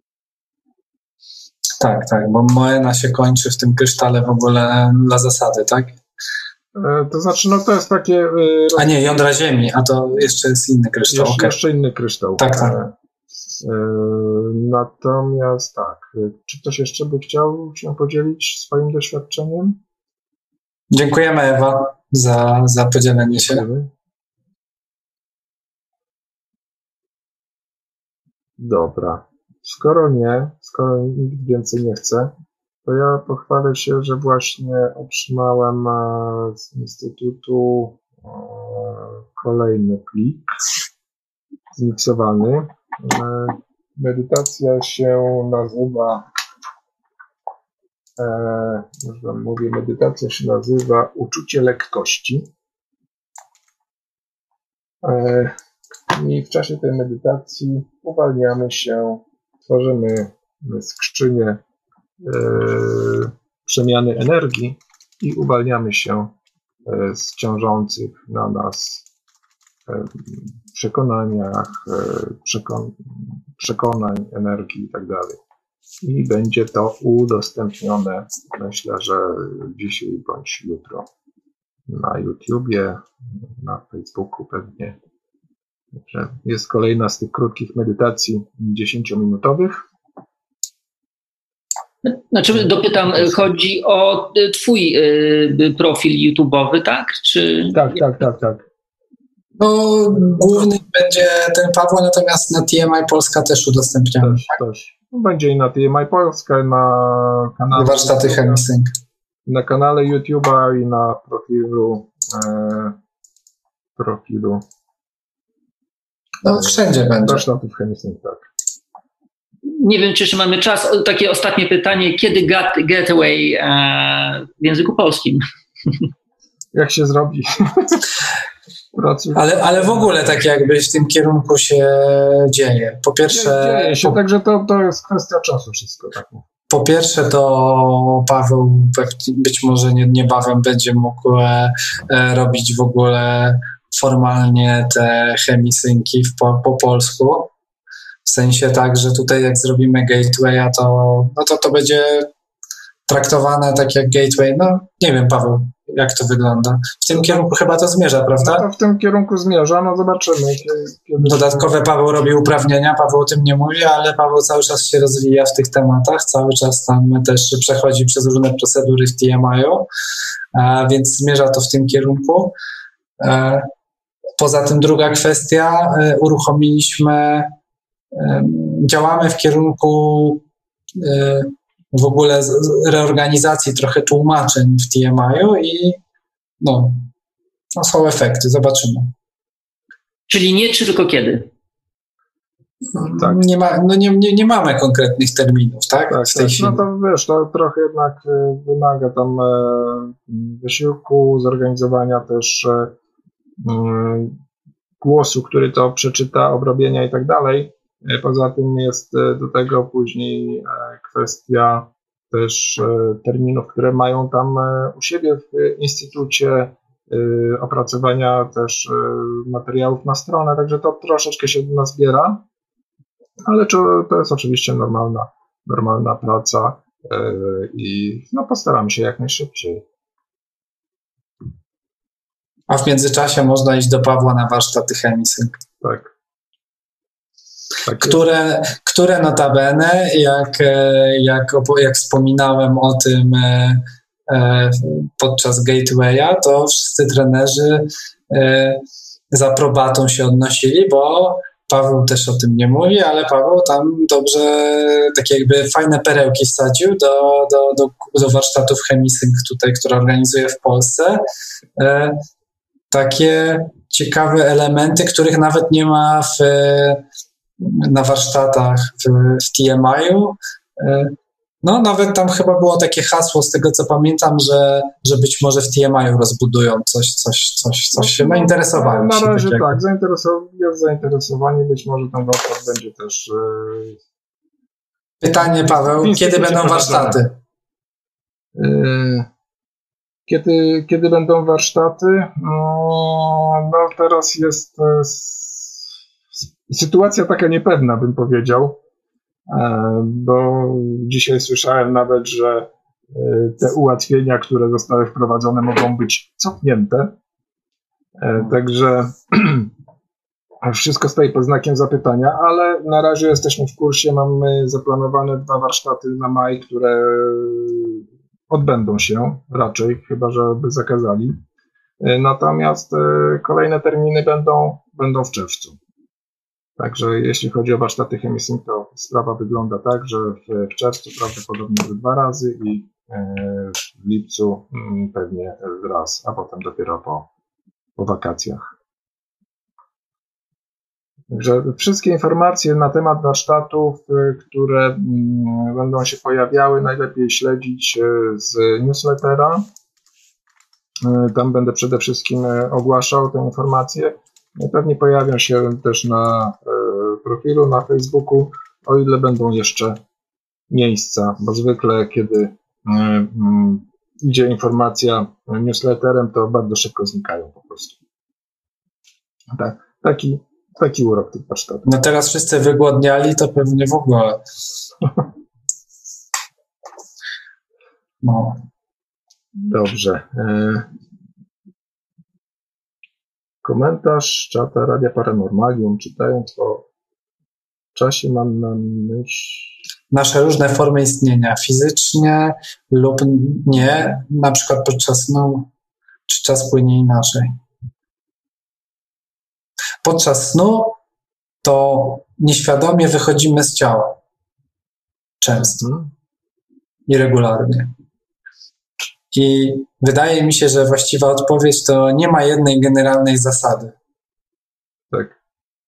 Tak, bo moena się kończy w tym krysztale w ogóle dla zasady, tak? To znaczy, no to jest takie... A nie, jądra Ziemi, a to jeszcze jest inny kryształ. Jeszcze inny kryształ. Tak. Natomiast tak, czy ktoś jeszcze by chciał się podzielić swoim doświadczeniem? Dziękujemy, Ewa, za podzielenie się. Dobra. Skoro nikt więcej nie chce, to ja pochwalę się, że właśnie otrzymałem z Instytutu kolejny plik zmiksowany. Medytacja się nazywa, już wam mówię, medytacja się nazywa Uczucie lekkości. I w czasie tej medytacji uwalniamy się, tworzymy skrzynię przemiany energii i uwalniamy się z ciążących na nas przekonań, energii i tak dalej. I będzie to udostępnione, myślę, że dzisiaj bądź jutro na YouTubie, na Facebooku pewnie. Także jest kolejna z tych krótkich medytacji 10-minutowych. Znaczy, dopytam, chodzi o twój profil YouTube'owy, tak? Czy... Tak. No, główny będzie ten Pawła, natomiast na TMI Polska też udostępniamy. Też. Będzie i na TMI Polska, na kanale warsztaty Chemisync. Na kanale YouTube'a i na profilu. No wszędzie będzie. Warsztatów Chemisync, tak. Nie wiem, czy jeszcze mamy czas. Takie ostatnie pytanie. Kiedy Gateway w języku polskim? Jak się zrobi? Ale w ogóle tak jakby w tym kierunku się dzieje. Po pierwsze... Dzieje się, także to jest kwestia czasu wszystko. Tak. Po pierwsze to Paweł być może niebawem będzie mógł robić w ogóle formalnie te chemisynki po polsku. W sensie tak, że tutaj jak zrobimy gatewaya, to będzie traktowane tak jak gateway. No nie wiem, Paweł, jak to wygląda. W tym kierunku chyba to zmierza, prawda? No to w tym kierunku zmierza, no zobaczymy. Dodatkowe Paweł robi uprawnienia, Paweł o tym nie mówi, ale Paweł cały czas się rozwija w tych tematach, cały czas tam też przechodzi przez różne procedury w TMI-u, więc zmierza to w tym kierunku. Poza tym druga kwestia, działamy w kierunku w ogóle reorganizacji trochę tłumaczeń w TMI-u i są efekty, zobaczymy. Czyli nie, czy tylko kiedy? Tak. Nie mamy konkretnych terminów, tak? W tej chwili. No to wiesz, to trochę jednak wymaga tam wysiłku, zorganizowania też głosu, który to przeczyta, obrobienia i tak dalej. Poza tym jest do tego później kwestia też terminów, które mają tam u siebie w instytucie, opracowania też materiałów na stronę, także to troszeczkę się nazbiera, ale to jest oczywiście normalna praca i postaramy się jak najszybciej. A w międzyczasie można iść do Pawła na warsztaty Chemisync. Tak. Które notabene, jak wspominałem o tym podczas Gatewaya, to wszyscy trenerzy z aprobatą się odnosili, bo Paweł też o tym nie mówi, ale Paweł tam dobrze, tak jakby fajne perełki wsadził do warsztatów Chemisync tutaj, które organizuje w Polsce. Takie ciekawe elementy, których nawet nie ma na warsztatach w TMI-u. No nawet tam chyba było takie hasło, z tego co pamiętam, że być może w TMI-u rozbudują coś się zainteresowałem. Na razie tak, jest zainteresowanie, być może ten warsztat będzie też... Pytanie, Paweł, kiedy będą warsztaty? Kiedy będą warsztaty? No teraz jest sytuacja taka niepewna, bym powiedział, bo dzisiaj słyszałem nawet, że te ułatwienia, które zostały wprowadzone, mogą być cofnięte. Także wszystko stoi pod znakiem zapytania, ale na razie jesteśmy w kursie, mamy zaplanowane 2 warsztaty na maj, które odbędą się raczej, chyba że by zakazali. Natomiast kolejne terminy będą w czerwcu. Także jeśli chodzi o warsztaty Chemisync, to sprawa wygląda tak, że w czerwcu prawdopodobnie 2 razy i w lipcu pewnie raz, a potem dopiero po wakacjach. Także wszystkie informacje na temat warsztatów, które będą się pojawiały, najlepiej śledzić z newslettera. Tam będę przede wszystkim ogłaszał te informacje. Pewnie pojawią się też na profilu na Facebooku, o ile będą jeszcze miejsca, bo zwykle kiedy idzie informacja newsletterem, to bardzo szybko znikają po prostu. Tak, taki urok tych warsztatów. No teraz wszyscy wygłodniali, to pewnie w ogóle. No. Dobrze. Komentarz czata Radia Paranormalium. Czytając o czasie mam na myśli... Nasze różne formy istnienia, fizycznie lub nie, na przykład podczas snu, czy czas płynie inaczej. Podczas snu to nieświadomie wychodzimy z ciała. często i regularnie. I wydaje mi się, że właściwa odpowiedź to nie ma jednej generalnej zasady. Tak.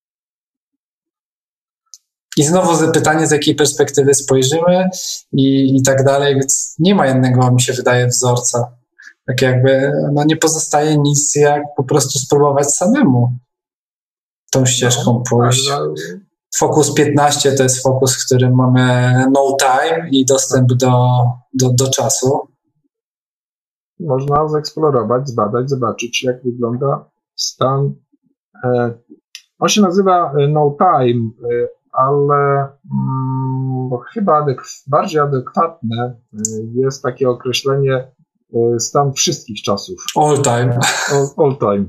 I znowu zapytanie, z jakiej perspektywy spojrzymy i tak dalej, więc nie ma jednego, mi się wydaje, wzorca. Tak jakby nie pozostaje nic, jak po prostu spróbować samemu tą ścieżką pójść. Fokus 15 to jest fokus, w którym mamy no time i dostęp do czasu. Można zeksplorować, zbadać, zobaczyć, jak wygląda stan. On się nazywa no time, ale chyba bardziej adekwatne jest takie określenie stan wszystkich czasów. All time. All time.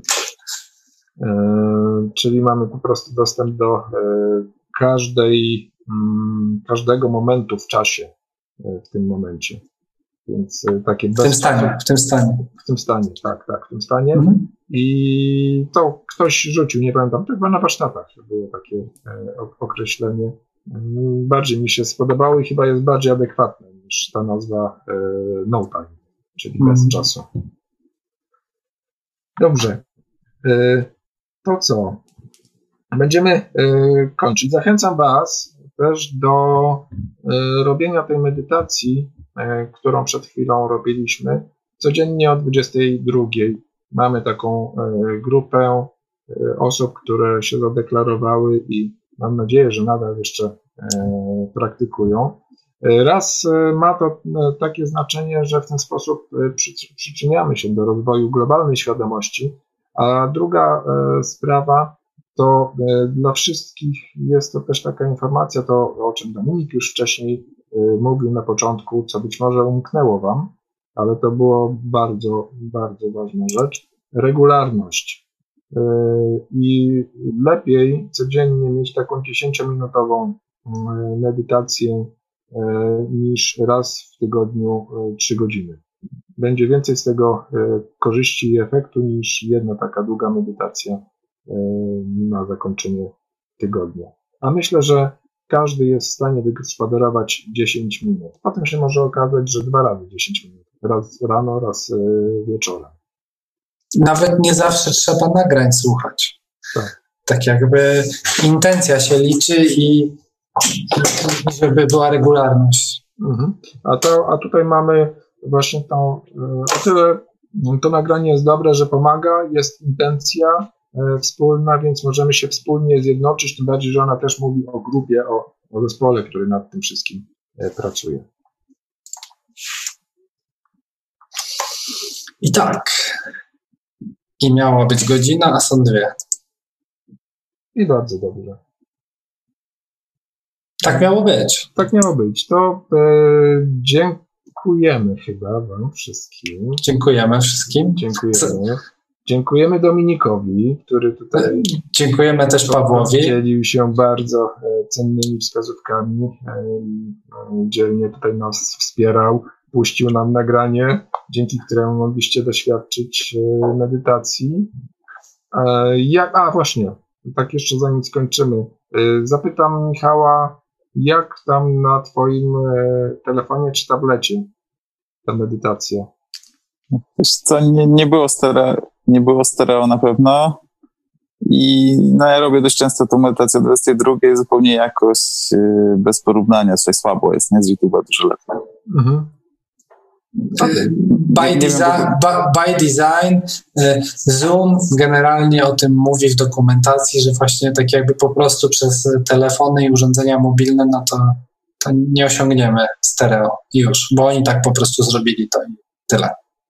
Czyli mamy po prostu dostęp do każdego momentu w czasie w tym momencie. Więc takie w tym stanie. Tak, w tym stanie. Mhm. I to ktoś rzucił, nie pamiętam, to chyba na warsztatach było takie określenie. Bardziej mi się spodobało i chyba jest bardziej adekwatne niż ta nazwa no time, czyli bez czasu. Dobrze. To co? Będziemy kończyć. Zachęcam Was też do robienia tej medytacji, którą przed chwilą robiliśmy, codziennie o 22:00. Mamy taką grupę osób, które się zadeklarowały i mam nadzieję, że nadal jeszcze praktykują. Raz ma to takie znaczenie, że w ten sposób przyczyniamy się do rozwoju globalnej świadomości, a druga sprawa to dla wszystkich jest to też taka informacja, to o czym Dominik już wcześniej mówił na początku, co być może umknęło Wam, ale to było bardzo, bardzo ważna rzecz. Regularność. I lepiej codziennie mieć taką 10-minutową medytację niż raz w tygodniu 3 godziny. Będzie więcej z tego korzyści i efektu niż jedna taka długa medytacja na zakończenie tygodnia. A myślę, że każdy jest w stanie wygospodarować 10 minut. Potem się może okazać, że 2 razy 10 minut. Raz rano, raz wieczorem. Nawet nie zawsze trzeba nagrań słuchać. Tak jakby intencja się liczy i żeby była regularność. Mhm. A tutaj mamy właśnie o tyle to nagranie jest dobre, że pomaga, jest intencja wspólna, więc możemy się wspólnie zjednoczyć, tym bardziej, że ona też mówi o grupie, o zespole, który nad tym wszystkim pracuje. I tak. I miała być godzina, a są 2. I bardzo dobrze. Tak miało być. Tak miało być. To dziękujemy chyba Wam wszystkim. Dziękujemy wszystkim. Dziękujemy. Dziękujemy Dominikowi, który tutaj... Dziękujemy też Pawłowi. Dzielił się bardzo cennymi wskazówkami. Dzielnie tutaj nas wspierał. Puścił nam nagranie, dzięki któremu mogliście doświadczyć medytacji. Właśnie, tak jeszcze zanim skończymy. Zapytam Michała, jak tam na Twoim telefonie czy tablecie ta medytacja? Wiesz co, nie było stereo na pewno i ja robię dość często tą medytację o 22:00 zupełnie jakoś bez porównania, tutaj słabo jest, nie z YouTube'a dużo lepiej. Mhm. Okay. By design Zoom generalnie o tym mówi w dokumentacji, że właśnie tak jakby po prostu przez telefony i urządzenia mobilne to nie osiągniemy stereo już, bo oni tak po prostu zrobili to i tyle.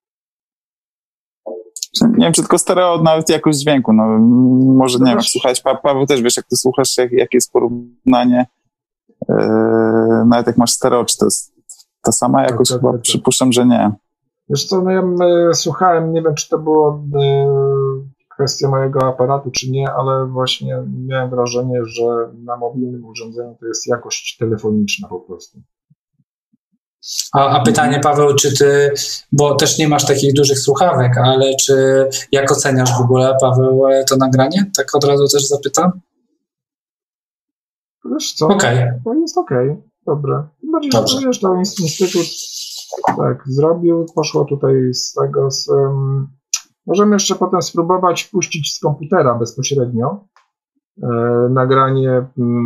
Nie wiem, czy tylko stereo, nawet jakość dźwięku, może nie wiem, jak słuchać, Paweł też wiesz, jak ty słuchasz, jakie jest porównanie, nawet jak masz stereo, czy to jest ta sama jakoś, chyba przypuszczam, że nie. Wiesz co, ja słuchałem, nie wiem, czy to było kwestia mojego aparatu, czy nie, ale właśnie miałem wrażenie, że na mobilnym urządzeniu to jest jakość telefoniczna po prostu. A pytanie, Paweł, czy ty, bo też nie masz takich dużych słuchawek, ale czy jak oceniasz w ogóle, Paweł, to nagranie? Tak od razu też zapytam. Wiesz co, okay. To jest okej. Dobra. Bardziej wiesz, to instytut tak zrobił, poszło tutaj z tego, możemy jeszcze potem spróbować puścić z komputera bezpośrednio nagranie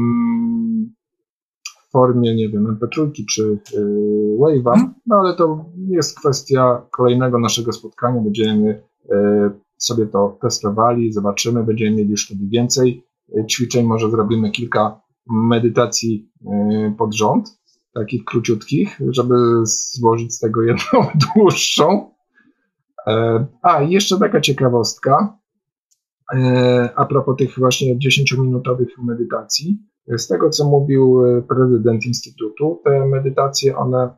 w formie, nie wiem, MP3 czy Wave'a, no ale to jest kwestia kolejnego naszego spotkania, będziemy sobie to testowali, zobaczymy, będziemy mieli już wtedy więcej ćwiczeń, może zrobimy kilka medytacji pod rząd, takich króciutkich, żeby złożyć z tego jedną dłuższą. I jeszcze taka ciekawostka, a propos tych właśnie 10-minutowych medytacji. Z tego, co mówił prezydent Instytutu, te medytacje, one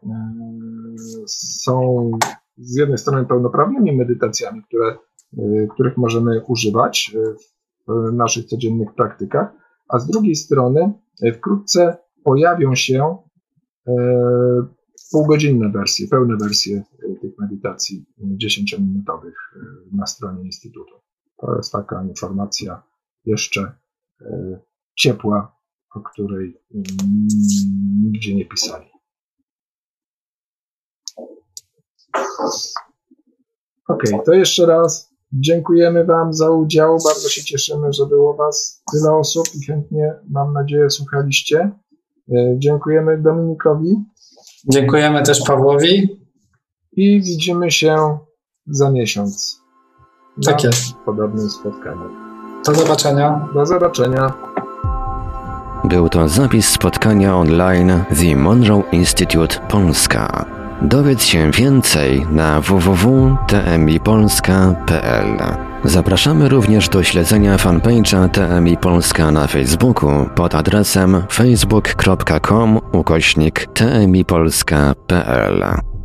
są z jednej strony pełnoprawnymi medytacjami, których możemy używać w naszych codziennych praktykach, a z drugiej strony wkrótce pojawią się półgodzinne wersje, pełne wersje tych medytacji 10-minutowych na stronie Instytutu. To jest taka informacja jeszcze ciepła, o której nigdzie nie pisali. Okej, to jeszcze raz dziękujemy Wam za udział. Bardzo się cieszymy, że było Was tyle osób i chętnie, mam nadzieję, słuchaliście. Dziękujemy Dominikowi. Dziękujemy też Pawłowi. I widzimy się za miesiąc. Tak jest. W podobnym spotkaniu. Do zobaczenia. Do zobaczenia. Był to zapis spotkania online The Monroe Institute Polska. Dowiedz się więcej na www.tmipolska.pl. Zapraszamy również do śledzenia fanpage'a TMI Polska na Facebooku pod adresem facebook.com/tmipolska.pl.